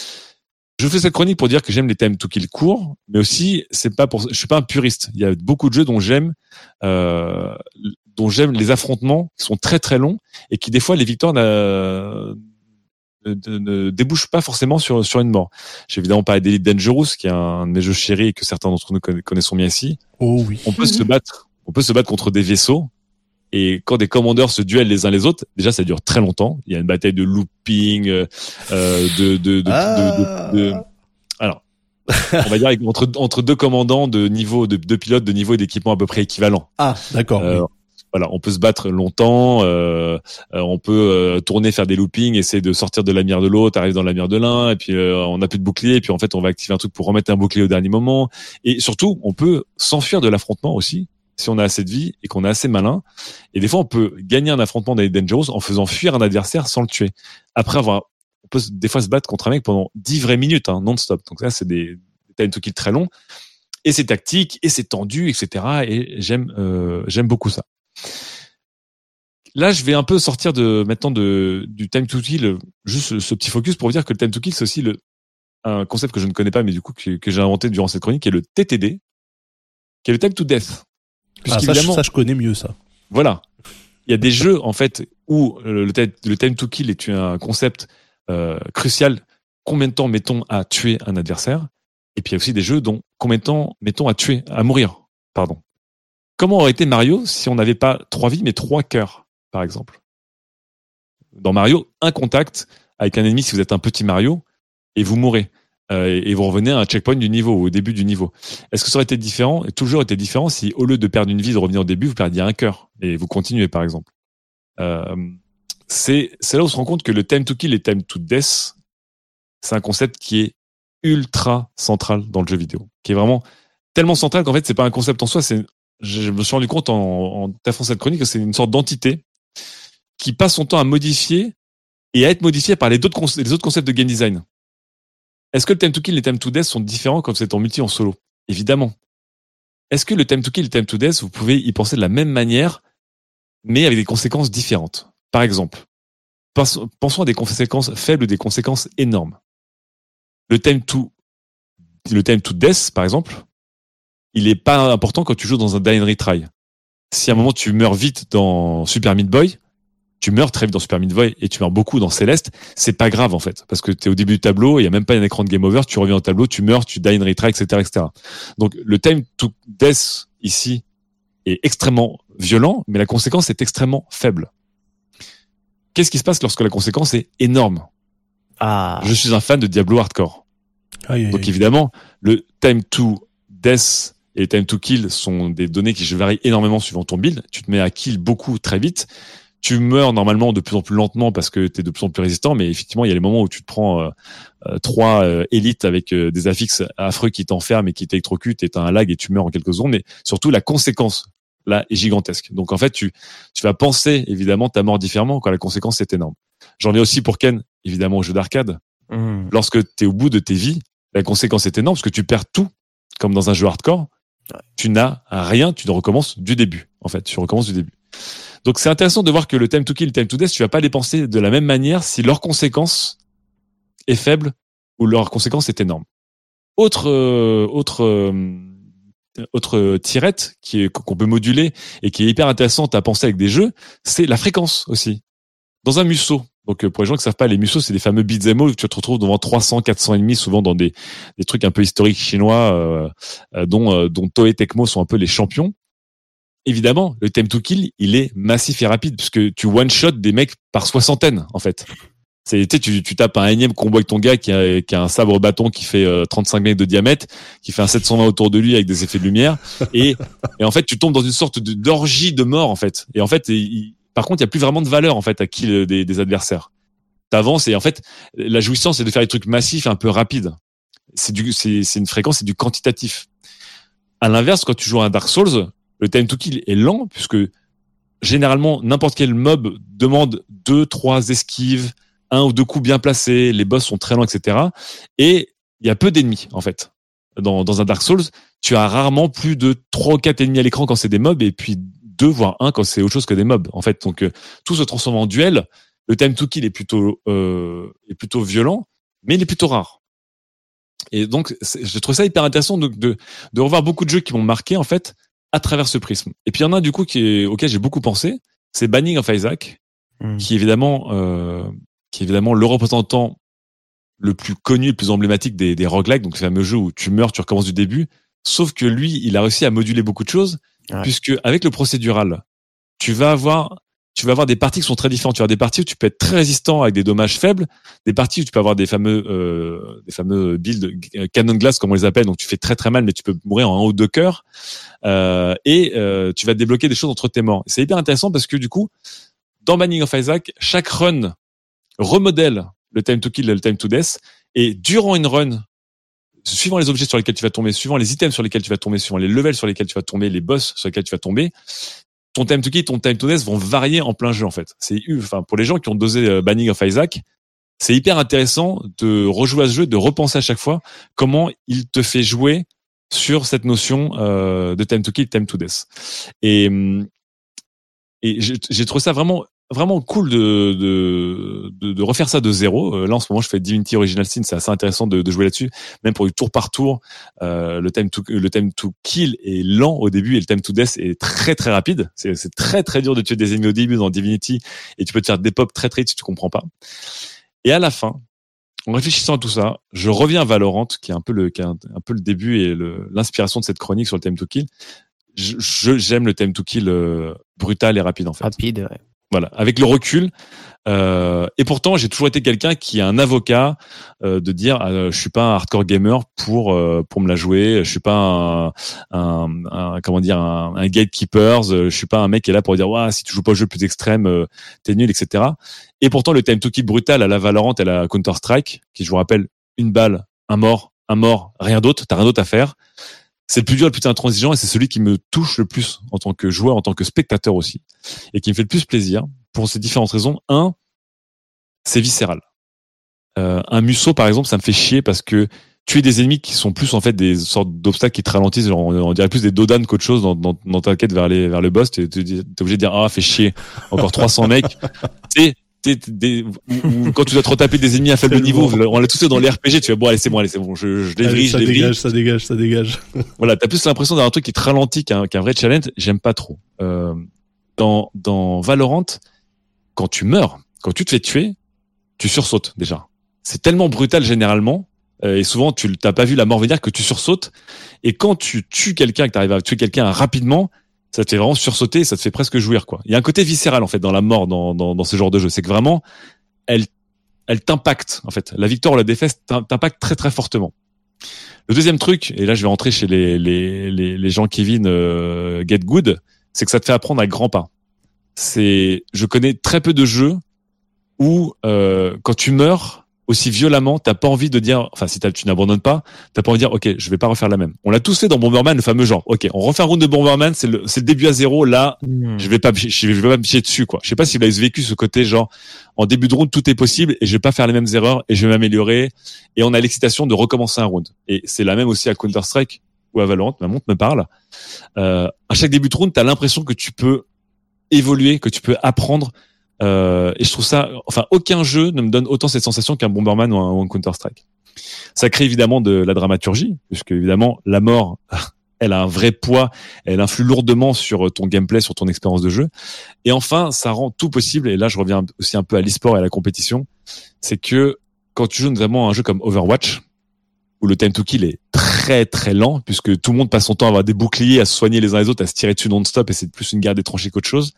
Je fais cette chronique pour dire que j'aime les time to kill courts, mais aussi c'est pas pour je suis pas un puriste. Il y a beaucoup de jeux dont j'aime euh, dont j'aime les affrontements qui sont très très longs et qui des fois les victoires n'a- ne, ne, ne débouchent pas forcément sur sur une mort. J'ai évidemment parlé d'Elite Dangerous qui est un de mes jeux chéris et que certains d'entre nous conna- connaissons bien ici. Oh oui. On peut se battre, on peut se battre contre des vaisseaux. Et quand des commandeurs se duellent les uns les autres, déjà ça dure très longtemps. Il y a une bataille de looping, euh, de, de, de, Ah. de, de, de- alors, on va dire avec- entre entre deux commandants de niveau, de deux pilotes de niveau et d'équipement à peu près équivalent. Ah, d'accord. Euh, oui. Voilà, on peut se battre longtemps, euh, euh, on peut euh, tourner, faire des loopings, essayer de sortir de la mire de l'autre, arriver dans la mire de l'un, et puis euh, on n'a plus de bouclier, et puis en fait on va activer un truc pour remettre un bouclier au dernier moment. Et surtout, on peut s'enfuir de l'affrontement aussi, si on a assez de vie et qu'on est assez malin. Et des fois, on peut gagner un affrontement dans les Dangerous en faisant fuir un adversaire sans le tuer. Après avoir, on peut des fois se battre contre un mec pendant dix vraies minutes, hein, non-stop. Donc ça, c'est des, des time to kill très longs. Et c'est tactique, et c'est tendu, et cetera. Et j'aime, euh, j'aime beaucoup ça. Là, je vais un peu sortir de maintenant de du time to kill, juste ce, ce petit focus pour vous dire que le time to kill, c'est aussi le un concept que je ne connais pas, mais du coup que, que j'ai inventé durant cette chronique, qui est le T T D, qui est le time to death. Ah, ça, je- Puisqu'évidemment, ça, je connais mieux ça. voilà, il y a des jeux en fait où le, le, time- le time to kill est un concept euh, crucial. Combien de temps mettons à tuer un adversaire? Et puis il y a aussi des jeux dont combien de temps mettons à tuer, à mourir, pardon. Comment aurait été Mario si on n'avait pas trois vies mais trois cœurs, par exemple? Dans Mario, un contact avec un ennemi si vous êtes un petit Mario et vous mourrez. Euh, et vous revenez à un checkpoint du niveau, au début du niveau. Est-ce que ça aurait été différent, et toujours été différent si au lieu de perdre une vie, de revenir au début, vous perdiez un cœur et vous continuez, par exemple? euh, c'est, c'est là où on se rend compte que le time to kill et time to death, c'est un concept qui est ultra central dans le jeu vidéo, qui est vraiment tellement central qu'en fait, c'est pas un concept en soi, c'est je me suis rendu compte en, en taffant cette chronique que c'est une sorte d'entité qui passe son temps à modifier et à être modifiée par les autres, conce- les autres concepts de game design. Est-ce que le time to kill et le time to death sont différents comme c'est en multi en solo? Évidemment. Est-ce que le time to kill et le time to death, vous pouvez y penser de la même manière, mais avec des conséquences différentes? Par exemple, pensons à des conséquences faibles ou des conséquences énormes. Le time to, le time to death, par exemple, il est pas important quand tu joues dans un die and retry. Si à un moment tu meurs vite dans Super Meat Boy, tu meurs très vite dans Super Meat Boy et tu meurs beaucoup dans Céleste, c'est pas grave en fait, parce que t'es au début du tableau, il y a même pas un écran de game over, tu reviens au tableau, tu meurs, tu die and retry, et cetera, et cetera. Donc le time to death ici est extrêmement violent, mais la conséquence est extrêmement faible. Qu'est-ce qui se passe lorsque la conséquence est énorme? Ah. Je suis un fan de Diablo Hardcore. Aïe, aïe, Donc aïe. évidemment, le time to death et le time to kill sont des données qui varient énormément suivant ton build. Tu te mets à kill beaucoup très vite. Tu meurs normalement de plus en plus lentement parce que tu es de plus en plus résistant, mais effectivement, il y a les moments où tu te prends euh, euh, trois euh, élites avec euh, des affixes affreux qui t'enferment et qui t'électrocutent et t'as un lag et tu meurs en quelques secondes. Mais surtout, la conséquence, là, est gigantesque. Donc en fait, tu, tu vas penser évidemment ta mort différemment quand la conséquence est énorme. J'en ai aussi pour Ken, évidemment, au jeu d'arcade. Mmh. Lorsque tu es au bout de tes vies, la conséquence est énorme parce que tu perds tout, comme dans un jeu hardcore. Tu n'as rien, tu ne recommences du début. En fait, tu recommences du début. Donc c'est intéressant de voir que le time to kill, le time to death, tu vas pas les penser de la même manière si leur conséquence est faible ou leur conséquence est énorme. Autre euh, autre euh, autre tirette qui est qu'on peut moduler et qui est hyper intéressante à penser avec des jeux, c'est la fréquence aussi. Dans un musso. Donc pour les gens qui savent pas, les musos, c'est des fameux beat'em all que tu te retrouves devant trois cents, quatre cents ennemis, souvent dans des des trucs un peu historiques chinois, euh, euh, dont euh, dont Toei Tecmo sont un peu les champions. Évidemment, le time to kill, il est massif et rapide puisque tu one shot des mecs par soixantaine en fait. C'est tu sais, tu tu tapes un énième combo avec ton gars qui a qui a un sabre bâton qui fait euh, trente-cinq mètres de diamètre, qui fait un sept cent vingt autour de lui avec des effets de lumière et et en fait tu tombes dans une sorte de d'orgie de mort en fait. Et en fait il, par contre, il y a plus vraiment de valeur en fait à kill des, des adversaires. T'avances et en fait, la jouissance c'est de faire des trucs massifs, un peu rapides. C'est du, c'est, c'est une fréquence, c'est du quantitatif. À l'inverse, quand tu joues à un Dark Souls, le time to kill est lent puisque généralement n'importe quel mob demande deux, trois esquives, un ou deux coups bien placés, les boss sont très lents, et cetera. Et il y a peu d'ennemis en fait. Dans, dans un Dark Souls, tu as rarement plus de trois ou quatre ennemis à l'écran quand c'est des mobs et puis deux voire un quand c'est autre chose que des mobs en fait. Donc euh, tout se transforme en duel. Le time to kill est plutôt euh, est plutôt violent, mais il est plutôt rare. Et donc je trouve ça hyper intéressant de, de de revoir beaucoup de jeux qui m'ont marqué en fait à travers ce prisme. Et puis il y en a un du coup qui est auquel j'ai beaucoup pensé, c'est Binding of Isaac, mmh. qui est évidemment euh, qui est évidemment le représentant le plus connu, le plus emblématique des des roguelikes, donc ce fameux jeu où tu meurs, tu recommences du début. Sauf que lui, il a réussi à moduler beaucoup de choses. Ouais. Puisque avec le procédural, tu vas avoir, tu vas avoir des parties qui sont très différentes. Tu vas avoir des parties où tu peux être très résistant avec des dommages faibles, des parties où tu peux avoir des fameux, euh, des fameux builds canon glace comme on les appelle. Donc tu fais très très mal, mais tu peux mourir en un ou deux cœurs. Euh, et euh, tu vas débloquer des choses entre tes morts. C'est hyper intéressant parce que du coup, dans Binding of Isaac, chaque run remodèle le time to kill et le time to death. Et durant une run, suivant les objets sur lesquels tu vas tomber, suivant les items sur lesquels tu vas tomber, suivant les levels sur lesquels tu vas tomber, les boss sur lesquels tu vas tomber, ton time to kill, ton time to death vont varier en plein jeu en fait. C'est enfin pour les gens qui ont dosé euh, Binding of Isaac, c'est hyper intéressant de rejouer à ce jeu, de repenser à chaque fois comment il te fait jouer sur cette notion euh, de time to kill, time to death. Et et j'ai, j'ai trouvé ça vraiment vraiment cool de, de, de, de refaire ça de zéro. Euh, là, en ce moment, je fais Divinity Original Sin. C'est assez intéressant de, de jouer là-dessus. Même pour du tour par tour, euh, le time to, le time to kill est lent au début et le time to death est très, très rapide. C'est, c'est très, très dur de tuer des ennemis au début dans Divinity et tu peux te faire des pop très, très vite si tu comprends pas. Et à la fin, en réfléchissant à tout ça, je reviens à Valorant, qui est un peu le, qui est un, un peu le début et le, l'inspiration de cette chronique sur le time to kill. Je, je j'aime le time to kill euh, brutal et rapide, en fait. Rapide, ouais. Voilà, avec le recul. Euh, et pourtant, j'ai toujours été quelqu'un qui est un avocat euh, de dire, euh, je suis pas un hardcore gamer pour euh, pour me la jouer. Je suis pas un, un, un comment dire un, un gatekeeper. Je suis pas un mec qui est là pour dire, ouais, si tu joues pas au jeu plus extrême, euh, t'es nul, et cetera. Et pourtant, le time to kill brutal à la Valorant et à la Counter Strike, qui je vous rappelle, une balle, un mort, un mort, rien d'autre. T'as rien d'autre à faire. C'est le plus dur, le plus intransigeant et c'est celui qui me touche le plus en tant que joueur, en tant que spectateur aussi. Et qui me fait le plus plaisir pour ces différentes raisons. Un, c'est viscéral. Euh, un musso, par exemple, ça me fait chier parce que tuer des ennemis qui sont plus en fait des sortes d'obstacles qui te ralentissent, genre, on, on dirait plus des dodanes qu'autre chose dans, dans, dans ta quête vers, les, vers le boss. T'es, t'es, t'es obligé de dire, ah, fait chier, encore trois cents mecs. Tu sais, Des, ou, ou quand tu dois te retaper des ennemis à faible niveau, on l'a tous fait dans les R P G, tu vas bon allez c'est bon allez c'est bon je, je débris, ça je débris. dégage, ça dégage, ça dégage. Voilà, t'as plus l'impression d'avoir un truc qui te ralentit qu'un, qu'un vrai challenge. J'aime pas trop. Euh, dans dans Valorant, quand tu meurs, quand tu te fais tuer, tu sursautes déjà. C'est tellement brutal généralement euh, et souvent tu t'as pas vu la mort venir que tu sursautes. Et quand tu tues quelqu'un, que t'arrives à tuer quelqu'un rapidement, ça te fait vraiment sursauter, ça te fait presque jouir, quoi. Il y a un côté viscéral, en fait, dans la mort, dans, dans, dans ce genre de jeu. C'est que vraiment, elle, elle t'impacte, en fait. La victoire ou la défaite t'impacte très, très fortement. Le deuxième truc, et là, je vais rentrer chez les, les, les, les gens Kevin, euh, Get Good, c'est que ça te fait apprendre à grands pas. C'est, je connais très peu de jeux où, euh, quand tu meurs, aussi violemment, t'as pas envie de dire, enfin, si tu n'abandonnes pas, t'as pas envie de dire, ok, je vais pas refaire la même. On l'a tous fait dans Bomberman, le fameux genre, ok, on refait un round de Bomberman, c'est le, c'est le début à zéro, là, mmh. je vais pas, je, je vais pas me picher dessus, quoi. Je sais pas si vous avez vécu ce côté, genre, en début de round, tout est possible, et je vais pas faire les mêmes erreurs, et je vais m'améliorer, et on a l'excitation de recommencer un round. Et c'est la même aussi à Counter-Strike, ou à Valorant, ma montre me parle. Euh, à chaque début de round, t'as l'impression que tu peux évoluer, que tu peux apprendre. Euh, et je trouve ça, enfin, aucun jeu ne me donne autant cette sensation qu'un Bomberman ou un, ou un Counter-Strike. Ça crée évidemment de la dramaturgie, puisque évidemment la mort, elle a un vrai poids, elle influe lourdement sur ton gameplay, sur ton expérience de jeu. Et enfin, ça rend tout possible, et là je reviens aussi un peu à l'e-sport et à la compétition, c'est que quand tu joues notamment à un jeu comme Overwatch, où le time to kill est très très lent, puisque tout le monde passe son temps à avoir des boucliers, à se soigner les uns les autres, à se tirer dessus non-stop, et c'est plus une guerre des tranchées qu'autre chose.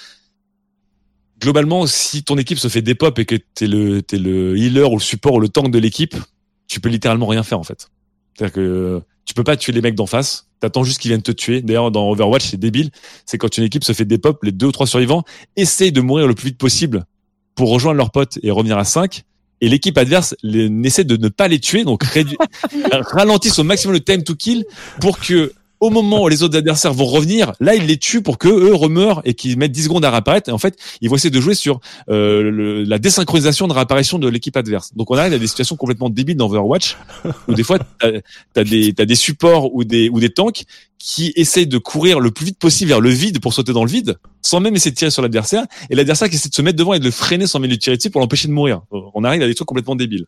Globalement, si ton équipe se fait dépop et que t'es le, t'es le healer ou le support ou le tank de l'équipe, tu peux littéralement rien faire en fait. C'est-à-dire que tu peux pas tuer les mecs d'en face, t'attends juste qu'ils viennent te tuer. D'ailleurs, dans Overwatch, c'est débile, c'est quand une équipe se fait dépop, les deux ou trois survivants essayent de mourir le plus vite possible pour rejoindre leurs potes et revenir à cinq. Et l'équipe adverse les, essaie de ne pas les tuer, donc réduit, ralentissent au maximum le time to kill pour que, au moment où les autres adversaires vont revenir, là ils les tuent pour que eux remeurent et qu'ils mettent dix secondes à réapparaître. Et en fait, ils vont essayer de jouer sur euh, le, la désynchronisation de réapparition de l'équipe adverse. Donc on arrive à des situations complètement débiles dans Overwatch où des fois t'as, t'as des t'as des supports ou des ou des tanks qui essayent de courir le plus vite possible vers le vide pour sauter dans le vide, sans même essayer de tirer sur l'adversaire, et l'adversaire qui essaie de se mettre devant et de le freiner sans même lui tirer dessus pour l'empêcher de mourir. On arrive à des trucs complètement débiles.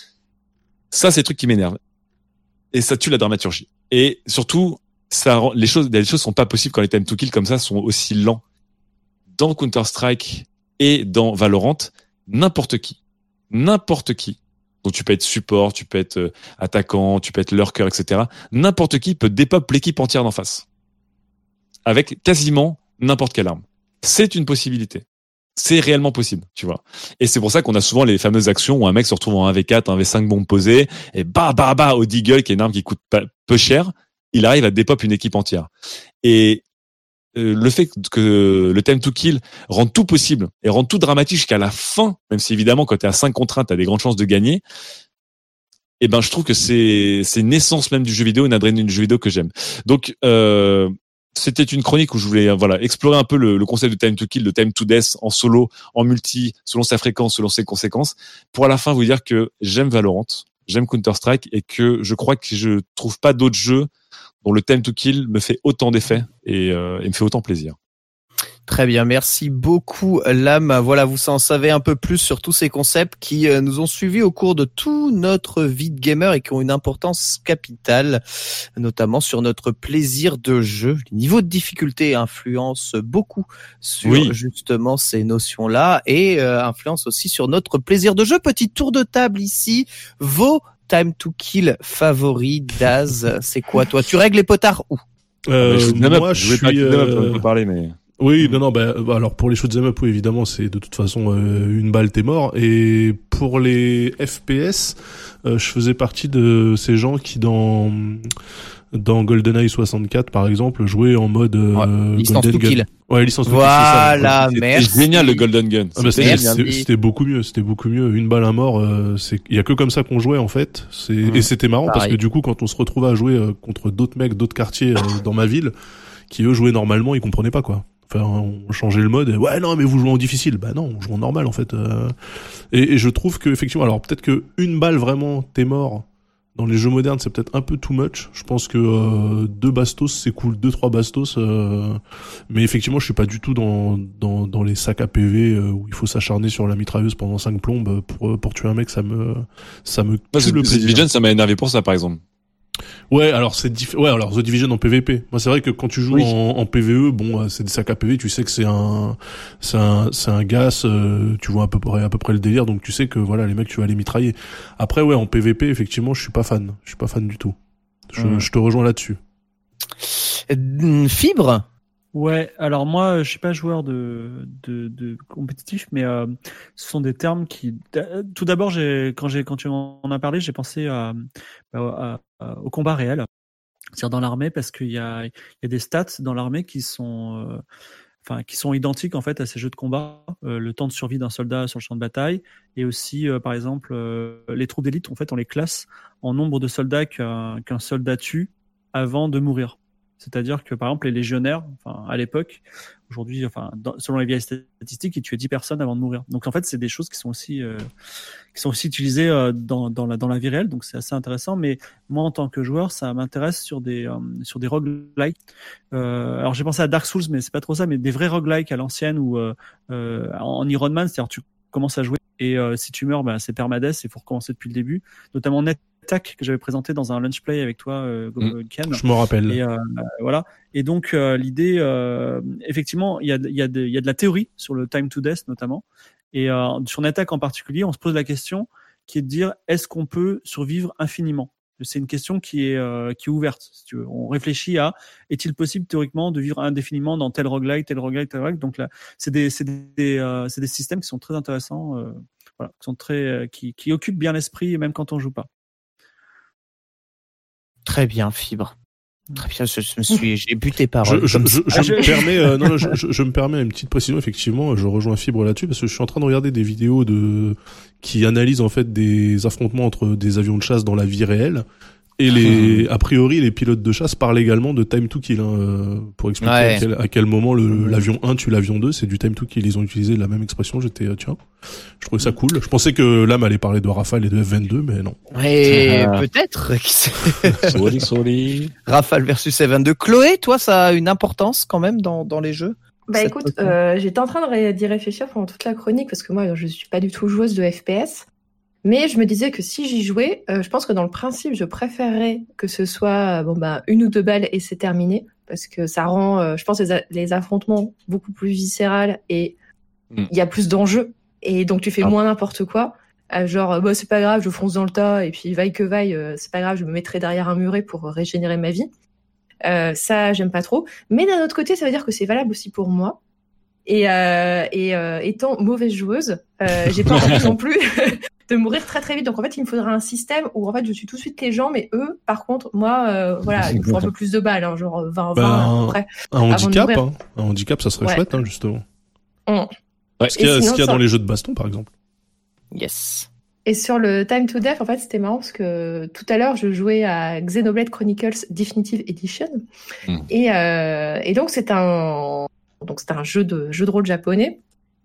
Ça, c'est des trucs qui m'énervent. Et ça tue la dramaturgie. Et surtout, ça rend, les choses, les choses sont pas possibles quand les time to kill comme ça sont aussi lents. Dans Counter-Strike et dans Valorant, n'importe qui, n'importe qui, donc tu peux être support, tu peux être attaquant, tu peux être lurker, et cetera. N'importe qui peut dépop l'équipe entière d'en face. Avec quasiment n'importe quelle arme. C'est une possibilité. C'est réellement possible, tu vois. Et c'est pour ça qu'on a souvent les fameuses actions où un mec se retrouve en un v quatre, un v cinq bombes posées, et bah, bah, bah, au Deagle, qui est une arme qui coûte pas, peu cher, il arrive à dépop une équipe entière. Et euh, le fait que le time to kill rend tout possible et rend tout dramatique jusqu'à la fin, même si évidemment quand t'es à cinq contre un, t'as des grandes chances de gagner, et ben je trouve que c'est c'est une essence même du jeu vidéo, une adrénaline du jeu vidéo que j'aime. Donc euh, c'était une chronique où je voulais voilà explorer un peu le, le concept de time to kill, de time to death en solo, en multi, selon sa fréquence, selon ses conséquences, pour à la fin vous dire que j'aime Valorant, j'aime Counter-Strike, et que je crois que je trouve pas d'autres jeux dont le time to kill me fait autant d'effets et, euh, et me fait autant plaisir. Très bien, merci beaucoup Lame. Voilà, vous en savez un peu plus sur tous ces concepts qui euh, nous ont suivis au cours de tout notre vie de gamer et qui ont une importance capitale, notamment sur notre plaisir de jeu. Le niveau de difficulté influence beaucoup sur oui. justement ces notions-là et euh, influence aussi sur notre plaisir de jeu. Petit tour de table ici, vos time to kill favoris, Daz, c'est quoi toi? Tu règles les potards où? euh, Moi, je, je suis... Euh... On parler, mais... Oui, non, non, bah, alors pour les shoot'em up, oui, évidemment, c'est de toute façon euh, une balle, t'es mort. Et pour les F P S, euh, je faisais partie de ces gens qui dans dans GoldenEye soixante-quatre, par exemple, jouaient en mode euh, ouais, licence Golden to kill. Ouais, licence to voilà, kill. Voilà, merci. C'était génial le Golden Gun. Ah bah, c'était, c'était, c'était beaucoup mieux, c'était beaucoup mieux. Une balle, un mort. Euh, c'est, il y a que comme ça qu'on jouait en fait. C'est mmh. Et c'était marrant Pareil. Parce que du coup, quand on se retrouvait à jouer euh, contre d'autres mecs, d'autres quartiers euh, dans ma ville, qui eux jouaient normalement, ils comprenaient pas quoi. Enfin, on changeait le mode. Et, ouais, non, mais vous jouez en difficile. Bah non, on joue en normal en fait. Euh... Et, et je trouve que effectivement, alors peut-être que une balle vraiment, t'es mort. Dans les jeux modernes, c'est peut-être un peu too much. Je pense que euh, deux bastos, c'est cool. Deux, trois bastos. Euh... Mais effectivement, je suis pas du tout dans dans dans les sacs à P V euh, où il faut s'acharner sur la mitrailleuse pendant cinq plombes pour pour tuer un mec. Ça me ça me. Moi, The Division, ça m'a énervé pour ça, par exemple. Ouais, alors c'est diff... ouais, alors The Division en P V P. Moi, c'est vrai que quand tu joues oui. en, en P V E, bon, c'est des sacs à P V, tu sais que c'est un, c'est un, c'est un gas, euh, tu vois à peu près, à peu près le délire, donc tu sais que voilà, les mecs, tu vas les mitrailler. Après, ouais, en P V P, effectivement, je suis pas fan, je suis pas fan du tout. Je, mmh. je te rejoins là-dessus. Fibre. Ouais, alors moi, je suis pas joueur de de, de compétitif, mais euh, ce sont des termes qui. Tout d'abord, j'ai quand j'ai quand tu en as parlé, j'ai pensé à, à, à au combat réel, c'est-à-dire dans l'armée, parce qu'il y a il y a des stats dans l'armée qui sont euh, enfin qui sont identiques en fait à ces jeux de combat, euh, le temps de survie d'un soldat sur le champ de bataille, et aussi euh, par exemple euh, les troupes d'élite, en fait, on les classe en nombre de soldats qu'un qu'un soldat tue avant de mourir. C'est-à-dire que, par exemple, les légionnaires, enfin, à l'époque, aujourd'hui, enfin, dans, selon les vieilles statistiques, ils tuaient dix personnes avant de mourir. Donc, en fait, c'est des choses qui sont aussi, euh, qui sont aussi utilisées euh, dans, dans la, dans la vie réelle. Donc, c'est assez intéressant. Mais moi, en tant que joueur, ça m'intéresse sur des, euh, sur des roguelikes. Euh, alors, j'ai pensé à Dark Souls, mais c'est pas trop ça, mais des vrais roguelikes à l'ancienne où, euh, euh, en Iron Man, c'est-à-dire tu commences à jouer et euh, si tu meurs, bah, c'est permadeath, il faut recommencer depuis le début. Notamment NetAttack que j'avais présenté dans un lunch play avec toi, euh, mmh, Ken. Je me rappelle. Et euh, voilà. Et donc euh, l'idée, euh, effectivement, il y a, il y a de, il y a de la théorie sur le time to death notamment. Et euh, sur NetAttack en particulier, on se pose la question qui est de dire est-ce qu'on peut survivre infiniment? C'est une question qui est euh, qui est ouverte. Si tu veux. On réfléchit à est-il possible théoriquement de vivre indéfiniment dans tel roguelike, tel roguelike, tel roguelike. Donc là, c'est des c'est des euh, c'est des systèmes qui sont très intéressants, euh, voilà, qui sont très euh, qui qui occupent bien l'esprit même quand on joue pas. Très bien, Fibre. Très bien, je, je me suis, j'ai bu tes paroles. Je, je, je, je, Ah, je- me permets, euh, non, non, je, je, je me permets une petite précision. Effectivement, je rejoins Fibre là-dessus parce que je suis en train de regarder des vidéos de qui analysent en fait des affrontements entre des avions de chasse dans la vie réelle. Et les, a priori, les pilotes de chasse parlent également de time to kill, hein, euh, pour expliquer Ouais. à, quel, à quel moment le, l'avion un tue l'avion deux, c'est du time to kill. Ils ont utilisé la même expression. J'étais, euh, tiens, je trouvais ça cool. Je pensais que l'âme allait parler de Rafale et de F vingt-deux, mais non. Et Ah. peut-être. qui sait. Sorry, sorry. Rafale versus F vingt-deux. Chloé, toi, ça a une importance quand même dans, dans les jeux? Bah Cette écoute, notion. euh, j'étais en train de ré- d'y réfléchir pendant toute la chronique parce que moi je suis pas du tout joueuse de F P S, mais je me disais que si j'y jouais, euh, je pense que dans le principe je préférerais que ce soit euh, bon bah une ou deux balles et c'est terminé parce que ça rend, euh, je pense les, a- les affrontements beaucoup plus viscérales et il Mm. y a plus d'enjeux et donc tu fais Ah. moins n'importe quoi. Euh, genre euh, bah c'est pas grave, je fonce dans le tas et puis vaille que vaille, euh, c'est pas grave, je me mettrai derrière un muret pour régénérer ma vie. Euh, ça, j'aime pas trop. Mais d'un autre côté, ça veut dire que c'est valable aussi pour moi. Et, euh, et euh, étant mauvaise joueuse, euh, j'ai pas envie non plus de mourir très très vite. Donc en fait, il me faudrait un système où en fait je suis tout de suite les gens, mais eux, par contre, moi, euh, voilà, il me faut un peu plus de balles, hein, genre vingt, Ben, vingt à peu près. Un Avant de handicap, mourir. hein. Un handicap, ça serait Ouais. chouette, hein, justement. Mm. Ce qu'il y a, Et ce sinon, qu'il y a ça- dans les jeux de baston, par exemple. Yes. Et sur le Time to Death, en fait, c'était marrant parce que tout à l'heure, je jouais à Xenoblade Chronicles Definitive Edition. Mm. Et, euh, et donc, c'est un, donc, c'est un jeu de, jeu de rôle japonais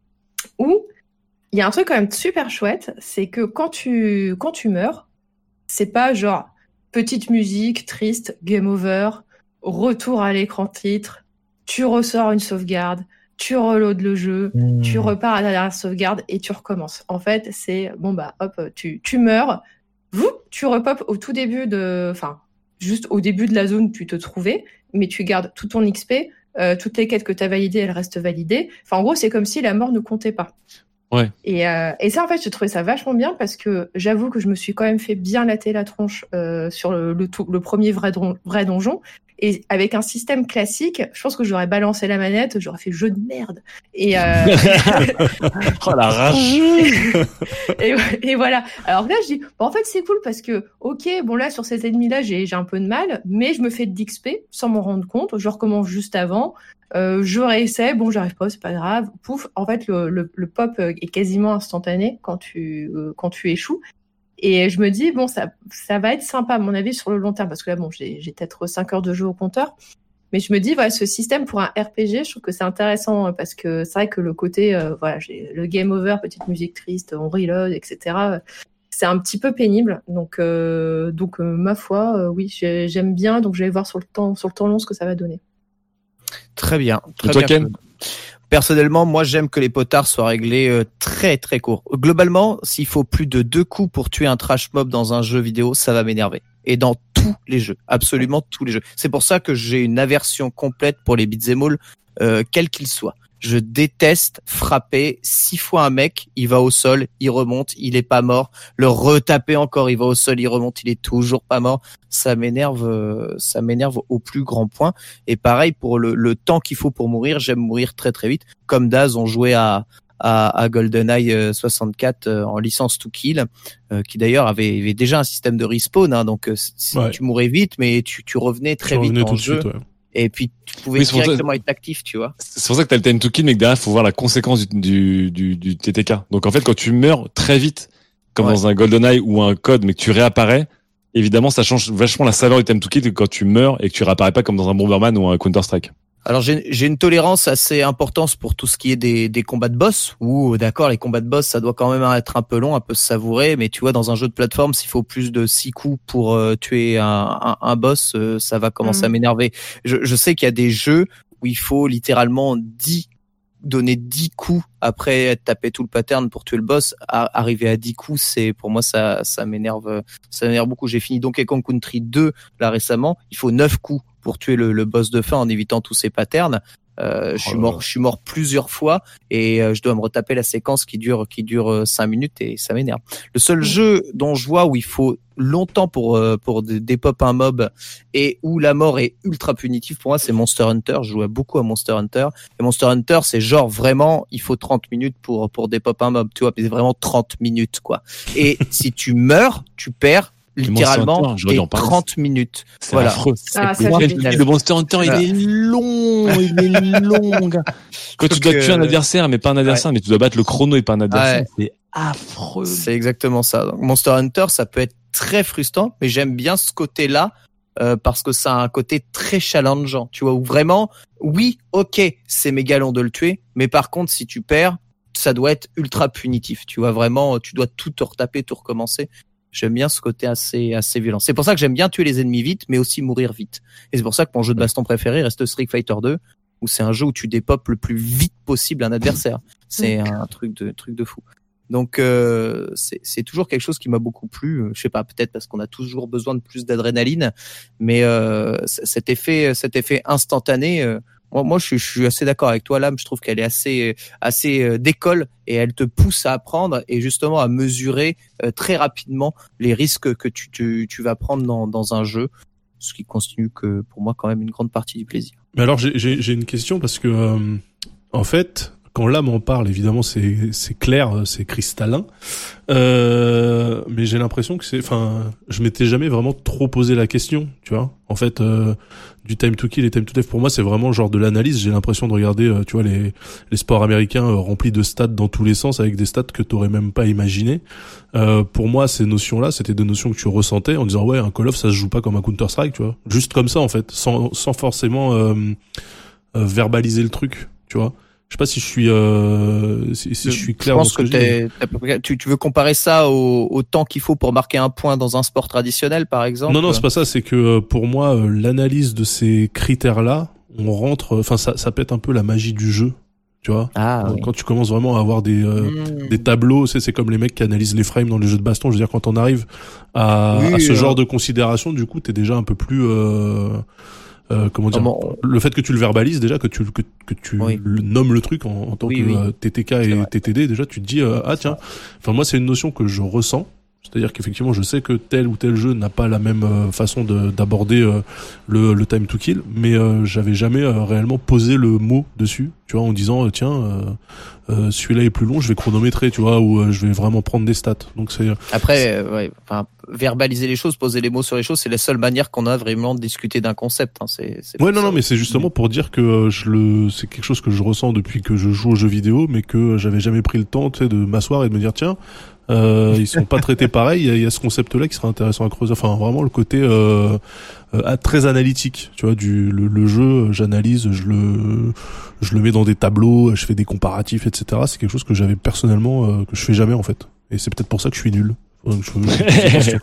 où il y a un truc quand même super chouette, c'est que quand tu, quand tu meurs, c'est pas genre petite musique, triste, game over, retour à l'écran titre, tu ressors une sauvegarde, tu reloads le jeu, tu repars à la dernière sauvegarde et tu recommences. En fait, c'est bon bah hop, tu tu meurs, vous, tu repopes au tout début de, enfin juste au début de la zone où tu te trouvais, mais tu gardes tout ton X P, euh, toutes les quêtes que tu as validées, elles restent validées. Enfin en gros, c'est comme si la mort ne comptait pas. Ouais. Et, euh, et ça, en fait, je trouvais ça vachement bien parce que j'avoue que je me suis quand même fait bien latter la tronche euh, sur le, le, tout, le premier vrai, don, vrai donjon. Et avec un système classique, je pense que j'aurais balancé la manette, j'aurais fait jeu de merde. Et, euh... Oh la rage. et, et voilà. Alors là, je dis, bon, en fait, c'est cool parce que, ok, bon là, sur ces ennemis-là, j'ai, j'ai un peu de mal, mais je me fais d'X P sans m'en rendre compte. Je recommence juste avant. Euh, je réessaie, bon, j'arrive pas, c'est pas grave. Pouf, en fait, le, le, le pop est quasiment instantané quand tu, euh, quand tu échoues. Et je me dis, bon, ça, ça va être sympa, à mon avis, sur le long terme, parce que là, bon, j'ai, j'ai peut-être cinq heures de jeu au compteur. Mais je me dis, voilà, ce système pour un R P G, je trouve que c'est intéressant, parce que c'est vrai que le côté, euh, voilà, j'ai le game over, petite musique triste, on reload, et cetera, c'est un petit peu pénible. Donc, euh, donc euh, ma foi, euh, oui, j'ai, j'aime bien, donc je vais voir sur le temps, sur le temps long ce que ça va donner. Très bien. Très Et toi, bien. Ken ? Personnellement, moi, j'aime que les potards soient réglés euh, très très courts. Globalement, s'il faut plus de deux coups pour tuer un trash mob dans un jeu vidéo, ça va m'énerver. Et dans tous les jeux, absolument tous les jeux. C'est pour ça que j'ai une aversion complète pour les beat'em all, euh, quels qu'ils soient. Je déteste frapper six fois un mec, il va au sol, il remonte, il est pas mort. Le retaper encore, il va au sol, il remonte, il est toujours pas mort. Ça m'énerve, euh, ça m'énerve au plus grand point. Et pareil pour le, le temps qu'il faut pour mourir, j'aime mourir très très vite. Comme Daz, on jouait à à, à GoldenEye soixante-quatre euh, en licence to kill, euh, qui d'ailleurs avait, avait déjà un système de respawn. Hein, donc euh, Ouais. tu mourais vite, mais tu, tu revenais très Je vite revenais en tout de jeu. suite, ouais. Et puis tu pouvais Oui, c'est pour ça- directement être actif, tu vois. C'est pour ça que t'as le time to kill, mais que derrière, faut voir la conséquence du, du, du, du T T K. Donc en fait, quand tu meurs très vite, comme Ouais. dans un GoldenEye ou un code, mais que tu réapparais, évidemment, ça change vachement la saveur du time to kill que quand tu meurs et que tu réapparais pas comme dans un Bomberman ou un Counter-Strike. Alors j'ai j'ai une tolérance assez importante pour tout ce qui est des, des combats de boss, où d'accord, les combats de boss ça doit quand même être un peu long, un peu se savourer, mais tu vois, dans un jeu de plateforme, s'il faut plus de six coups pour euh, tuer un, un, un boss, euh, ça va commencer Mhm. à m'énerver. Je, je sais qu'il y a des jeux où il faut littéralement dix donner dix coups après être tapé tout le pattern pour tuer le boss, à, arriver à dix coups, c'est pour moi ça ça m'énerve ça m'énerve beaucoup. J'ai fini Donkey Kong Country deux là récemment, il faut neuf coups pour tuer le, le boss de fin en évitant tous ces patterns. Euh, je suis mort, je suis mort plusieurs fois et euh, je dois me retaper la séquence qui dure qui dure cinq minutes et ça m'énerve. Le seul jeu dont je vois où il faut longtemps pour euh, pour dépop un mob et où la mort est ultra punitive pour moi, c'est Monster Hunter. Je jouais beaucoup à Monster Hunter et Monster Hunter, c'est genre vraiment il faut trente minutes pour pour dépop un mob, tu vois, c'est vraiment trente minutes quoi. Et si tu meurs, tu perds littéralement Hunter, tes trente minutes. C'est voilà. affreux. Ah, C'est ça, le, génial. le Monster Hunter, Voilà. il est long, il est long, gars. Quand tu Donc, dois tuer un euh, adversaire, mais pas un adversaire, mais tu dois battre le chrono et pas un adversaire, Ouais. c'est affreux. C'est exactement ça. Donc, Monster Hunter, ça peut être très frustrant, mais j'aime bien ce côté-là euh, parce que ça a un côté très challengeant. Tu vois, où vraiment, oui, ok, c'est méga long de le tuer, mais par contre, si tu perds, ça doit être ultra punitif. Tu vois, vraiment, tu dois tout te retaper, tout recommencer. J'aime bien ce côté assez assez violent. C'est pour ça que j'aime bien tuer les ennemis vite, mais aussi mourir vite. Et c'est pour ça que mon jeu de baston préféré reste Street Fighter deux, où c'est un jeu où tu dépopes le plus vite possible un adversaire. C'est un truc de truc de fou. Donc euh, c'est c'est toujours quelque chose qui m'a beaucoup plu. Je sais pas, peut-être parce qu'on a toujours besoin de plus d'adrénaline, mais euh, cet effet cet effet instantané. Euh, Moi, moi, je suis, je suis assez d'accord avec toi, Lame. Je trouve qu'elle est assez, assez euh, d'école et elle te pousse à apprendre et justement à mesurer euh, très rapidement les risques que tu, tu, tu vas prendre dans, dans un jeu, ce qui constitue que pour moi quand même une grande partie du plaisir. Mais alors j'ai j'ai j'ai une question parce que euh, en fait quand Lame en parle évidemment c'est c'est clair, c'est cristallin, euh, mais j'ai l'impression que c'est, enfin je m'étais jamais vraiment trop posé la question, tu vois. En fait euh, du time to kill et time to death pour moi c'est vraiment genre de l'analyse. J'ai l'impression de regarder euh, tu vois les les sports américains euh, remplis de stats dans tous les sens avec des stats que t'aurais même pas imaginé. Euh, pour moi ces notions là c'était des notions que tu ressentais en disant ouais un Call of ça se joue pas comme un Counter Strike, tu vois, juste comme ça en fait, sans sans forcément euh, euh, verbaliser le truc, tu vois. Je sais pas si je suis euh, si, si je suis clair je dans pense ce que, que, je dis. t'es, t'as- tu, tu veux comparer ça au, au temps qu'il faut pour marquer un point dans un sport traditionnel, par exemple? Non non c'est pas ça, c'est que euh, pour moi euh, l'analyse de ces critères là, on rentre, enfin ça ça pète un peu la magie du jeu, tu vois. Ah, oui. Quand tu commences vraiment à avoir des euh, Mmh. des tableaux, c'est c'est comme les mecs qui analysent les frames dans les jeux de baston. Je veux dire quand on arrive à, Oui, à ce euh, genre de considération, du coup t'es déjà un peu plus euh, euh, comment dire, Comment- le fait que tu le verbalises déjà, que tu que, que tu Oui. le nommes le truc en, en tant Oui, que oui. euh, T T K C'est et vrai. T T D, déjà tu te dis euh, ah tiens, enfin moi c'est une notion que je ressens, c'est-à-dire qu'effectivement je sais que tel ou tel jeu n'a pas la même euh, façon de d'aborder euh, le le time to kill, mais euh, j'avais jamais euh, réellement posé le mot dessus, tu vois, en disant euh, tiens euh, euh, celui-là est plus long, je vais chronométrer, tu vois, ou euh, je vais vraiment prendre des stats. Donc c'est Après, euh, ouais, enfin, verbaliser les choses, poser les mots sur les choses, c'est la seule manière qu'on a vraiment de discuter d'un concept. Hein. C'est, c'est ouais pour non ça. non mais c'est justement pour dire que euh, je le c'est quelque chose que je ressens depuis que je joue aux jeux vidéo, mais que j'avais jamais pris le temps, tu sais, de m'asseoir et de me dire tiens euh, ils sont pas traités pareil, il y a, il y a ce concept là qui serait intéressant à creuser, enfin vraiment le côté euh, euh, très analytique, tu vois, du le, le jeu, j'analyse, je le je le mets dans des tableaux, je fais des comparatifs, etc. C'est quelque chose que j'avais personnellement euh, que je fais jamais en fait, et c'est peut-être pour ça que je suis nul. Donc, je- je-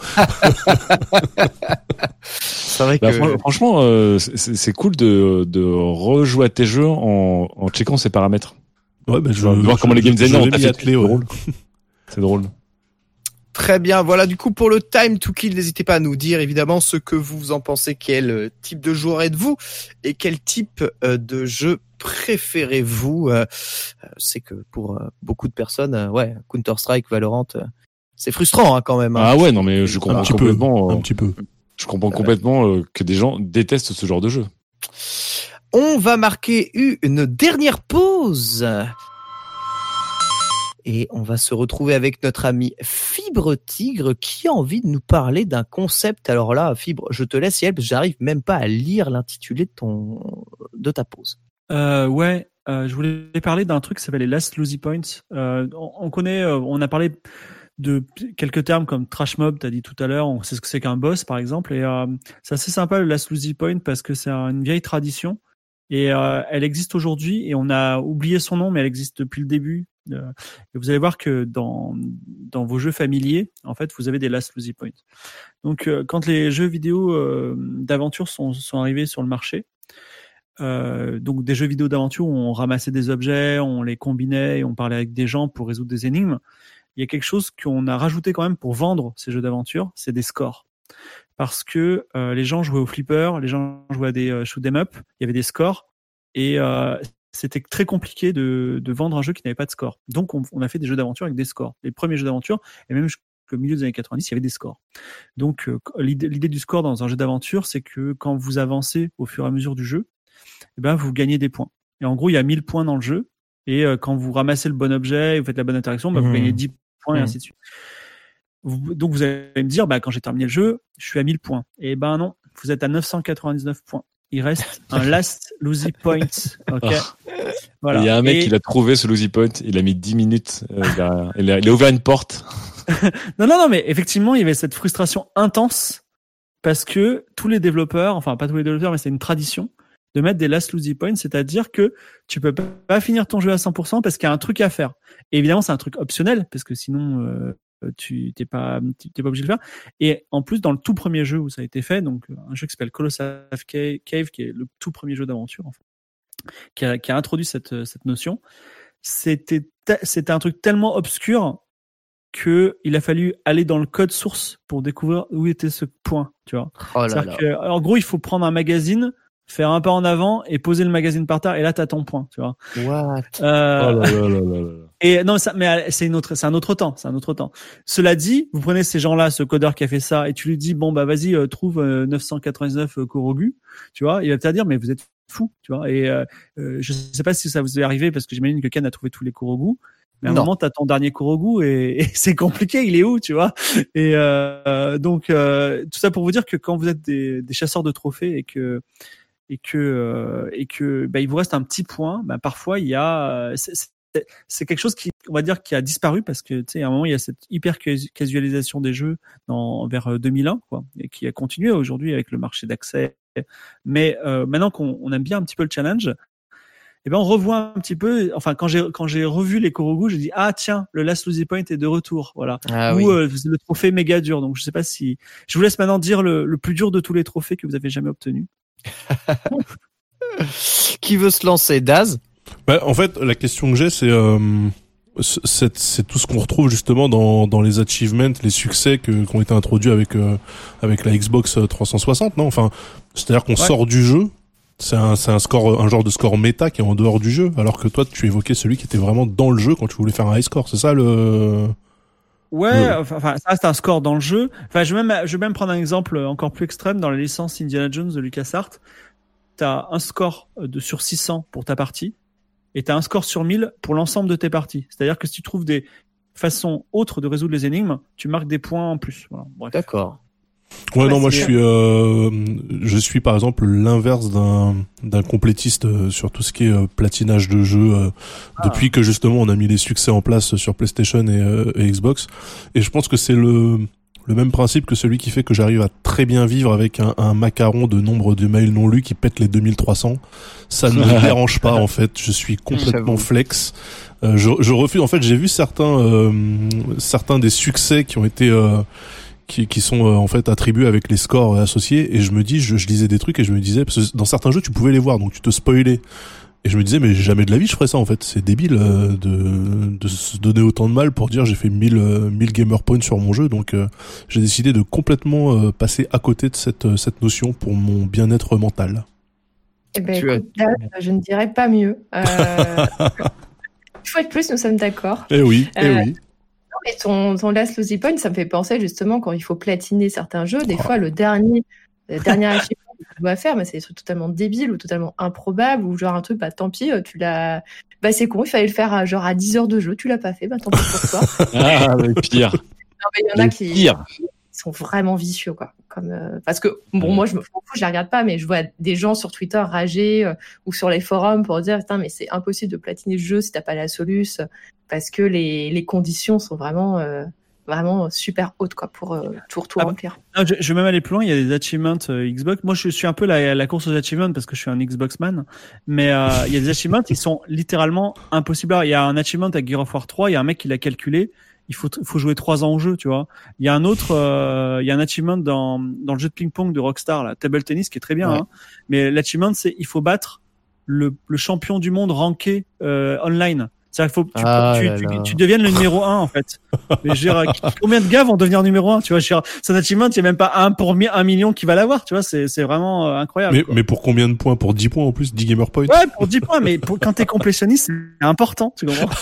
C'est vrai Bah, que fran- franchement, euh, c'est c'est cool de, de rejouer à tes jeux en, en checkant ces paramètres. ouais ben je Tu vas voir comment les game je- je designers ont vais m'y fait. atteler, C'est ouais. drôle. C'est drôle. très bien. Voilà, du coup, pour le time to kill, n'hésitez pas à nous dire évidemment ce que vous en pensez, quel euh, type de joueur êtes-vous et quel type euh, de jeu préférez-vous. Euh, euh, c'est que pour euh, beaucoup de personnes, euh, ouais, Counter-Strike, Valorant, euh, c'est frustrant hein, quand même. Hein. Ah ouais, non mais je Un comprends petit peu, complètement. euh, un petit peu. Je comprends complètement euh, que des gens détestent ce genre de jeu. On va marquer une dernière pause. Et on va se retrouver avec notre ami Fibre Tigre qui a envie de nous parler d'un concept. Alors là, Fibre, je te laisse y aller parce que j'arrive même pas à lire l'intitulé de ton de ta pause. Euh, ouais, euh, je voulais parler d'un truc qui s'appelle les Last Lossy Points. Euh, on, on connaît, euh, on a parlé de quelques termes comme Trash Mob, t'as dit tout à l'heure, on sait ce que c'est qu'un boss par exemple, et euh, c'est assez sympa le Last Lossy Point parce que c'est une vieille tradition et euh, elle existe aujourd'hui et on a oublié son nom mais elle existe depuis le début. Euh, et vous allez voir que dans dans vos jeux familiers, en fait, vous avez des Last Lossy Points. Donc euh, quand les jeux vidéo euh, d'aventure sont sont arrivés sur le marché, euh, donc des jeux vidéo d'aventure où on ramassait des objets, on les combinait et on parlait avec des gens pour résoudre des énigmes. Il y a quelque chose qu'on a rajouté quand même pour vendre ces jeux d'aventure, c'est des scores. Parce que euh, les gens jouaient au flipper, les gens jouaient à des euh, shoot 'em up, il y avait des scores et euh, c'était très compliqué de, de vendre un jeu qui n'avait pas de score. Donc on, on a fait des jeux d'aventure avec des scores. Les premiers jeux d'aventure, et même jusqu'au milieu des années quatre-vingt-dix, il y avait des scores. Donc euh, l'idée, l'idée du score dans un jeu d'aventure, c'est que quand vous avancez au fur et à mesure du jeu, eh ben, vous gagnez des points. Et en gros, il y a mille points dans le jeu. Et euh, quand vous ramassez le bon objet et vous faites la bonne interaction, bah, mmh. vous gagnez dix points mmh. et ainsi de suite. Vous, donc vous allez me dire, bah, quand j'ai terminé le jeu, je suis à mille points. Et ben non, vous êtes à neuf cent quatre-vingt-dix-neuf points. Il reste un last losing point. Okay. Voilà. Il y a un mec et... qui l'a trouvé ce losing point. Il a mis dix minutes. Euh, il, a, il, a, il a ouvert une porte. non, non, non, mais effectivement, il y avait cette frustration intense parce que tous les développeurs, enfin pas tous les développeurs, mais c'est une tradition de mettre des last losing points, c'est-à-dire que tu peux pas finir ton jeu à cent pour cent parce qu'il y a un truc à faire. Et évidemment, c'est un truc optionnel parce que sinon, euh, tu t'es pas, t'es pas obligé de le faire. Et en plus, dans le tout premier jeu où ça a été fait, donc un jeu qui s'appelle Colossal Cave, qui est le tout premier jeu d'aventure, en fait, qui a, qui a introduit cette, cette notion, c'était, c'était un truc tellement obscur que il a fallu aller dans le code source pour découvrir où était ce point, tu vois. Oh là C'est-à-dire là. que, en gros, il faut prendre un magazine, faire un pas en avant et poser le magazine par terre et là t'as ton point, tu vois. What? Euh, oh là là là là là. Et non, ça, mais c'est une autre, c'est un autre temps, c'est un autre temps. Cela dit, vous prenez ces gens-là, ce codeur qui a fait ça, et tu lui dis bon bah vas-y euh, trouve euh, neuf cent quatre-vingt-dix-neuf euh, Korogu, tu vois, il va te dire mais vous êtes fou, tu vois. Et euh, euh, je sais pas si ça vous est arrivé parce que j'imagine que Ken a trouvé tous les Korogu. Mais à un non. moment, t'as ton dernier Korogu et, et c'est compliqué, il est où, tu vois. Et euh, donc euh, tout ça pour vous dire que quand vous êtes des, des chasseurs de trophées et que et que euh, et que bah, il vous reste un petit point, bah, parfois il y a c'est, c'est, c'est quelque chose qui, on va dire, qui a disparu parce que tu sais à un moment il y a cette hyper casualisation des jeux dans vers deux mille un quoi et qui a continué aujourd'hui avec le marché d'accès. Mais euh, maintenant qu'on on aime bien un petit peu le challenge, eh ben on revoit un petit peu. Enfin quand j'ai quand j'ai revu les Korogu, j'ai dit ah tiens le last losing point est de retour, voilà. Ah, Ou oui. euh, le trophée méga dur. Donc je sais pas si je vous laisse maintenant dire le, le plus dur de tous les trophées que vous avez jamais obtenu. Qui veut se lancer, Daz? Bah, en fait, la question que j'ai, c'est, euh, c'est, c'est tout ce qu'on retrouve justement dans, dans les achievements, les succès que, qui ont été introduits avec, euh, avec la Xbox trois cent soixante, non? Enfin, c'est-à-dire qu'on ouais. sort du jeu, c'est un, c'est un score, un genre de score méta qui est en dehors du jeu, alors que toi, tu évoquais celui qui était vraiment dans le jeu quand tu voulais faire un high score, c'est ça le... Ouais, le... enfin, ça c'est un score dans le jeu. Enfin, je vais même, je vais même prendre un exemple encore plus extrême dans la licence Indiana Jones de LucasArts. T'as un score de sur six cents pour ta partie et t'as un score sur mille pour l'ensemble de tes parties. C'est-à-dire que si tu trouves des façons autres de résoudre les énigmes, tu marques des points en plus. Voilà. Bref. D'accord. Ouais, ouais non, moi je suis, euh, je suis par exemple l'inverse d'un d'un complétiste euh, sur tout ce qui est euh, platinage de jeux euh, ah. depuis que justement on a mis les succès en place sur PlayStation et, euh, et Xbox. Et je pense que c'est le le même principe que celui qui fait que j'arrive à très bien vivre avec un, un macaron de nombre de mails non lus qui pète les deux mille trois cents. Ça ne me dérange pas en fait. Je suis complètement flex. Euh, je, je refuse. En fait, j'ai vu certains euh, certains des succès qui ont été euh, qui, qui sont euh, en fait attribués avec les scores associés et je me dis, je, je lisais des trucs et je me disais, parce que dans certains jeux tu pouvais les voir donc tu te spoilais et je me disais mais jamais de la vie je ferais ça en fait, c'est débile euh, de, de se donner autant de mal pour dire j'ai fait mille, euh, mille gamer points sur mon jeu donc euh, j'ai décidé de complètement euh, passer à côté de cette, cette notion pour mon bien-être mental. Eh ben, écoute, là, je ne dirais pas mieux. Euh... Une fois de plus, nous sommes d'accord. Eh oui, eh euh... oui. Et ton, ton Last Losing Point, ça me fait penser justement quand il faut platiner certains jeux. Des oh. fois, le dernier, le dernier achievement que tu dois faire, bah, c'est des trucs totalement débiles ou totalement improbables ou genre un truc, bah tant pis, tu l'as. Bah c'est con, il fallait le faire à, genre à dix heures de jeu, tu l'as pas fait, bah tant pis pour toi. Ah, le pire. Non, mais il y en a le qui, pire. qui sont vraiment vicieux, quoi. Comme, euh, parce que, bon, ouais. moi, je me fous, je les regarde pas, mais je vois des gens sur Twitter rager euh, ou sur les forums pour dire, putain, mais c'est impossible de platiner le jeu si t'as pas la soluce, parce que les, les conditions sont vraiment, euh, vraiment super hautes, quoi, pour euh, tout, tout ah, remplir. Non, je, je vais même aller plus loin, il y a des achievements euh, Xbox. Moi, je suis un peu la, la course aux achievements parce que je suis un Xbox-man, mais euh, il y a des achievements qui sont littéralement impossibles. Alors, il y a un achievement à Gears of War trois, il y a un mec qui l'a calculé. Il faut, faut jouer trois ans au jeu, tu vois. Il y a un autre, euh, il y a un achievement dans, dans le jeu de ping-pong de Rockstar, là, Table Tennis, qui est très bien, ouais. hein. Mais l'achievement, c'est, il faut battre le, le champion du monde ranké euh, online. C'est-à-dire qu'il faut que tu, Ah tu, là tu, là. tu deviennes le numéro un, en fait. Mais je veux dire, combien de gars vont devenir numéro un? Tu vois, je veux dire, son achievement, il n'y a même pas un pour mi- un million qui va l'avoir. Tu vois, c'est, c'est vraiment euh, incroyable. Mais, quoi. mais pour combien de points? Pour dix points en plus, dix gamer points? Ouais, pour dix points, mais pour, quand t'es complétionniste, c'est important, tu comprends?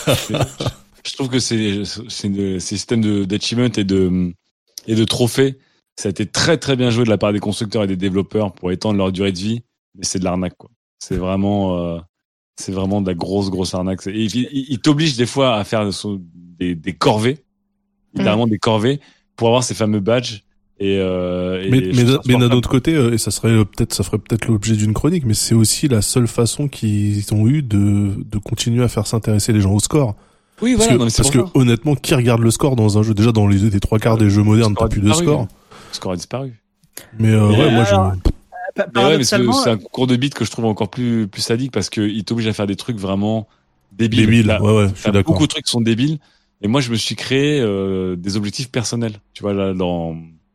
Je trouve que c'est, c'est une, ces systèmes de, d'achievement et de, et de trophées, ça a été très très bien joué de la part des constructeurs et des développeurs pour étendre leur durée de vie, mais c'est de l'arnaque, quoi. C'est vraiment, euh, c'est vraiment de la grosse grosse arnaque. Et il, il, il t'oblige des fois à faire des, des corvées, littéralement mmh. des corvées, pour avoir ces fameux badges. Et, euh, et mais mais, mais d'un autre comme... côté, euh, et ça serait euh, peut-être, ça ferait peut-être l'objet d'une chronique, mais c'est aussi la seule façon qu'ils ont eu de de continuer à faire s'intéresser les gens au score. Oui, parce voilà. que, Non, mais c'est parce que ça. honnêtement, qui regarde le score dans un jeu? Déjà dans les, les trois quarts des jeux modernes, t'as plus de score. Le score a disparu. Mais euh, mais ouais, moi alors, je. Mais ouais, mais c'est, c'est un cours de bits que je trouve encore plus plus sadique parce que il t'oblige à faire des trucs vraiment débiles. Débiles, là, ouais, ouais, je suis d'accord. Beaucoup de trucs sont débiles. Et moi, je me suis créé euh, des objectifs personnels. Tu vois là dans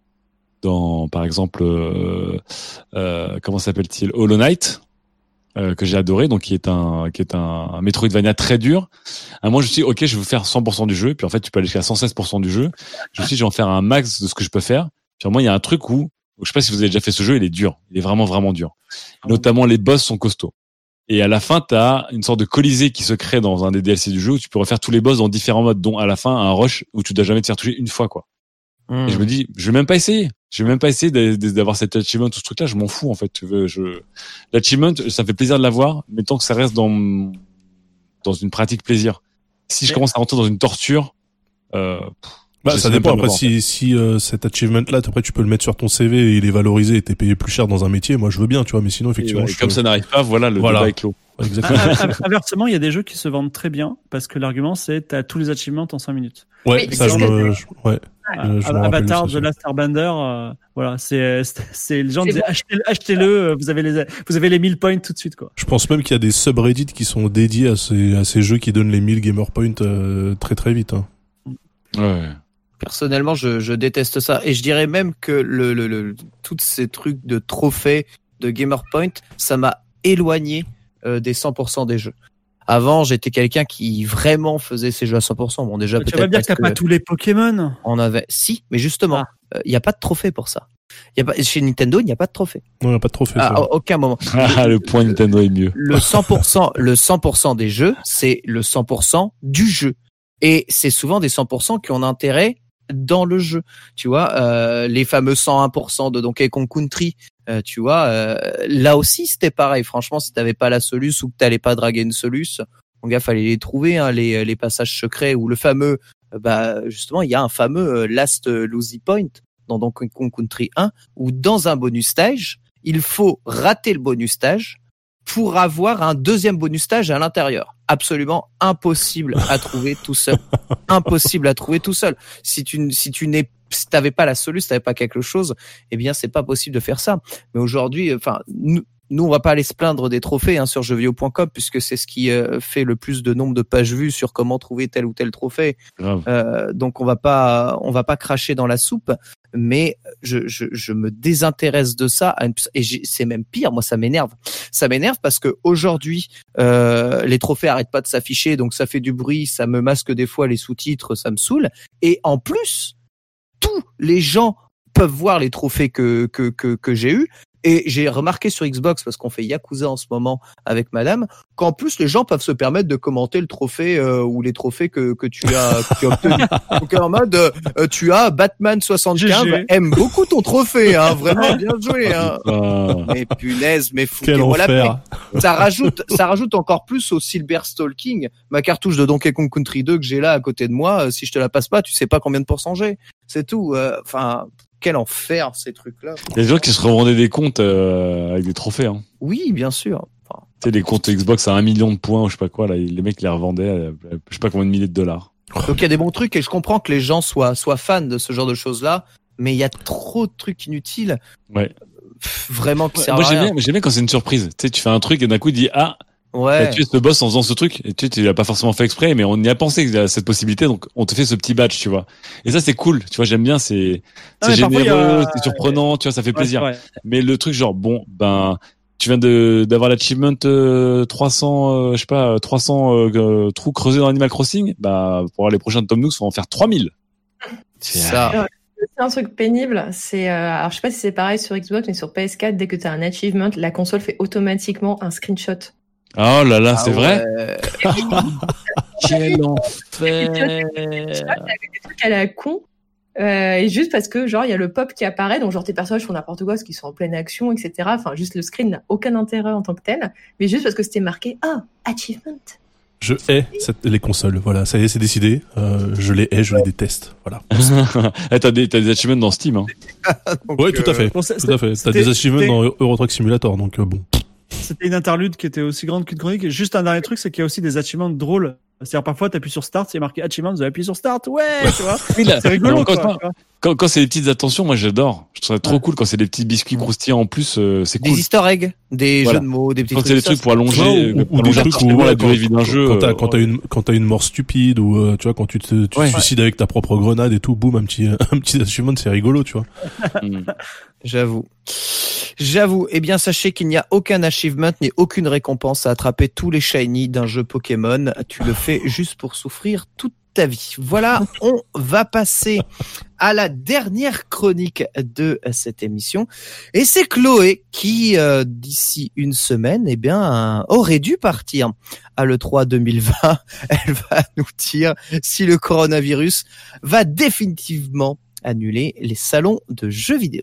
dans par exemple euh, euh, comment s'appelle-t-il, Hollow Knight. Euh, que j'ai adoré, donc qui est un qui est un, un Metroidvania très dur. À moi, je me suis dit, ok, je veux faire cent pour cent du jeu, puis en fait, tu peux aller jusqu'à cent seize pour cent du jeu. Je me suis dit, je vais en faire un max de ce que je peux faire. Puis moi, il y a un truc où, je sais pas si vous avez déjà fait ce jeu, il est dur, il est vraiment vraiment dur. Notamment, les boss sont costauds. Et à la fin, t'as une sorte de colisée qui se crée dans un des D L C du jeu où tu peux refaire tous les boss dans différents modes, dont à la fin un rush où tu dois jamais te faire toucher une fois, quoi. Mmh. Et je me dis, je vais même pas essayer. Je vais même pas essayer d'avoir cet achievement, tout ce truc-là. Je m'en fous, en fait. Tu veux, je, l'achievement, ça me fait plaisir de l'avoir, mais tant que ça reste dans, dans une pratique plaisir. Si je commence à rentrer dans une torture, euh, bah, ça dépend. Après, si, si, euh, cet achievement-là, après, tu peux le mettre sur ton C V et il est valorisé et t'es payé plus cher dans un métier. Moi, je veux bien, tu vois, mais sinon, effectivement, et ouais, je comme peux... ça n'arrive pas, voilà, le voilà. débat est clos. Exactement. Inversement, il y a des jeux qui se vendent très bien parce que l'argument c'est t'as tous les achievements en cinq minutes. Ouais, oui, ça je me, je, ouais. Ah, euh, je Avatar, The Last Airbender, euh, voilà, c'est c'est les gens disaient bon. achetez-le, achetez-le, vous avez les vous avez les mille points tout de suite, quoi. Je pense même qu'il y a des subreddits qui sont dédiés à ces à ces jeux qui donnent les mille gamer points euh, très très vite. Hein. Ouais. Personnellement, je, je déteste ça. Et je dirais même que le, le, le, tous ces trucs de trophées, de gamer point, ça m'a éloigné euh, des cent pour cent des jeux. Avant, j'étais quelqu'un qui vraiment faisait ses jeux à cent pour cent. Bon, déjà, tu peut-être. Tu vas dire qu'il n'y a pas tous les Pokémon? On avait, si, mais justement, il ah. n'y euh, a pas de trophée pour ça. Y a pas, chez Nintendo, il n'y a pas de trophée. Non, il n'y a pas de trophée. À aucun moment. Ah, le point Nintendo est mieux. Le cent pour cent, le cent pour cent des jeux, c'est le cent pour cent du jeu. Et c'est souvent des cent pour cent qui ont intérêt dans le jeu, tu vois, euh, les fameux cent un pour cent de Donkey Kong Country, euh, tu vois, euh, là aussi c'était pareil. Franchement, si t'avais pas la soluce ou que t'allais pas draguer une soluce, mon gars, fallait les trouver, hein, les les passages secrets ou le fameux, bah justement, il y a un fameux Last Lucy Point dans Donkey Kong Country un où dans un bonus stage, il faut rater le bonus stage pour avoir un deuxième bonus stage à l'intérieur. Absolument impossible à trouver tout seul. Impossible à trouver tout seul. Si tu, si tu n'es, si t'avais pas la solution, si t'avais pas quelque chose, eh bien, c'est pas possible de faire ça. Mais aujourd'hui, enfin, nous, nous, on va pas aller se plaindre des trophées, hein, sur jeux vidéo point com puisque c'est ce qui euh, fait le plus de nombre de pages vues sur comment trouver tel ou tel trophée. Euh, donc, on va pas, on va pas cracher dans la soupe. Mais je, je, je me désintéresse de ça et c'est même pire. Moi, ça m'énerve. Ça m'énerve parce que aujourd'hui, euh, les trophées arrêtent pas de s'afficher, donc ça fait du bruit, ça me masque des fois les sous-titres, ça me saoule. Et en plus, tous les gens peuvent voir les trophées que que que, que j'ai eus. Et j'ai remarqué sur Xbox, parce qu'on fait Yakuza en ce moment avec madame, qu'en plus les gens peuvent se permettre de commenter le trophée euh, ou les trophées que que tu as, que tu as obtenus. Donc en mode, euh, tu as Batman soixante-quinze, aime beaucoup ton trophée, hein, vraiment bien joué. Hein. Mais punaise, mais foutez-moi la paix. Ça rajoute, ça rajoute encore plus au Silver Stalking, ma cartouche de Donkey Kong Country deux que j'ai là à côté de moi. Si je te la passe pas, tu sais pas combien de pourcents j'ai. C'est tout. Enfin. Euh, Quel enfer ces trucs-là. Il y a des gens qui se revendaient des comptes euh, avec des trophées. Hein. Oui, bien sûr. Enfin, tu sais, les comptes Xbox à un million de points ou je sais pas quoi, là, les mecs les revendaient à, je sais pas combien de milliers de dollars. Donc il y a des bons trucs et je comprends que les gens soient soient fans de ce genre de choses-là, mais il y a trop de trucs inutiles. Ouais. Pff, vraiment qui servent Moi à j'aime rien. bien, j'aime bien quand c'est une surprise. Tu sais, tu fais un truc et d'un coup tu dis ah. Ouais. Tu tué ce boss en faisant ce truc et tu sais, tu l'as pas forcément fait exprès, mais on y a pensé qu'il y a cette possibilité, donc on te fait ce petit badge, tu vois. Et ça c'est cool, tu vois, j'aime bien, c'est Ah, c'est généreux, a... c'est surprenant, tu vois, ça fait plaisir. Ouais, ouais. Mais le truc genre bon, ben tu viens de d'avoir l'achievement euh, trois cents, euh, je sais pas, trois cents euh, trous creusés dans Animal Crossing. Bah pour les prochains Tom Nook, faut en faire trois mille. C'est ça. C'est un truc pénible. C'est euh, alors je sais pas si c'est pareil sur Xbox, mais sur P S quatre, dès que tu as un achievement, la console fait automatiquement un screenshot. Oh là là, c'est Ah vrai. ouais. Quel enfer. Des trucs à la con. Euh, et juste parce que genre il y a le pop qui apparaît, donc genre tes personnages font n'importe quoi parce qu'ils sont en pleine action, et cetera. Enfin juste le screen n'a aucun intérêt en tant que tel, mais juste parce que c'était marqué ah achievement. Je hais cette, les consoles. Voilà, ça y est, c'est décidé. Euh, je les hais, je les déteste. Voilà. Eh, t'as des t'as des achievements dans Steam. Hein. Donc, Ouais, tout à fait. Bon, c'est- Tout à fait. T'as c'était- des achievements c'était- dans Euro Truck Simulator, donc euh, bon. C'était une interlude qui était aussi grande qu'une chronique. Et juste un dernier truc, c'est qu'il y a aussi des achievements drôles. C'est-à-dire parfois t'appuies sur Start, c'est marqué achievement, vous avez appuyé sur Start, ouais, tu vois. Oui, là, C'est rigolo non, quoi. quand, tu vois. quand, quand c'est des petites attentions, moi j'adore. Je trouve ça trop Ouais. cool quand c'est des petits biscuits croustillants en plus. Euh, c'est Des cool. easter eggs, des Voilà. jeux de mots, des petits Quand trucs. c'est des ça, trucs pour allonger, Non, euh, ou, pour ou des allonger trucs où artificiellement ouais, la durée de vie quand, d'un quand, jeu. quand t'as euh, quand t'as une quand t'as une mort stupide ou euh, tu vois quand tu te tu Ouais. suicides avec ta propre grenade et tout, boum, un petit un petit achievement, c'est rigolo, tu vois. mm. J'avoue. J'avoue. Eh bien, sachez qu'il n'y a aucun achievement ni aucune récompense à attraper tous les shiny d'un jeu Pokémon. Tu le fais juste pour souffrir toute ta vie. Voilà, on va passer à la dernière chronique de cette émission. Et c'est Chloé qui, euh, d'ici une semaine, eh bien, aurait dû partir à l'E trois deux mille vingt. Elle va nous dire si le coronavirus va définitivement annuler les salons de jeux vidéo.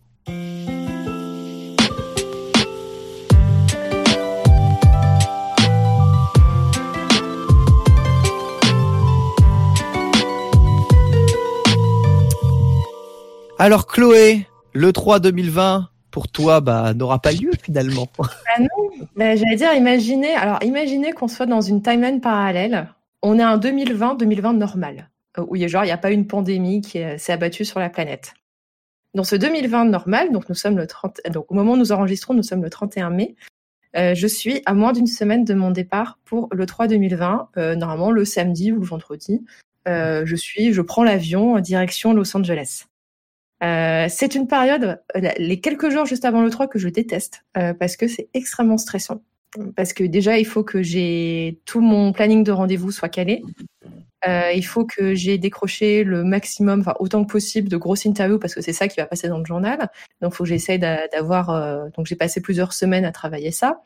Alors Chloé, l'E trois deux mille vingt, pour toi, bah, n'aura pas lieu finalement. Ben, j'allais dire, imaginez, alors imaginez qu'on soit dans une timeline parallèle. On est en deux mille vingt, deux mille vingt normal, euh, où il y a genre il n'y a pas une pandémie qui euh, s'est abattue sur la planète. Dans ce deux mille vingt normal, donc nous sommes le trente, donc au moment où nous enregistrons, nous sommes le trente et un mai. Euh, je suis à moins d'une semaine de mon départ pour l'E trois deux mille vingt, euh, normalement le samedi ou le vendredi. Euh, je suis, je prends l'avion en direction Los Angeles. Euh, c'est une période, les quelques jours juste avant l'E trois que je déteste, euh, parce que c'est extrêmement stressant. Parce que déjà, il faut que j'ai tout mon planning de rendez-vous soit calé. Euh, il faut que j'ai décroché le maximum, enfin autant que possible, de grosses interviews parce que c'est ça qui va passer dans le journal. Donc, il faut que j'essaye d'a- d'avoir. Euh, donc, j'ai passé plusieurs semaines à travailler ça.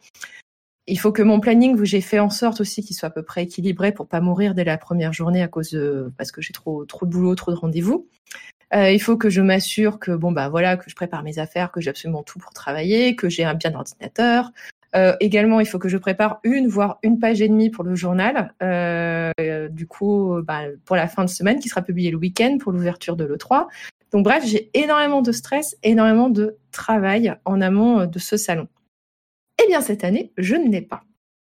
Il faut que mon planning, j'ai fait en sorte aussi qu'il soit à peu près équilibré pour pas mourir dès la première journée à cause de parce que j'ai trop trop de boulot, trop de rendez-vous. Euh, il faut que je m'assure que bon bah voilà que je prépare mes affaires, que j'ai absolument tout pour travailler, que j'ai un bien ordinateur. Euh, également, il faut que je prépare une voire une page et demie pour le journal. Euh, euh, du coup, bah, pour la fin de semaine, qui sera publié le week-end pour l'ouverture de l'E trois. Donc bref, j'ai énormément de stress, énormément de travail en amont de ce salon. Eh bien cette année, je ne l'ai pas.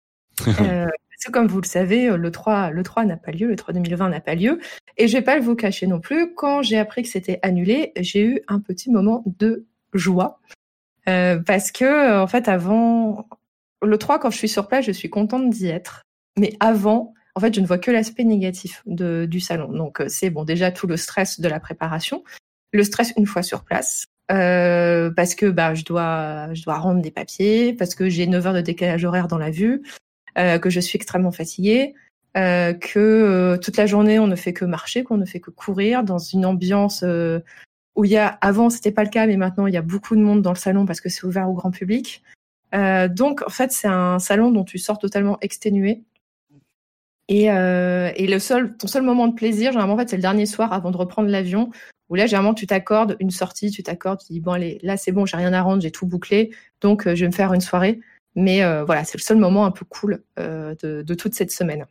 Euh, parce que comme vous le savez, l'E trois, l'E trois n'a pas lieu, l'E trois deux mille vingt n'a pas lieu. Et je vais pas vous cacher non plus, quand j'ai appris que c'était annulé, j'ai eu un petit moment de joie. Euh, parce que, en fait, avant, l'E trois, quand je suis sur place, je suis contente d'y être. Mais avant, en fait, je ne vois que l'aspect négatif de, du salon. Donc, c'est bon, déjà tout le stress de la préparation, le stress une fois sur place. Euh, parce que bah, je dois, je dois rendre des papiers, parce que j'ai neuf heures de décalage horaire dans la vue, euh, que je suis extrêmement fatiguée, euh, que euh, toute la journée on ne fait que marcher, qu'on ne fait que courir dans une ambiance euh, où il y a, avant c'était pas le cas, mais maintenant il y a beaucoup de monde dans le salon parce que c'est ouvert au grand public. Euh, donc en fait c'est un salon dont tu sors totalement exténué. Et, euh, et le seul, ton seul moment de plaisir, généralement en fait c'est le dernier soir avant de reprendre l'avion, où là généralement tu t'accordes une sortie, tu t'accordes, tu dis bon allez, là c'est bon, j'ai rien à rendre, j'ai tout bouclé, donc euh, je vais me faire une soirée. Mais euh, voilà, c'est le seul moment un peu cool euh, de, de toute cette semaine.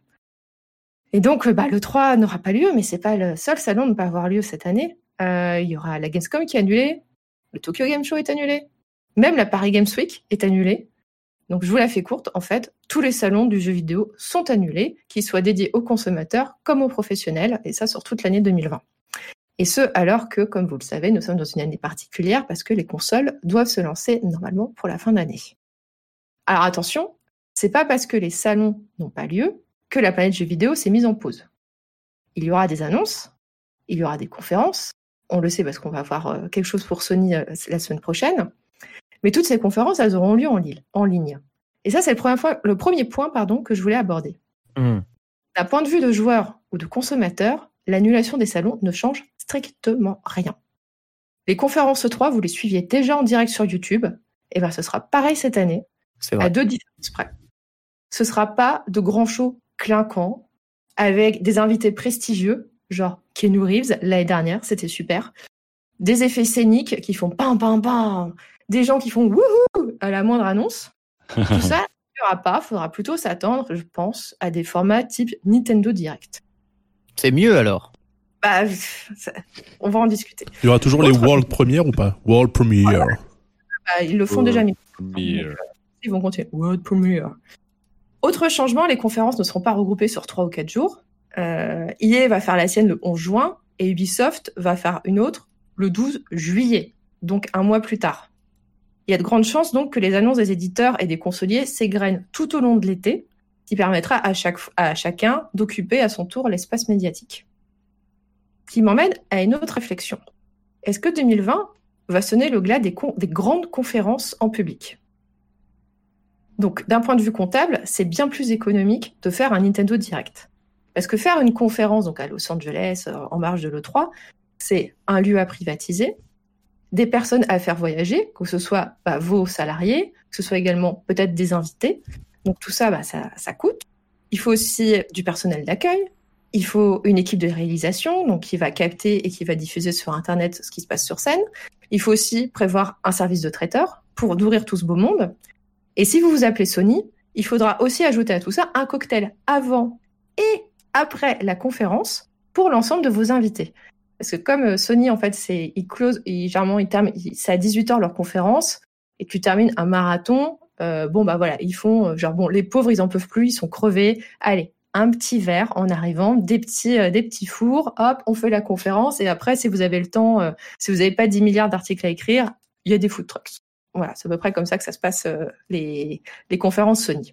Et donc, bah, l'E trois n'aura pas lieu, mais c'est pas le seul salon à ne pas avoir lieu cette année. Euh, il y aura la Gamescom qui est annulée, le Tokyo Game Show est annulé, même la Paris Games Week est annulée. Donc, je vous la fais courte. En fait, tous les salons du jeu vidéo sont annulés, qu'ils soient dédiés aux consommateurs comme aux professionnels, et ça sur toute l'année deux mille vingt. Et ce, alors que, comme vous le savez, nous sommes dans une année particulière parce que les consoles doivent se lancer normalement pour la fin d'année. Alors attention, c'est pas parce que les salons n'ont pas lieu que la planète jeux vidéo s'est mise en pause. Il y aura des annonces, il y aura des conférences, on le sait parce qu'on va avoir quelque chose pour Sony la semaine prochaine, Mais toutes ces conférences, elles auront lieu en, li- en ligne. Et ça, c'est le premier, fois, le premier point pardon, que je voulais aborder. Mmh. D'un point de vue de joueur ou de consommateur, l'annulation des salons ne change strictement rien. Les conférences E trois, vous les suiviez déjà en direct sur YouTube. Et bien, ce sera pareil cette année, C'est vrai. à deux différences près. Ce ne sera pas de grands shows clinquants avec des invités prestigieux, genre Keanu Reeves l'année dernière, c'était super. Des effets scéniques qui font pam pam pam, des gens qui font wouhou à la moindre annonce. Tout ça, il n'y aura pas. Il faudra plutôt s'attendre, je pense, à des formats type Nintendo Direct. C'est mieux alors. Bah, ça, on va en discuter. Il y aura toujours Autre- les World Premiere ou pas? World Premiere. Bah, ils le font déjà, mais Premiere. ils vont continuer. World Premiere. Autre changement, les conférences ne seront pas regroupées sur trois ou quatre jours. Euh, E A va faire la sienne le onze juin et Ubisoft va faire une autre le douze juillet, donc un mois plus tard. Il y a de grandes chances donc que les annonces des éditeurs et des consoliers s'égrènent tout au long de l'été, ce qui permettra à, chaque, à chacun d'occuper à son tour l'espace médiatique. Ce qui m'emmène à une autre réflexion. Est-ce que deux mille vingt va sonner le glas des, con- des grandes conférences en public ? Donc, d'un point de vue comptable, c'est bien plus économique de faire un Nintendo Direct. Parce que faire une conférence donc à Los Angeles, euh, en marge de l'E trois, c'est un lieu à privatiser, des personnes à faire voyager, que ce soit bah, vos salariés, que ce soit également peut-être des invités. Donc tout ça, bah, ça, ça coûte. Il faut aussi du personnel d'accueil. Il faut une équipe de réalisation, donc qui va capter et qui va diffuser sur Internet ce qui se passe sur scène. Il faut aussi prévoir un service de traiteur pour nourrir tout ce beau monde. Et si vous vous appelez Sony, il faudra aussi ajouter à tout ça un cocktail avant et après la conférence pour l'ensemble de vos invités. Parce que comme Sony, en fait, c'est, ils close, ils, généralement, ils terminent, c'est à dix-huit heures leur conférence, et tu termines un marathon, euh, bon, bah voilà, ils font, genre, bon, les pauvres, ils en peuvent plus, ils sont crevés. Allez, un petit verre en arrivant, des petits, euh, des petits fours, hop, on fait la conférence, et après, si vous avez le temps, euh, si vous n'avez pas dix milliards d'articles à écrire, il y a des food trucks. Voilà, c'est à peu près comme ça que ça se passe, euh, les, les conférences Sony.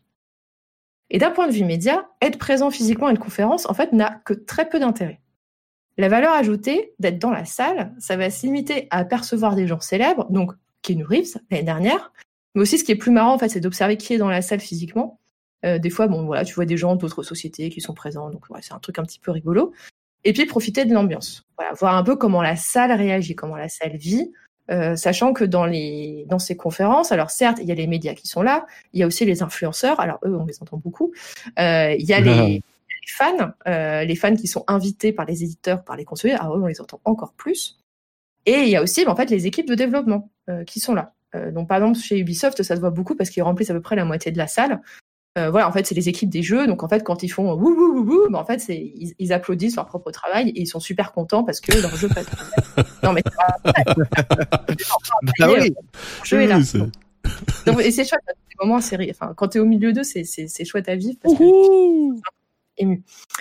Et d'un point de vue média, être présent physiquement à une conférence, en fait, n'a que très peu d'intérêt. La valeur ajoutée d'être dans la salle, ça va se limiter à apercevoir des gens célèbres, donc Keanu Reeves l'année dernière, mais aussi ce qui est plus marrant, en fait, c'est d'observer qui est dans la salle physiquement. Euh, des fois, bon, voilà, tu vois des gens d'autres sociétés qui sont présents, donc ouais, c'est un truc un petit peu rigolo. Et puis profiter de l'ambiance, voilà, voir un peu comment la salle réagit, comment la salle vit. Euh, sachant que dans les dans ces conférences, alors certes, il y a les médias qui sont là, il y a aussi les influenceurs, alors eux, on les entend beaucoup. Euh, il y a les, les fans, euh, les fans qui sont invités par les éditeurs, par les conseillers, alors eux, on les entend encore plus. Et il y a aussi, en fait, les équipes de développement euh, qui sont là. Euh, donc, par exemple, chez Ubisoft, ça se voit beaucoup parce qu'ils remplissent à peu près la moitié de la salle. Euh, voilà, en fait, c'est les équipes des jeux. Donc, en fait, quand ils font wouh wouh wouh wouh, ben, en fait, c'est ils, ils applaudissent leur propre travail et ils sont super contents parce que leur jeu passe. Non, mais c'est pas vrai. Bah oui. Le jeu est là. Oui, c'est- Donc, et c'est chouette. Des moments, c'est, enfin, quand t'es au milieu d'eux, c'est, c'est, c'est chouette à vivre parce que c'est ému.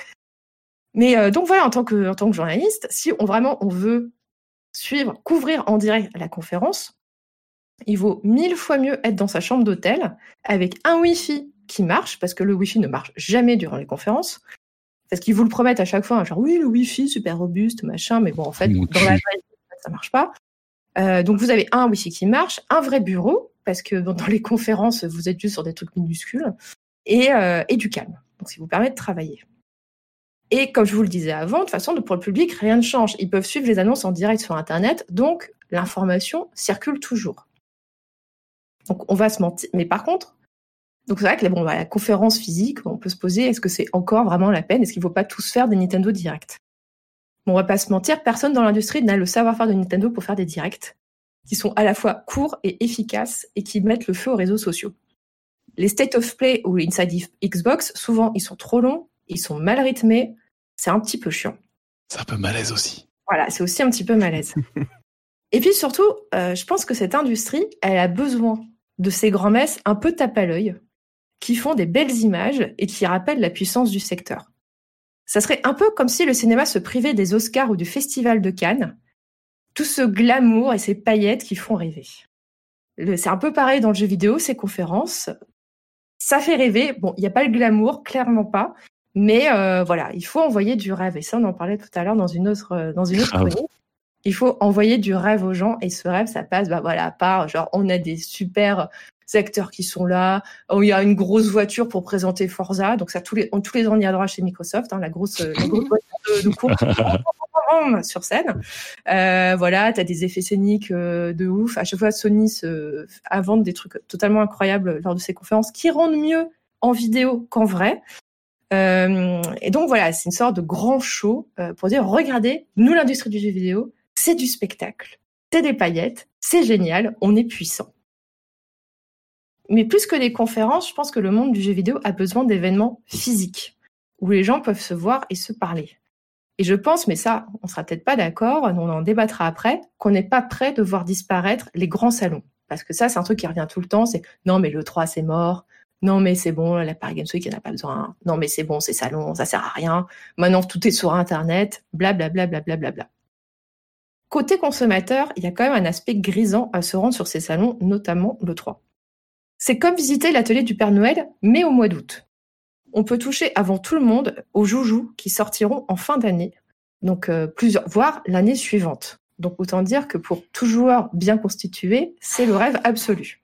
Mais euh, donc voilà, en tant que en tant que journaliste, si on vraiment on veut suivre, couvrir en direct la conférence, il vaut mille fois mieux être dans sa chambre d'hôtel avec un Wi-Fi qui marche, parce que le Wi-Fi ne marche jamais durant les conférences, parce qu'ils vous le promettent à chaque fois, hein, genre oui, le Wi-Fi super robuste, machin, mais bon, en fait, Mon dans cul. la vraie vie, ça marche pas. Euh, donc vous avez un Wi-Fi qui marche, un vrai bureau, parce que bon, dans les conférences, vous êtes juste sur des trucs minuscules, et, euh, et du calme, donc ça vous permet de travailler. Et comme je vous le disais avant, de toute façon, pour le public, rien ne change. Ils peuvent suivre les annonces en direct sur Internet, donc l'information circule toujours. Donc on va se mentir. Mais par contre, donc c'est vrai que bon, bah, la conférence physique, on peut se poser, est-ce que c'est encore vraiment la peine ? Est-ce qu'il ne faut pas tous faire des Nintendo Direct ? Bon, on va pas se mentir, personne dans l'industrie n'a le savoir-faire de Nintendo pour faire des directs qui sont à la fois courts et efficaces et qui mettent le feu aux réseaux sociaux. Les State of Play ou les Inside Xbox, souvent, ils sont trop longs, ils sont mal rythmés, c'est un petit peu chiant. C'est un peu malaise aussi. Voilà, c'est aussi un petit peu malaise. Et puis surtout, euh, je pense que cette industrie, elle a besoin de ces grands-messes un peu tape à l'œil, qui font des belles images et qui rappellent la puissance du secteur. Ça serait un peu comme si le cinéma se privait des Oscars ou du Festival de Cannes, tout ce glamour et ces paillettes qui font rêver. Le, c'est un peu pareil dans le jeu vidéo, ces conférences, ça fait rêver. Bon, il n'y a pas le glamour, clairement pas, mais euh, voilà, il faut envoyer du rêve. Et ça, on en parlait tout à l'heure dans une autre, dans une autre Ah oui. chronique. Il faut envoyer du rêve aux gens et ce rêve, ça passe, bah voilà, par genre on a des super acteurs qui sont là, il y a une grosse voiture pour présenter Forza, donc ça tous les tous les ans on y a droit chez Microsoft, hein, la grosse la grosse voiture de, de course sur scène. Euh, voilà, t'as des effets scéniques euh, de ouf. À chaque fois, Sony se invente des trucs totalement incroyables lors de ses conférences qui rendent mieux en vidéo qu'en vrai. Euh, et donc voilà, c'est une sorte de grand show euh, pour dire regardez, nous l'industrie du jeu vidéo, c'est du spectacle, c'est des paillettes, c'est génial, on est puissant. Mais plus que des conférences, je pense que le monde du jeu vidéo a besoin d'événements physiques où les gens peuvent se voir et se parler. Et je pense, mais ça, on sera peut-être pas d'accord, on en débattra après, qu'on n'est pas prêt de voir disparaître les grands salons. Parce que ça, c'est un truc qui revient tout le temps, c'est non, mais le trois, c'est mort. Non, mais c'est bon, la Paris Games Week, il n'y en a pas besoin. Non, mais c'est bon, ces salons, ça sert à rien. Maintenant, tout est sur Internet, blablabla. Bla, bla, bla, bla. Côté consommateur, il y a quand même un aspect grisant à se rendre sur ces salons, notamment le trois. C'est comme visiter l'atelier du Père Noël, mais au mois d'août. On peut toucher avant tout le monde aux joujoux qui sortiront en fin d'année, donc euh, plusieurs, voire l'année suivante. Donc autant dire que pour tout joueur bien constitué, c'est le rêve absolu.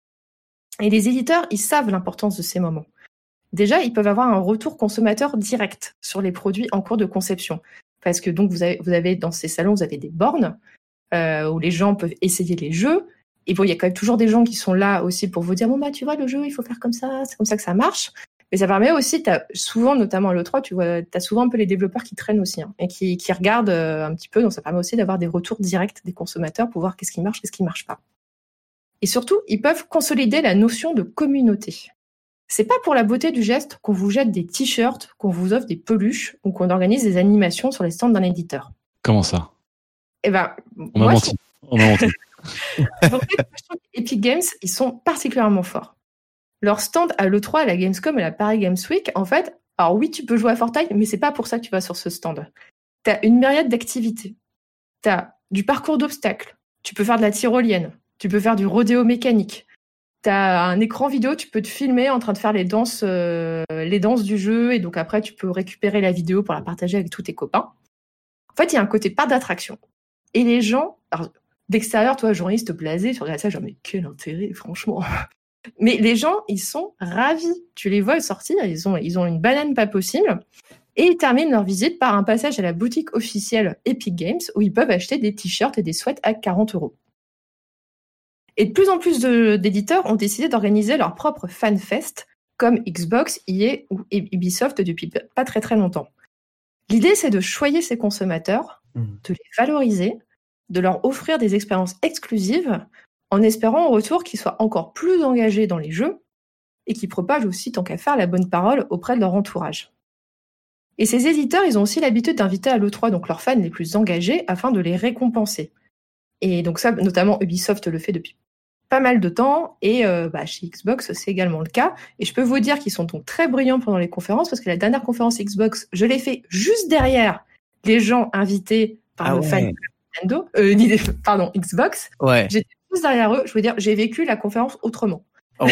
Et les éditeurs, ils savent l'importance de ces moments. Déjà, ils peuvent avoir un retour consommateur direct sur les produits en cours de conception. Parce que donc vous avez, vous avez dans ces salons, vous avez des bornes euh, où les gens peuvent essayer les jeux. Et bon, il y a quand même toujours des gens qui sont là aussi pour vous dire bon bah tu vois le jeu, il faut faire comme ça, c'est comme ça que ça marche. Mais ça permet aussi, t'as souvent, notamment à l'E trois, tu vois, t'as souvent un peu les développeurs qui traînent aussi hein, et qui, qui regardent euh, un petit peu. Donc ça permet aussi d'avoir des retours directs des consommateurs pour voir qu'est-ce qui marche, qu'est-ce qui marche pas. Et surtout, ils peuvent consolider la notion de communauté. C'est pas pour la beauté du geste qu'on vous jette des t-shirts, qu'on vous offre des peluches ou qu'on organise des animations sur les stands d'un éditeur. Comment ça ? Eh ben, on moi, a menti. Je... On a menti. En fait, je trouve Epic Games, ils sont particulièrement forts. Leur stand à l'E trois, à la Gamescom et à la Paris Games Week, en fait, alors oui, tu peux jouer à Fortnite, mais c'est pas pour ça que tu vas sur ce stand. T'as une myriade d'activités. T'as du parcours d'obstacles. Tu peux faire de la tyrolienne. Tu peux faire du rodéo mécanique. T'as un écran vidéo, tu peux te filmer en train de faire les danses, euh, les danses du jeu, et donc après, tu peux récupérer la vidéo pour la partager avec tous tes copains. En fait, il y a un côté part d'attraction. Et les gens, alors, d'extérieur, toi, journaliste blasé, tu regardes ça, genre, mais quel intérêt, franchement. Mais les gens, ils sont ravis. Tu les vois sortir, ils ont, ils ont une banane pas possible. Et ils terminent leur visite par un passage à la boutique officielle Epic Games où ils peuvent acheter des t-shirts et des sweats à quarante euros. Et de plus en plus de, d'éditeurs ont décidé d'organiser leur propre fanfest, comme Xbox, E A ou Ubisoft depuis pas très très longtemps. L'idée, c'est de choyer ces consommateurs, mmh. de les valoriser, de leur offrir des expériences exclusives, en espérant en retour qu'ils soient encore plus engagés dans les jeux et qu'ils propagent aussi, tant qu'à faire, la bonne parole auprès de leur entourage. Et ces éditeurs, ils ont aussi l'habitude d'inviter à l'E trois donc leurs fans les plus engagés afin de les récompenser. Et donc ça, notamment Ubisoft le fait depuis pas mal de temps, et euh, bah, chez Xbox, c'est également le cas. Et je peux vous dire qu'ils sont donc très brillants pendant les conférences, parce que la dernière conférence Xbox, je l'ai fait juste derrière les gens invités par ah le ouais. fan de Nintendo, euh, pardon, Xbox. Ouais. J'étais juste derrière eux. Je veux dire, j'ai vécu la conférence autrement. Oh.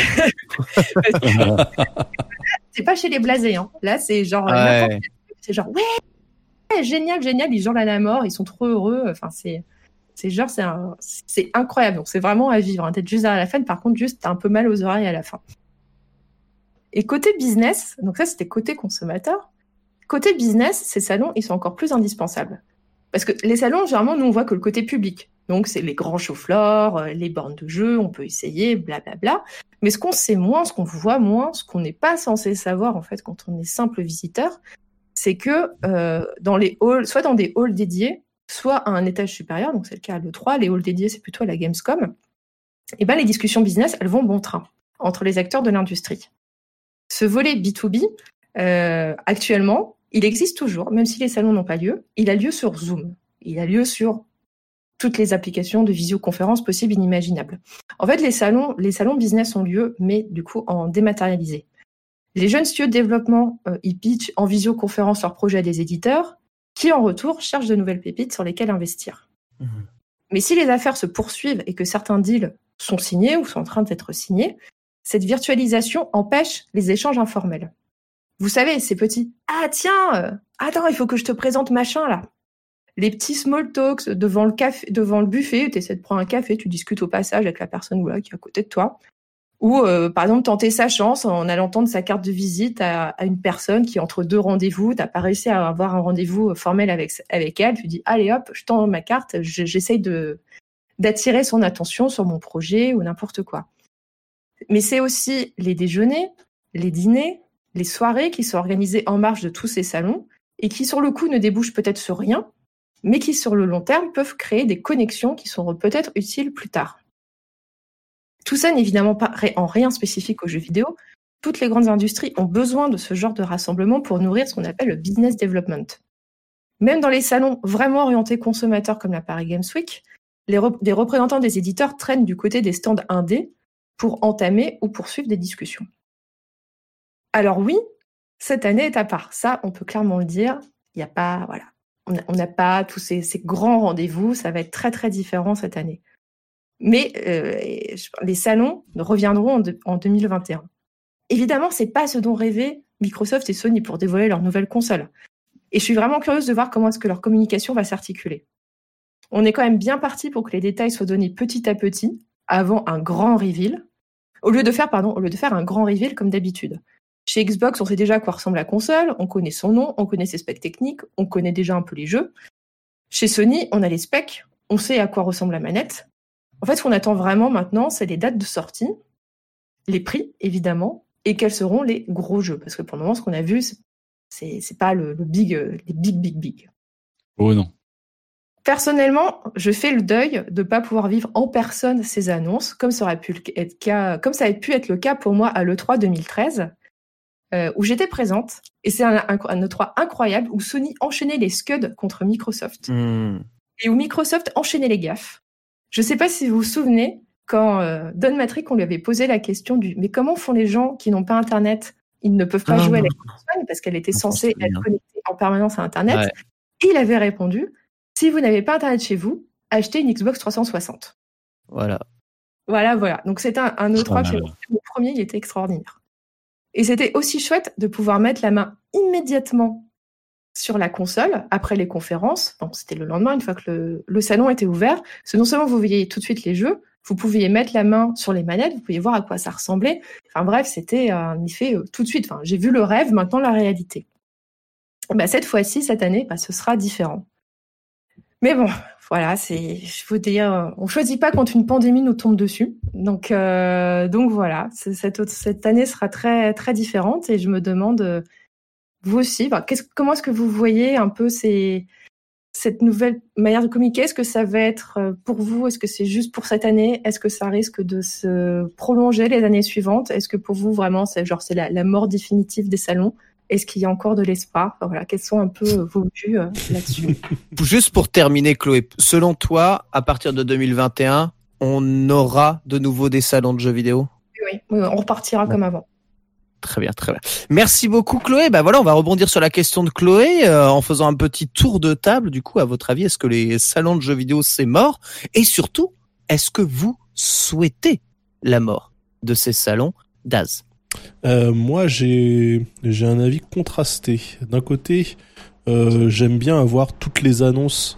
C'est pas chez les blasés, hein. Là, c'est genre, ouais. c'est genre, ouais, génial, génial, ils hurlent à la mort, ils sont trop heureux. Enfin, c'est, c'est genre, c'est, un, c'est incroyable. Donc, c'est vraiment à vivre. Hein. Peut-être juste à la fin, par contre, juste, t'as un peu mal aux oreilles à la fin. Et côté business, donc ça, c'était côté consommateur. Côté business, ces salons, ils sont encore plus indispensables. Parce que les salons, généralement, nous, on voit que le côté public. Donc, c'est les grands show floors, les bornes de jeu, on peut essayer, blablabla. Mais ce qu'on sait moins, ce qu'on voit moins, ce qu'on n'est pas censé savoir, en fait, quand on est simple visiteur, c'est que euh, dans les halls, soit dans des halls dédiés, soit à un étage supérieur, donc c'est le cas à l'E trois, les halls dédiés, c'est plutôt à la Gamescom, et ben les discussions business, elles vont bon train entre les acteurs de l'industrie. Ce volet B deux B, euh, actuellement, il existe toujours, même si les salons n'ont pas lieu, il a lieu sur Zoom, il a lieu sur toutes les applications de visioconférence possibles et inimaginables. En fait, les salons, les salons business ont lieu, mais du coup en dématérialisé. Les jeunes studios de développement, euh, ils pitchent en visioconférence leurs projets à des éditeurs, qui en retour cherchent de nouvelles pépites sur lesquelles investir. Mmh. Mais si les affaires se poursuivent et que certains deals sont signés ou sont en train d'être signés, cette virtualisation empêche les échanges informels. Vous savez, ces petits « Ah tiens, euh, attends, il faut que je te présente machin là ». les petits small talks devant le café, devant le buffet, tu essaies de prendre un café, tu discutes au passage avec la personne voilà, qui est à côté de toi. Ou, euh, par exemple, tenter sa chance en allant tendre sa carte de visite à, à une personne qui est entre deux rendez-vous, t'as pas réussi à avoir un rendez-vous formel avec, avec elle, tu dis, allez hop, je tends ma carte, j'essaye de, d'attirer son attention sur mon projet ou n'importe quoi. Mais c'est aussi les déjeuners, les dîners, les soirées qui sont organisées en marge de tous ces salons et qui, sur le coup, ne débouchent peut-être sur rien, mais qui, sur le long terme, peuvent créer des connexions qui seront peut-être utiles plus tard. Tout ça n'est évidemment pas en rien spécifique aux jeux vidéo. Toutes les grandes industries ont besoin de ce genre de rassemblement pour nourrir ce qu'on appelle le business development. Même dans les salons vraiment orientés consommateurs comme la Paris Games Week, les, rep- les représentants des éditeurs traînent du côté des stands indés pour entamer ou poursuivre des discussions. Alors oui, cette année est à part. Ça, on peut clairement le dire. Il n'y a pas, voilà, on n'a pas tous ces, ces grands rendez-vous. Ça va être très très différent cette année. Mais euh, les salons reviendront en, de, en deux mille vingt et un. Évidemment, c'est pas ce dont rêvaient Microsoft et Sony pour dévoiler leur nouvelle console. Et je suis vraiment curieuse de voir comment est-ce que leur communication va s'articuler. On est quand même bien parti pour que les détails soient donnés petit à petit, avant un grand reveal, au lieu de faire, pardon, au lieu de faire un grand reveal comme d'habitude. Chez Xbox, on sait déjà à quoi ressemble la console, on connaît son nom, on connaît ses specs techniques, on connaît déjà un peu les jeux. Chez Sony, on a les specs, on sait à quoi ressemble la manette. En fait, ce qu'on attend vraiment maintenant, c'est les dates de sortie, les prix, évidemment, et quels seront les gros jeux. Parce que pour le moment, ce qu'on a vu, c'est, c'est, c'est pas le, le big, les big, big, big. Oh non. Personnellement, je fais le deuil de ne pas pouvoir vivre en personne ces annonces, comme ça aurait pu être, cas, comme ça avait pu être le cas pour moi à l'E trois deux mille treize, euh, où j'étais présente. Et c'est un, un, un E trois incroyable, où Sony enchaînait les scuds contre Microsoft. Mmh. Et où Microsoft enchaînait les gaffes. Je ne sais pas si vous vous souvenez, quand euh, Don Matrick, on lui avait posé la question du « Mais comment font les gens qui n'ont pas Internet ? Ils ne peuvent pas ah, jouer non. à la console parce qu'elle était on censée être connectée en permanence à Internet. Ouais. » Et il avait répondu « Si vous n'avez pas Internet chez vous, achetez une Xbox trois cent soixante. » Voilà. Voilà, voilà. Donc c'était un, un E trois oh, que le premier, il était extraordinaire. Et c'était aussi chouette de pouvoir mettre la main immédiatement sur la console, après les conférences. Donc, c'était le lendemain, une fois que le, le salon était ouvert. Parce que non seulement vous voyiez tout de suite les jeux, vous pouviez mettre la main sur les manettes, vous pouviez voir à quoi ça ressemblait. Enfin bref, c'était un effet euh, tout de suite. Enfin, j'ai vu le rêve, maintenant la réalité. Bah, cette fois-ci, cette année, bah, ce sera différent. Mais bon, voilà, c'est, je veux dire, on choisit pas quand une pandémie nous tombe dessus. Donc, euh, donc voilà, c'est, cette, cette année sera très, très différente et je me demande... Euh, vous aussi, enfin, qu'est-ce, comment est-ce que vous voyez un peu ces, cette nouvelle manière de communiquer ? Est-ce que ça va être pour vous ? Est-ce que c'est juste pour cette année ? Est-ce que ça risque de se prolonger les années suivantes ? Est-ce que pour vous, vraiment, c'est, genre, c'est la, la mort définitive des salons ? Est-ce qu'il y a encore de l'espoir ? Enfin, voilà, quels sont un peu vos vues euh, là-dessus ? Juste pour terminer, Chloé, selon toi, à partir de deux mille vingt et un, on aura de nouveau des salons de jeux vidéo ? Oui, oui, on repartira bon. Comme avant. Très bien, très bien. Merci beaucoup, Chloé. Ben voilà, on va rebondir sur la question de Chloé euh, en faisant un petit tour de table. Du coup, à votre avis, est-ce que les salons de jeux vidéo, c'est mort ? Et surtout, est-ce que vous souhaitez la mort de ces salons ? Daz. Euh, moi, j'ai j'ai un avis contrasté. D'un côté, euh, j'aime bien avoir toutes les annonces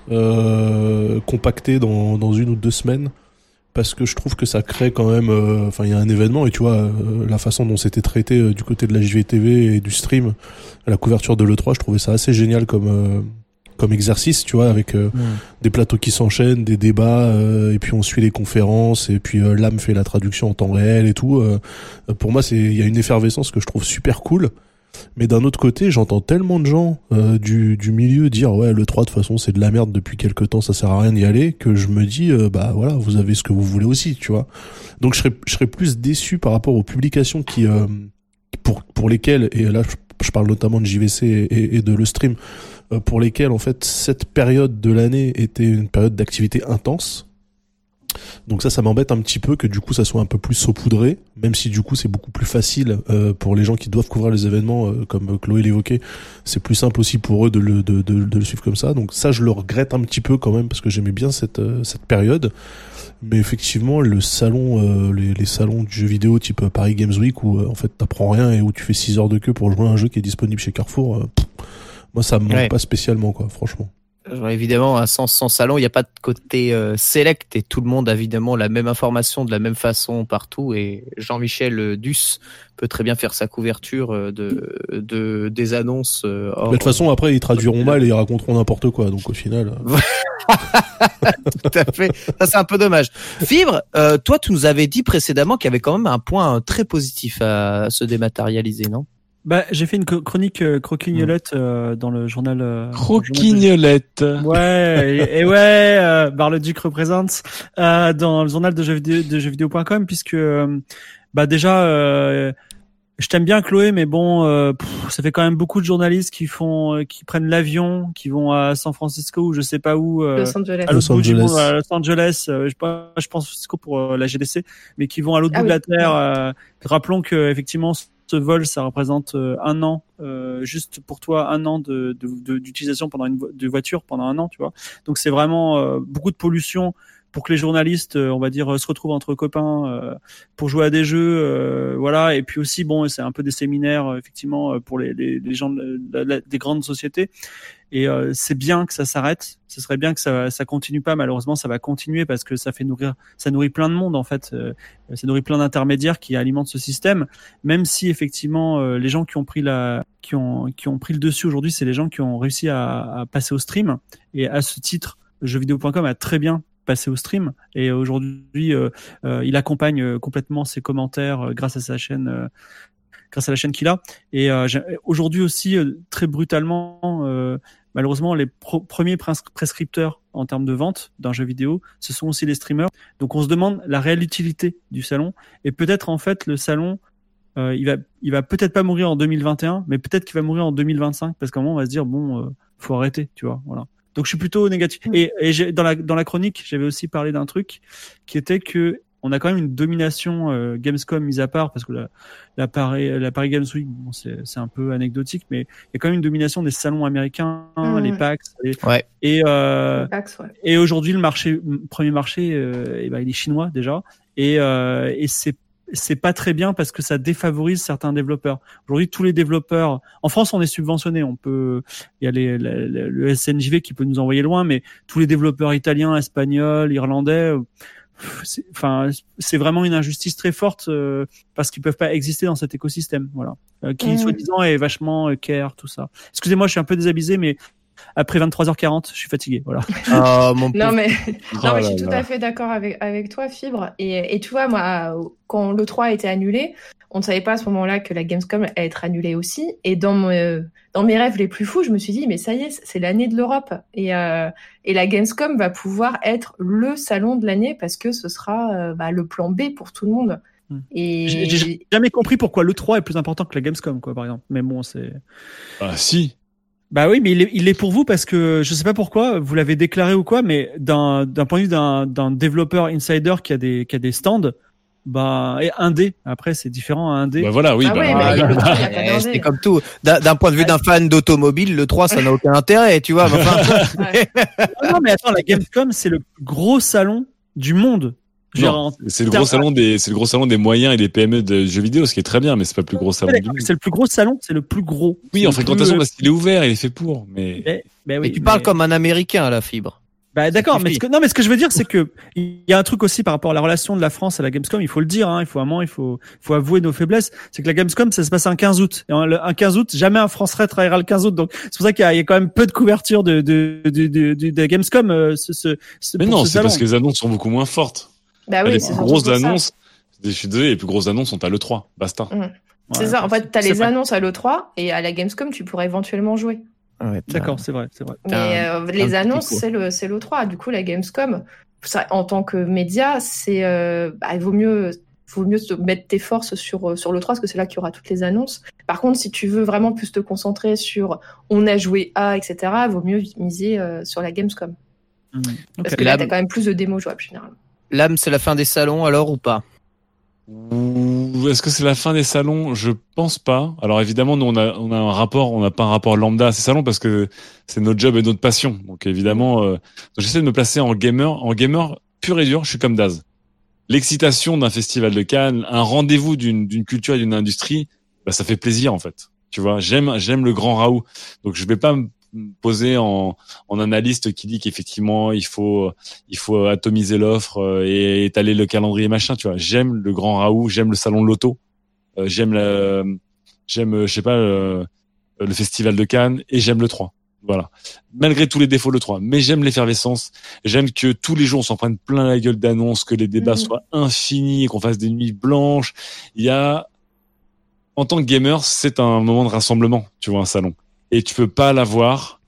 euh, compactées dans dans une ou deux semaines. Parce que je trouve que ça crée quand même, enfin euh, il y a un événement et tu vois euh, la façon dont c'était traité euh, du côté de la J V T V et du stream, à la couverture de l'E trois, je trouvais ça assez génial comme euh, comme exercice, tu vois, avec euh, ouais. des plateaux qui s'enchaînent, des débats euh, et puis on suit les conférences et puis euh, l'âme fait la traduction en temps réel et tout. Euh, pour moi, c'est il y a une effervescence que je trouve super cool. Mais d'un autre côté, j'entends tellement de gens euh, du, du milieu dire ouais l'E trois de toute façon c'est de la merde depuis quelques temps, ça sert à rien d'y aller, que je me dis euh, bah voilà, vous avez ce que vous voulez aussi, tu vois. Donc je serais je serais plus déçu par rapport aux publications qui euh, pour pour lesquelles, et là je, je parle notamment de J V C et, et de le stream, euh, pour lesquelles en fait cette période de l'année était une période d'activité intense. Donc ça, ça m'embête un petit peu que du coup ça soit un peu plus saupoudré, même si du coup c'est beaucoup plus facile euh, pour les gens qui doivent couvrir les événements, euh, comme Chloé l'évoquait, c'est plus simple aussi pour eux de le de, de, de le suivre comme ça. Donc ça, je le regrette un petit peu quand même parce que j'aimais bien cette euh, cette période. Mais effectivement, le salon, euh, les, les salons du jeu vidéo type Paris Games Week où euh, en fait t'apprends rien et où tu fais six heures de queue pour jouer à un jeu qui est disponible chez Carrefour, euh, pff, moi ça me manque ouais. pas spécialement quoi, franchement. Genre, évidemment, hein, sans, sans salon, il n'y a pas de côté euh, select et tout le monde a évidemment la même information de la même façon partout. Et Jean-Michel euh, Duss peut très bien faire sa couverture euh, de, de des annonces. Euh, hors, Mais de toute façon, après, ils traduiront mal et ils raconteront n'importe quoi. Donc au final. Tout à fait. Ça, c'est un peu dommage. Fibre, euh, toi, tu nous avais dit précédemment qu'il y avait quand même un point très positif à se dématérialiser, non? Bah, j'ai fait une chronique euh, croquignolette euh, dans le journal. Euh, Croquignolette. De... Ouais, et, et ouais, euh, Bar-le-Duc représente euh, dans le journal de jeux vidéo de jeux vidéo point com puisque euh, bah déjà euh, je t'aime bien Chloé, mais bon, euh, pff, ça fait quand même beaucoup de journalistes qui font, euh, qui prennent l'avion, qui vont à San Francisco ou je sais pas où, euh, Los Angeles, à l'autre bout du monde, à Los Los Angeles, euh, je pas, je pense Francisco pour euh, la G D C, mais qui vont à l'autre Ah bout oui. de la terre. Euh, rappelons que effectivement ce vol, ça représente euh, un an, euh, juste pour toi, un an de, de, de d'utilisation pendant une vo- de voiture pendant un an, tu vois. Donc c'est vraiment euh, beaucoup de pollution. Pour que les journalistes, euh, on va dire, se retrouvent entre copains euh, pour jouer à des jeux, euh, voilà. Et puis aussi, bon, c'est un peu des séminaires, euh, effectivement, euh, pour les, les, les gens de la, la, des grandes sociétés. Et euh, c'est bien que ça s'arrête. Ce serait bien que ça, ça continue pas. Malheureusement, ça va continuer parce que ça fait nourrir, ça nourrit plein de monde en fait. Euh, ça nourrit plein d'intermédiaires qui alimentent ce système. Même si effectivement, euh, les gens qui ont pris la, qui ont, qui ont pris le dessus aujourd'hui, c'est les gens qui ont réussi à, à passer au stream. Et à ce titre, jeux vidéo point com a très bien passé au stream et aujourd'hui euh, euh, il accompagne euh, complètement ses commentaires euh, grâce à sa chaîne euh, grâce à la chaîne qu'il a et euh, aujourd'hui aussi euh, très brutalement euh, malheureusement les pro- premiers pres- prescripteurs en termes de vente d'un jeu vidéo ce sont aussi les streamers, donc on se demande la réelle utilité du salon et peut-être en fait le salon euh, il va il va peut-être pas mourir en deux mille vingt et un mais peut-être qu'il va mourir en deux mille vingt-cinq parce qu'à un moment on va se dire bon euh, faut arrêter, tu vois, voilà. Donc je suis plutôt négatif. Et, et j'ai, dans la dans la chronique, j'avais aussi parlé d'un truc qui était que on a quand même une domination euh, Gamescom mise à part parce que la, la Paris la Paris Games Week, bon, c'est c'est un peu anecdotique, mais il y a quand même une domination des salons américains, mmh. les PAX, les, ouais. et euh, les PAX, ouais. Et aujourd'hui le marché le premier marché, euh, et ben il est chinois déjà, et euh, et c'est c'est pas très bien parce que ça défavorise certains développeurs. Aujourd'hui, tous les développeurs, en France, on est subventionné. On peut, il y a les, les, le S N J V qui peut nous envoyer loin, mais tous les développeurs italiens, espagnols, irlandais, c'est, enfin, c'est vraiment une injustice très forte euh, parce qu'ils peuvent pas exister dans cet écosystème, voilà, euh, qui mmh. soi-disant est vachement euh, care, tout ça. Excusez-moi, je suis un peu désabusé, mais après vingt-trois heures quarante, je suis fatigué, voilà. Oh, mon non mais, oh non mais je suis tout à fait d'accord avec avec toi, Fibre. Et et tu vois, moi, quand l'E trois a été annulé, on ne savait pas à ce moment-là que la Gamescom allait être annulée aussi. Et dans mon, dans mes rêves les plus fous, je me suis dit mais ça y est, c'est l'année de l'Europe et euh, et la Gamescom va pouvoir être le salon de l'année parce que ce sera euh, bah, le plan B pour tout le monde. Et j'ai, j'ai jamais compris pourquoi l'E trois est plus important que la Gamescom, quoi, par exemple. Mais bon, c'est. Ah si. Bah oui, mais il est, il est pour vous parce que je sais pas pourquoi vous l'avez déclaré ou quoi, mais d'un, d'un point de vue d'un, d'un développeur insider qui a des, qui a des stands, bah et indé. Après c'est différent à indé. Bah voilà, oui. Ah bah, ouais, bah, mais bah, le trois, bah, y a pas d'indé. C'est comme tout. D'un, d'un point de vue d'un fan d'automobile, le trois, ça n'a aucun intérêt, tu vois. Enfin... ouais. Non mais attends, la Gamescom c'est le plus gros salon du monde. Non, c'est le gros salon des, c'est le gros salon des moyens et des P M E de jeux vidéo, ce qui est très bien, mais c'est pas le plus gros salon du monde. C'est le plus gros salon, c'est le plus gros. Oui, c'est en fréquentation plus... parce qu'il est ouvert, il est fait pour, mais. mais, mais oui, mais tu mais... parles comme un Américain à la Fibre. Bah d'accord, mais ce que, non, mais ce que je veux dire, c'est que il y a un truc aussi par rapport à la relation de la France à la Gamescom. Il faut le dire, hein, il faut vraiment, il faut, il faut avouer nos faiblesses. C'est que la Gamescom, ça se passe un quinze août. Et un quinze août, jamais un Français travaillera le quinze août. Donc c'est pour ça qu'il y a, il y a quand même peu de couverture de de de de, de, de la Gamescom. Euh, ce, ce, ce, mais non, ce c'est salon. parce que les annonces sont beaucoup moins fortes. Bah oui, les c'est plus grosses pour ça. annonces, je suis désolé, les plus grosses annonces sont à l'E trois. Basta. Mmh. Ouais, c'est ça. En fait, t'as c'est les vrai. annonces à l'E trois et à la Gamescom, tu pourrais éventuellement jouer. Ouais, D'accord, c'est vrai, c'est vrai. Mais euh, les un annonces, petit coup. c'est le c'est l'E trois. Du coup, la Gamescom, ça, en tant que média, c'est euh, bah, il vaut mieux vaut mieux te mettre tes forces sur sur l'E trois parce que c'est là qu'il y aura toutes les annonces. Par contre, si tu veux vraiment plus te concentrer sur on a joué à et cetera, il vaut mieux miser euh, sur la Gamescom Mmh. parce Okay. que là, Là, t'as quand même plus de démos jouables généralement. L'âme, c'est la fin des salons, alors, ou pas? Ou est-ce que c'est la fin des salons? Je pense pas. Alors évidemment, nous on a on a un rapport, on n'a pas un rapport lambda à ces salons parce que c'est notre job et notre passion. Donc évidemment, euh, donc j'essaie de me placer en gamer, en gamer pur et dur. Je suis comme Daz. L'excitation d'un festival de Cannes, un rendez-vous d'une d'une culture et d'une industrie, bah ça fait plaisir en fait. Tu vois, j'aime j'aime le grand Raoult. Donc je vais pas me posé en, en analyste qui dit qu'effectivement il faut il faut atomiser l'offre euh, et étaler le calendrier machin. Tu vois, j'aime le Grand Raoult, j'aime le salon de l'auto, euh, j'aime la, j'aime je sais pas euh, le festival de Cannes et j'aime le trois. Voilà. Malgré tous les défauts le trois, mais j'aime l'effervescence. J'aime que tous les jours on s'en prenne plein la gueule d'annonces, que les débats mmh. soient infinis, qu'on fasse des nuits blanches. Il y a, en tant que gamer, c'est un moment de rassemblement, tu vois, un salon. Et tu peux pas l'avoir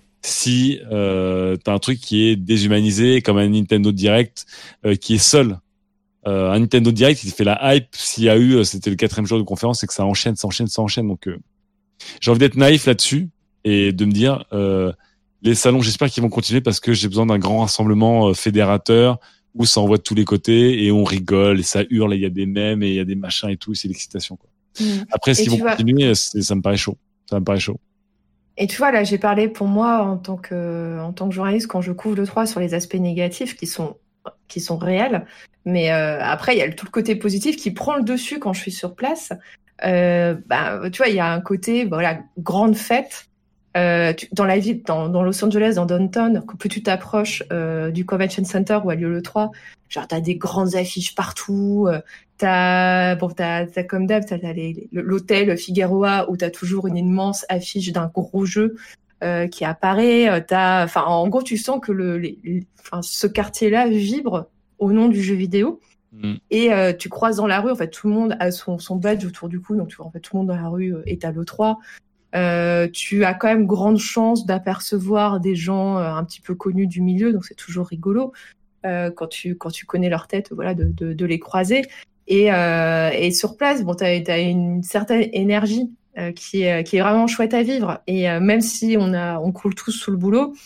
si euh, t'as un truc qui est déshumanisé, comme un Nintendo Direct euh, qui est seul. Euh, un Nintendo Direct, il fait la hype. S'il y a eu, c'était le quatrième jour de conférence, c'est que ça enchaîne, ça enchaîne, ça enchaîne. Donc, euh, j'ai envie d'être naïf là-dessus. Et de me dire, euh, les salons, j'espère qu'ils vont continuer parce que j'ai besoin d'un grand rassemblement euh, fédérateur où ça envoie de tous les côtés et on rigole et ça hurle et il y a des mèmes et il y a des machins et tout, c'est l'excitation, quoi. Mmh. Après, s'ils vont vois... continuer, c'est, ça me paraît chaud. Ça me paraît chaud. Et tu vois, là, j'ai parlé pour moi en tant que, en tant que journaliste quand je couvre le trois sur les aspects négatifs qui sont, qui sont réels. Mais euh, après, il y a tout le côté positif qui prend le dessus quand je suis sur place. Euh, bah, tu vois, il y a un côté, voilà, grande fête. Euh, tu, dans la ville, dans, dans Los Angeles, dans Downtown, que plus tu t'approches euh, du Convention Center où a lieu le trois, genre t'as des grandes affiches partout, euh, t'as, bon, t'as, t'as comme d'hab, t'as, t'as les, l'hôtel Figueroa où t'as toujours une immense affiche d'un gros jeu euh, qui apparaît, t'as, enfin, en gros, tu sens que le, les, les, enfin, ce quartier-là vibre au nom du jeu vidéo. Mmh. Et euh, tu croises dans la rue, en fait, tout le monde a son, son badge autour du cou, donc tu vois, en fait, tout le monde dans la rue est à l'E trois. Euh, tu as quand même grande chance d'apercevoir des gens euh, un petit peu connus du milieu, donc c'est toujours rigolo euh, quand tu quand tu connais leur tête, voilà, de de, de les croiser. Et euh, et sur place, bon, t'as t'as une certaine énergie euh, qui est qui est vraiment chouette à vivre. Et euh, même si on a on coule tous sous le boulot,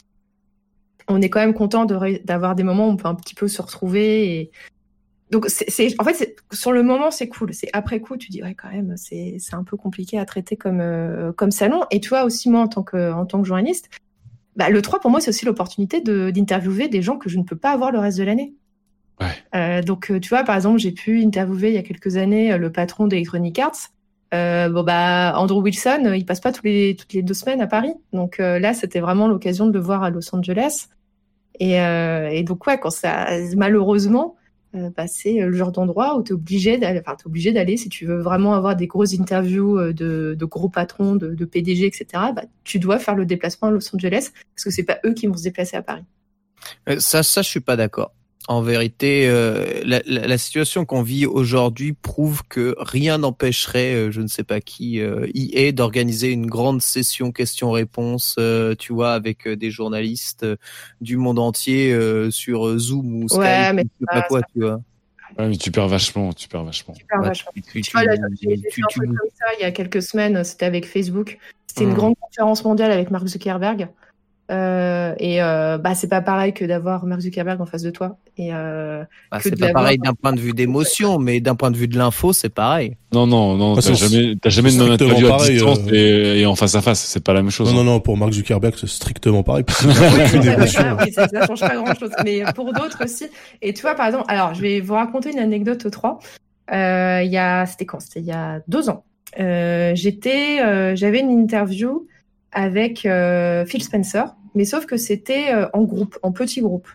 on est quand même content de d'avoir des moments où on peut un petit peu se retrouver. Et donc c'est, c'est en fait c'est, sur le moment c'est cool, c'est après coup tu dis ouais quand même c'est c'est un peu compliqué à traiter comme euh, comme salon. Et tu vois aussi moi en tant que en tant que journaliste, bah le trois pour moi c'est aussi l'opportunité de d'interviewer des gens que je ne peux pas avoir le reste de l'année. Ouais. Euh, donc tu vois par exemple j'ai pu interviewer il y a quelques années le patron d'Electronic Arts. Euh, bon bah Andrew Wilson il passe pas tous les toutes les deux semaines à Paris, donc euh, là c'était vraiment l'occasion de le voir à Los Angeles. Et euh, et donc ouais quand ça malheureusement Euh, bah, c'est le genre d'endroit où tu es obligé d'aller, enfin, t'es obligé d'aller si tu veux vraiment avoir des grosses interviews de, de gros patrons, de, de P D G, et cetera. Bah, tu dois faire le déplacement à Los Angeles parce que c'est pas eux qui vont se déplacer à Paris. Euh, ça, ça, je suis pas d'accord. En vérité, euh, la, la, la situation qu'on vit aujourd'hui prouve que rien n'empêcherait, euh, je ne sais pas qui, euh, E A d'organiser une grande session questions-réponses, euh, tu vois, avec euh, des journalistes euh, du monde entier euh, sur Zoom ou Skype, ouais, mais je sais pas quoi, tu vois. Ouais, mais tu perds vachement, tu perds vachement. Tu perds ouais, vachement. Tu, tu, tu vois, là, j'ai tu, fait tu, un tu... truc comme ça il y a quelques semaines, c'était avec Facebook. C'était Mmh. une grande conférence mondiale avec Mark Zuckerberg. Euh, et euh, bah c'est pas pareil que d'avoir Mark Zuckerberg en face de toi. Et euh, bah, que c'est de pas l'avoir... pareil d'un point de vue d'émotion, mais d'un point de vue de l'info, c'est pareil. Non, non, non, Ah, t'as c'est jamais, t'as jamais de même strictement interview à pareil, distance euh... et, et en face à face, c'est pas la même chose. Non, hein. non, non, pour Mark Zuckerberg, c'est strictement pareil. Oui, ça, ça, oui, ça, ça change pas grand chose. Mais pour d'autres aussi. Et tu vois, par exemple, alors, je vais vous raconter une anecdote au trois. Euh, il y a, c'était quand? C'était il y a deux ans. Euh, j'étais, euh, j'avais une interview avec euh, Phil Spencer, mais sauf que c'était euh, en groupe, en petit groupe.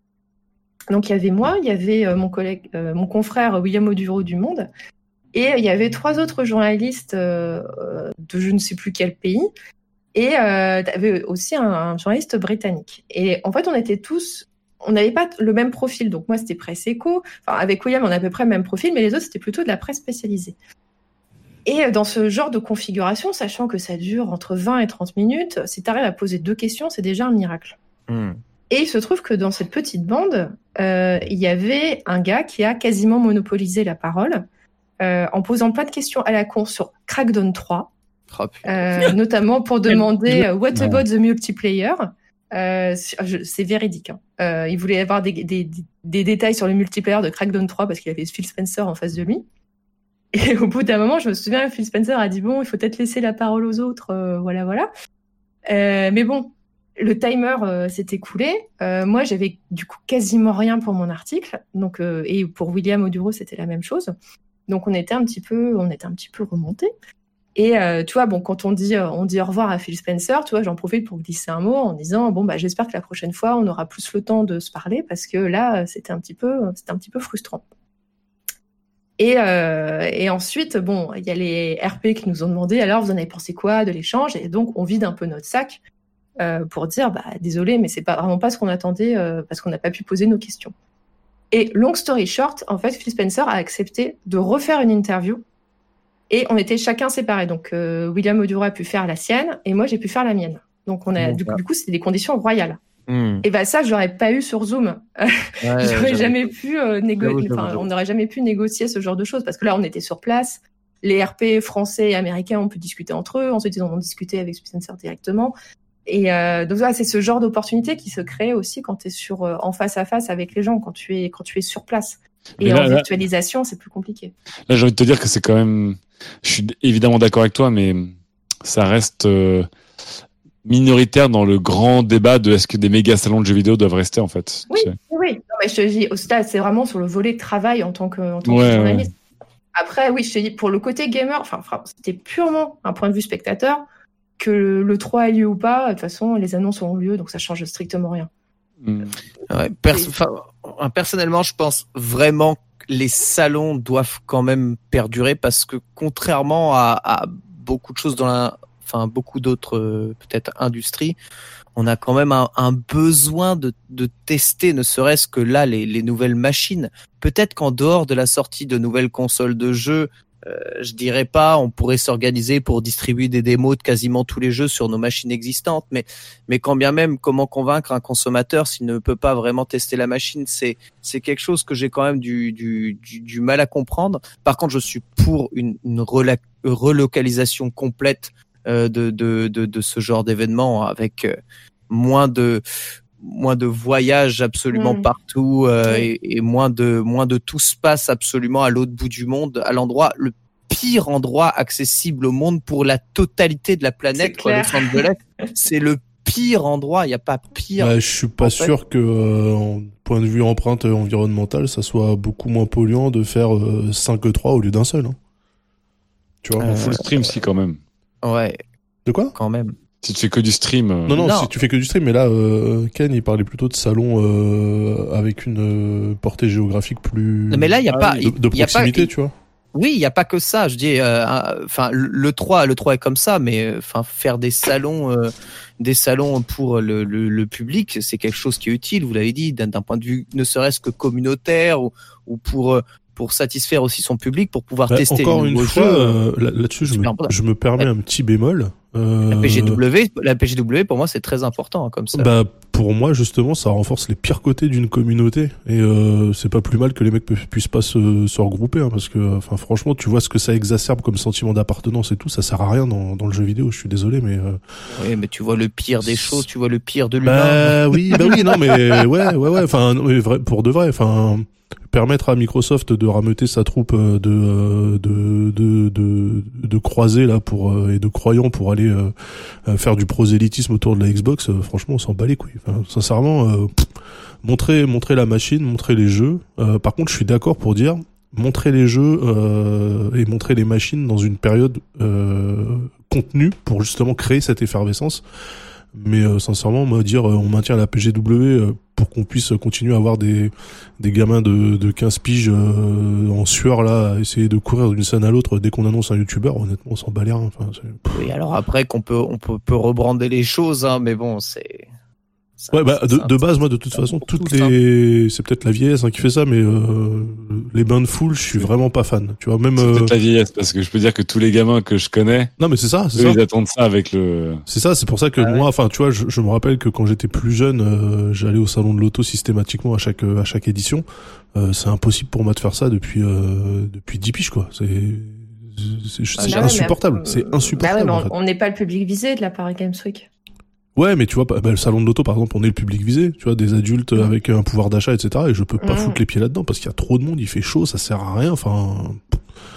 Donc il y avait moi, il y avait euh, mon collègue, euh, mon confrère William Oduro du Monde, et il y avait trois autres journalistes euh, de je ne sais plus quel pays, et euh, t'avais aussi un, un journaliste britannique. Et en fait, on était tous, on n'avait pas le même profil. Donc moi, c'était presse éco. Enfin, avec William, on a à peu près le même profil, mais les autres, c'était plutôt de la presse spécialisée. Et dans ce genre de configuration, sachant que ça dure entre vingt et trente minutes, si tu arrives à poser deux questions, c'est déjà un miracle. Mmh. Et il se trouve que dans cette petite bande, euh, il y avait un gars qui a quasiment monopolisé la parole euh, en posant plein de questions à la con sur Crackdown trois, Oh, euh, notamment pour demander euh, « What about the multiplayer ?» euh, C'est véridique. Hein. Euh, il voulait avoir des, des, des, des détails sur le multiplayer de Crackdown trois parce qu'il avait Phil Spencer en face de lui. Et au bout d'un moment, je me souviens, Phil Spencer a dit bon, il faut peut-être laisser la parole aux autres, euh, voilà, voilà. Euh, mais bon, le timer euh, s'est écoulé. Euh, moi, j'avais du coup quasiment rien pour mon article, donc euh, et pour William Oduro, c'était la même chose. Donc on était un petit peu, on était un petit peu remonté. Et euh, tu vois, bon, quand on dit, on dit au revoir à Phil Spencer, tu vois, j'en profite pour glisser un mot en disant, bon, bah, j'espère que la prochaine fois, on aura plus le temps de se parler parce que là, c'était un petit peu, c'était un petit peu frustrant. Et, euh, et ensuite, bon, il y a les R P qui nous ont demandé, alors, vous en avez pensé quoi de l'échange? Et donc, on vide un peu notre sac euh, pour dire, bah, désolé, mais c'est pas vraiment pas ce qu'on attendait euh, parce qu'on n'a pas pu poser nos questions. Et long story short, en fait, Phil Spencer a accepté de refaire une interview. Et on était chacun séparés. Donc, euh, William Oduro a pu faire la sienne et moi, j'ai pu faire la mienne. Donc, on a, du, coup, du coup, c'était des conditions royales. Mmh. Et ben, ça, je l'aurais pas eu sur Zoom. Ouais, j'aurais jamais pu euh, négocier, enfin, on n'aurait jamais pu négocier ce genre de choses parce que là, on était sur place. Les R P français et américains, on peut discuter entre eux. Ensuite, ils en ont discuté avec Spencer directement. Et euh, donc, voilà, c'est ce genre d'opportunité qui se crée aussi quand tu es sur, euh, en face à face avec les gens, quand tu es, quand tu es sur place. Et là, en là, virtualisation, c'est plus compliqué. Là, j'ai envie de te dire que c'est quand même... Je suis évidemment d'accord avec toi, mais ça reste euh, minoritaire dans le grand débat de est-ce que des méga salons de jeux vidéo doivent rester, en fait. Oui, tu sais. oui. Non, mais je te dis, au stade, c'est vraiment sur le volet travail en tant que, en tant ouais, que journaliste. Ouais. Après, oui, je te dis, pour le côté gamer, enfin, c'était purement un point de vue spectateur, que le trois ait lieu ou pas, de toute façon, les annonces auront lieu, donc ça change strictement rien. Mmh. Ouais, perso- personnellement, je pense vraiment que les salons doivent quand même perdurer parce que contrairement à, à beaucoup de choses dans la, enfin beaucoup d'autres euh, peut-être industries, on a quand même un, un besoin de, de tester, ne serait-ce que là les, les nouvelles machines. Peut-être qu'en dehors de la sortie de nouvelles consoles de jeux, Euh, je dirais pas, on pourrait s'organiser pour distribuer des démos de quasiment tous les jeux sur nos machines existantes, mais mais quand bien même, comment convaincre un consommateur s'il ne peut pas vraiment tester la machine, c'est c'est quelque chose que j'ai quand même du du du, du mal à comprendre. Par contre, je suis pour une, une rela- relocalisation complète euh, de, de de de ce genre d'événement avec euh, moins de moins de voyages absolument mmh. partout euh, oui. et, et moins de moins de tout se passe absolument à l'autre bout du monde, à l'endroit le pire endroit accessible au monde pour la totalité de la planète, quoi, Los Angeles. C'est le pire endroit, il y a pas pire. Bah, je suis pas sûr fait. que euh, en point de vue empreinte environnementale, ça soit beaucoup moins polluant de faire euh, cinq E trois au lieu d'un seul. Hein. Tu vois, euh, full stream si quand même. Ouais. De quoi ? Quand même. Si tu fais que du stream. Euh... Non, non, non, si tu fais que du stream, mais là, euh, Ken, il parlait plutôt de salon euh, avec une euh, portée géographique plus. Non, mais là, il y a ah, pas de, de proximité, y a pas, tu vois. Oui, il y a pas que ça. Je dis, enfin, euh, le trois, le trois est comme ça, mais enfin, faire des salons, euh, des salons pour le, le, le public, c'est quelque chose qui est utile. Vous l'avez dit, d'un, d'un point de vue, ne serait-ce que communautaire ou, ou pour pour satisfaire aussi son public, pour pouvoir bah, tester. Encore une fois, euh, là, là-dessus, je me, je me permets un petit bémol. Euh... La P G W, la P G W pour moi c'est très important hein, comme ça. Bah pour moi justement ça renforce les pires côtés d'une communauté et euh, c'est pas plus mal que les mecs puissent pas se, se regrouper hein, parce que enfin franchement tu vois ce que ça exacerbe comme sentiment d'appartenance et tout, ça sert à rien dans, dans le jeu vidéo. Je suis désolé mais. Euh... Oui mais tu vois le pire des choses, tu vois le pire de l'humain. Bah oui bah oui non mais ouais ouais ouais enfin vrai, pour de vrai enfin. Permettre à Microsoft de rameuter sa troupe de de de de, de croisés là pour et de croyants pour aller euh, faire du prosélytisme autour de la Xbox, euh, franchement on s'en bat les couilles. Enfin, sincèrement, euh, pff, montrer montrer la machine, montrer les jeux. Euh, par contre, je suis d'accord pour dire montrer les jeux euh, et montrer les machines dans une période euh, contenue pour justement créer cette effervescence. Mais euh, sincèrement, moi dire euh, on maintient la P G W euh, pour qu'on puisse continuer à avoir des des gamins de de quinze piges euh, en sueur là, à essayer de courir d'une scène à l'autre dès qu'on annonce un youtubeur, honnêtement, on s'en bat les reins. Enfin, c'est... Oui, alors après qu'on peut on peut, peut rebrander les choses, hein, mais bon, c'est. Ça, ouais, bah, de, de base, moi, de toute façon, toutes les, c'est peut-être la vieillesse, hein, qui fait ça, mais, euh, les bains de foule, je suis vraiment pas fan. Tu vois, même, c'est euh... peut-être la vieillesse, parce que je peux dire que tous les gamins que je connais. Non, mais c'est ça, c'est eux, ça. Ils attendent ça avec le. C'est ça, c'est pour ça que ah, moi, enfin, ouais. Tu vois, je, je me rappelle que quand j'étais plus jeune, euh, j'allais au salon de l'auto systématiquement à chaque, à chaque édition. Euh, c'est impossible pour moi de faire ça depuis, euh, depuis dix piges, quoi. C'est, c'est, c'est, c'est ah, insupportable. Ouais, c'est insupportable. Bah ouais, en fait. On n'est pas le public visé de la Paris Games Week. Ouais, mais tu vois, bah, le salon de l'auto, par exemple, on est le public visé, tu vois, des adultes mmh. avec un pouvoir d'achat, et cetera. Et je peux pas mmh. foutre les pieds là-dedans parce qu'il y a trop de monde, il fait chaud, ça sert à rien. Enfin,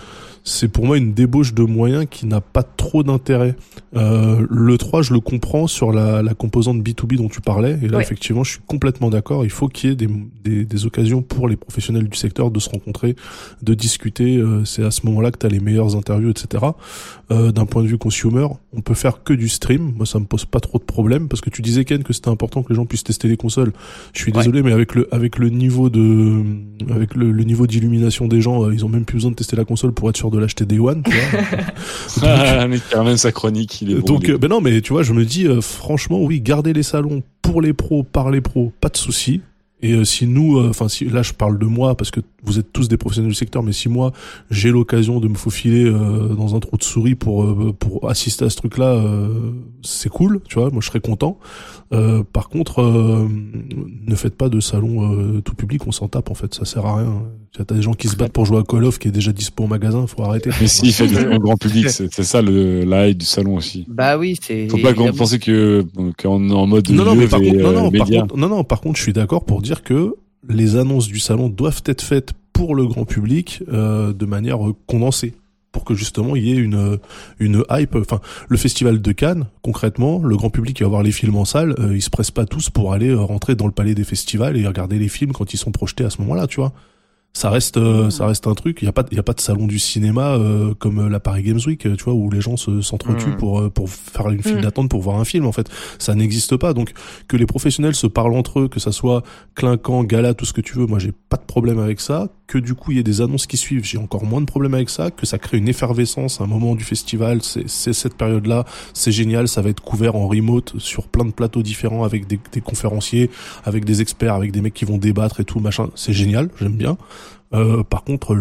c'est pour moi une débauche de moyens qui n'a pas trop d'intérêt. Euh, le trois, je le comprends sur la, la composante B deux B dont tu parlais, et là, oui. effectivement, je suis complètement d'accord. Il faut qu'il y ait des, des, des occasions pour les professionnels du secteur de se rencontrer, de discuter. Euh, c'est à ce moment-là que tu as les meilleures interviews, et cetera. Euh, d'un point de vue consumer, on peut faire que du stream. Moi, ça me pose pas trop de problèmes, parce que tu disais, Ken, que c'était important que les gens puissent tester les consoles. Je suis désolé, ouais. mais avec le avec le niveau de avec le, le niveau d'illumination des gens, euh, ils ont même plus besoin de tester la console pour être sûr de l'acheter Day One, tu vois. Ah, mais qui ramène sa chronique, il est bon. Donc, euh, ben non, mais tu vois, je me dis, euh, franchement, oui, garder les salons pour les pros, par les pros, pas de souci. Et euh, si nous, enfin, euh, si là, je parle de moi parce que vous êtes tous des professionnels du secteur, mais si moi, j'ai l'occasion de me faufiler euh, dans un trou de souris pour euh, pour assister à ce truc-là, euh, c'est cool, tu vois. Moi, je serais content. Euh, par contre, euh, ne faites pas de salon euh, tout public, on s'en tape en fait, ça sert à rien. T'as des gens qui se battent pour jouer à Call of qui est déjà dispo au magasin, faut arrêter. Mais si, il fait du grand public, c'est, c'est ça le la hype du salon aussi. Bah oui, c'est. Faut pas qu'on pense que qu'on est en mode non non mais par et, contre non non euh, par contre non non par contre je suis d'accord pour dire que les annonces du salon doivent être faites pour le grand public euh, de manière condensée, pour que justement il y ait une une hype. Enfin, le festival de Cannes, concrètement, le grand public qui va voir les films en salle, euh, ils se pressent pas tous pour aller euh, rentrer dans le palais des festivals et regarder les films quand ils sont projetés à ce moment-là, tu vois. Ça reste, euh, ça reste un truc. Il y a pas, il y a pas de salon du cinéma euh, comme euh, la Paris Games Week, tu vois, où les gens se s'entretuent mmh. pour euh, pour faire une file mmh. d'attente pour voir un film. En fait, ça n'existe pas. Donc, que les professionnels se parlent entre eux, que ça soit clinquant, gala, tout ce que tu veux, moi j'ai pas de problème avec ça. Que du coup il y ait des annonces qui suivent, j'ai encore moins de problème avec ça. Que ça crée une effervescence à un moment du festival, c'est c'est cette période-là, c'est génial. Ça va être couvert en remote sur plein de plateaux différents avec des, des conférenciers, avec des experts, avec des mecs qui vont débattre et tout machin. C'est génial, j'aime bien. Euh, par contre,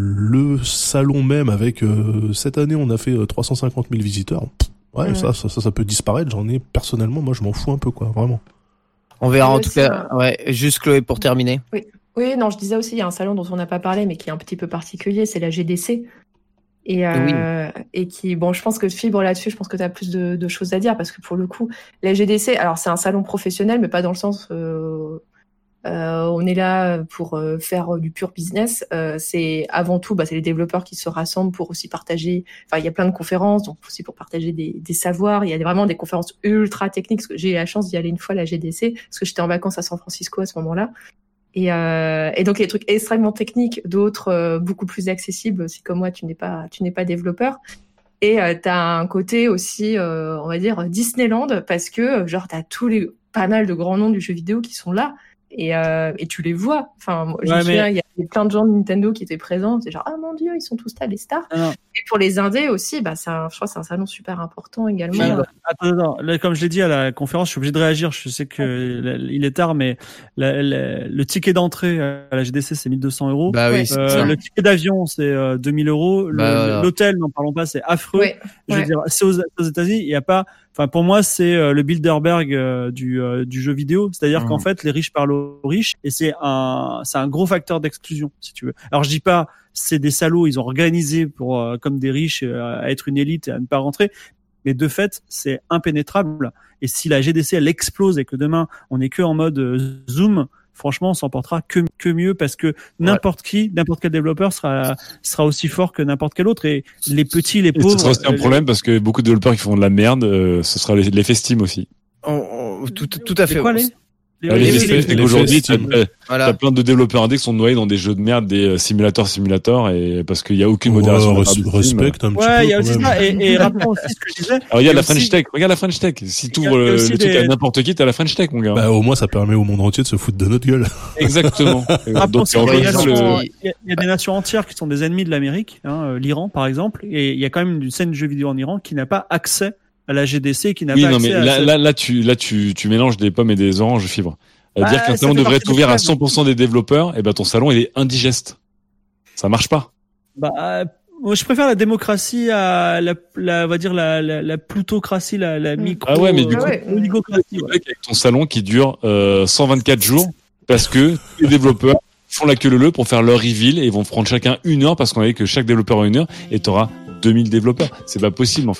le salon même avec euh, cette année, on a fait euh, trois cent cinquante mille visiteurs. Pff, ouais, mmh. ça, ça, ça, ça peut disparaître. J'en ai personnellement, moi, je m'en fous un peu, quoi, vraiment. On verra oui, en tout cas. Un... Ouais, juste Chloé pour terminer. Oui, oui, non, je disais aussi, il y a un salon dont on n'a pas parlé, mais qui est un petit peu particulier, c'est la G D C. Et, euh, oui. et qui, bon, je pense que Fibre là-dessus, je pense que tu as plus de, de choses à dire parce que pour le coup, la G D C, alors c'est un salon professionnel, mais pas dans le sens. Euh, Euh, on est là pour euh, faire du pur business. Euh, c'est avant tout, bah, c'est les développeurs qui se rassemblent pour aussi partager. Enfin, il y a plein de conférences, donc aussi pour partager des, des savoirs. Il y a vraiment des conférences ultra techniques. Parce que j'ai eu la chance d'y aller une fois à la G D C, parce que j'étais en vacances à San Francisco à ce moment-là. Et, euh, et donc il y a des trucs extrêmement techniques, d'autres euh, beaucoup plus accessibles. Si comme moi, tu n'es pas, tu n'es pas développeur. Et euh, t'as un côté aussi, euh, on va dire Disneyland, parce que genre t'as tous les pas mal de grands noms du jeu vidéo qui sont là. Et, euh, et tu les vois. Enfin, moi, je ouais, me souviens, mais... il y avait plein de gens de Nintendo qui étaient présents. C'est genre, ah mon Dieu, ils sont tous là, les stars. Ah, et pour les indés aussi, bah, c'est un, je crois que c'est un salon super important également. Mais, euh... Attends, attends. Là, comme je l'ai dit à la conférence, je suis obligé de réagir. Je sais que ouais. il est tard, mais la, la, le ticket d'entrée à la G D C, c'est mille deux cents euros. Bah oui, euh, c'est le ticket d'avion, c'est euh, deux mille euros. Bah, le, voilà. L'hôtel, n'en parlons pas, c'est affreux. Ouais. Je ouais. veux dire, c'est aux, aux États-Unis, il y a pas. Enfin, pour moi, c'est euh, le Bilderberg euh, du euh, du jeu vidéo, c'est-à-dire mmh. qu'en fait, les riches parlent aux riches, et c'est un c'est un gros facteur d'exclusion, si tu veux. Alors, je dis pas, c'est des salauds, ils ont organisé pour euh, comme des riches euh, à être une élite et à ne pas rentrer, mais de fait, c'est impénétrable. Et si la G D C elle explose et que demain on est que en mode euh, Zoom, franchement, on s'en portera que, que mieux parce que n'importe ouais. qui, n'importe quel développeur sera, sera aussi fort que n'importe quel autre. Et les petits, les pauvres. Et ce sera aussi un problème parce que beaucoup de développeurs qui font de la merde, euh, ce sera l'effet Steam aussi. On, on, tout, tout à fait. Quoi, les Les, les, les, les, les aujourd'hui, t'as, voilà. t'as plein de développeurs indés qui sont noyés dans des jeux de merde, des simulateurs simulateurs, et parce qu'il y a aucune ouais, modération. Res- respecte un petit ouais, peu. il y a aussi ça. Et, et rappelons aussi ce que je disais. Alors, il y a la French Tech. Regarde la French Tech. Si tu ouvres le, le truc des... à n'importe qui, t'as la French Tech, mon gars. Bah, au moins, ça permet au monde entier de se foutre de notre gueule. Exactement. Donc, il y, le... y, y a des nations entières qui sont des ennemis de l'Amérique, hein, l'Iran, par exemple, et il y a quand même une scène de jeux vidéo en Iran qui n'a pas accès à la G D C, qui n'a oui, pas non, accès mais à là, cette... là, là, tu, là, tu, tu mélanges des pommes et des oranges fibres. Bah, dire qu'un salon devrait être ouvert à cent pour cent des développeurs, et ben ton salon il est indigeste. Ça marche pas. Bah, euh, moi je préfère la démocratie à la, la on va dire la, la, la plutocratie, la, la micro. Ah ouais, mais du coup, ouais. oligocratie. Ouais. Avec ton salon qui dure euh, cent vingt-quatre jours parce que les développeurs font la queue leu-leu pour faire leur reveal et ils vont prendre chacun une heure parce qu'on avait que chaque développeur a une heure et t'auras deux mille développeurs. C'est pas possible en fait.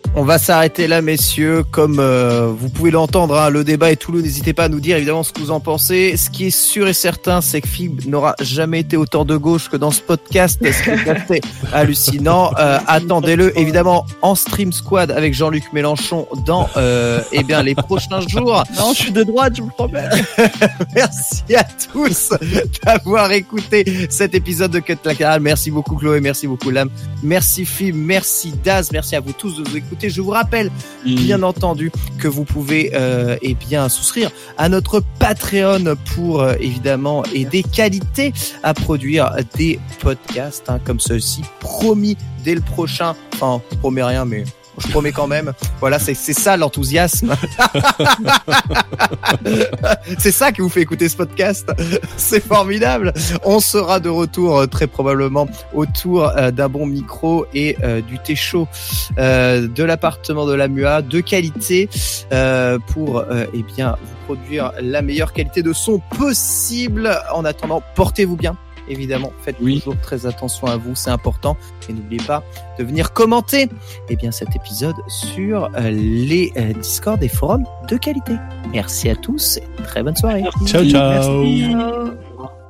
On va s'arrêter là, messieurs. Comme euh, vous pouvez l'entendre, hein, le débat est tout long. N'hésitez pas à nous dire évidemment ce que vous en pensez. Ce qui est sûr et certain, c'est que Fib n'aura jamais été autant de gauche que dans ce podcast. Ce qui est assez hallucinant. Euh, attendez-le évidemment en Stream Squad avec Jean-Luc Mélenchon dans euh, eh bien les prochains jours. Non, je suis de droite, je vous le promets. Merci à tous d'avoir écouté cet épisode de Cut Latéral. Merci beaucoup Chloé, merci beaucoup Lame, merci Fib, merci Daz, merci à vous tous de nous écouter. Je vous rappelle, bien entendu, que vous pouvez euh, eh bien souscrire à notre Patreon pour euh, évidemment aider Qualité à produire des podcasts hein, comme ceux-ci, promis dès le prochain. Enfin, je promets rien, mais je promets quand même. Voilà, c'est c'est ça l'enthousiasme. C'est ça qui vous fait écouter ce podcast. C'est formidable. On sera de retour euh, très probablement autour euh, d'un bon micro et euh, du thé chaud euh, de l'appartement de la M U A de qualité euh, pour euh, eh bien vous produire la meilleure qualité de son possible. En attendant, portez-vous bien. Évidemment, faites oui. toujours très attention à vous, c'est important. Et n'oubliez pas de venir commenter eh bien, cet épisode sur euh, les euh, Discord et forums de Qualité. Merci à tous et très bonne soirée. Ciao, ciao. Merci. Ciao.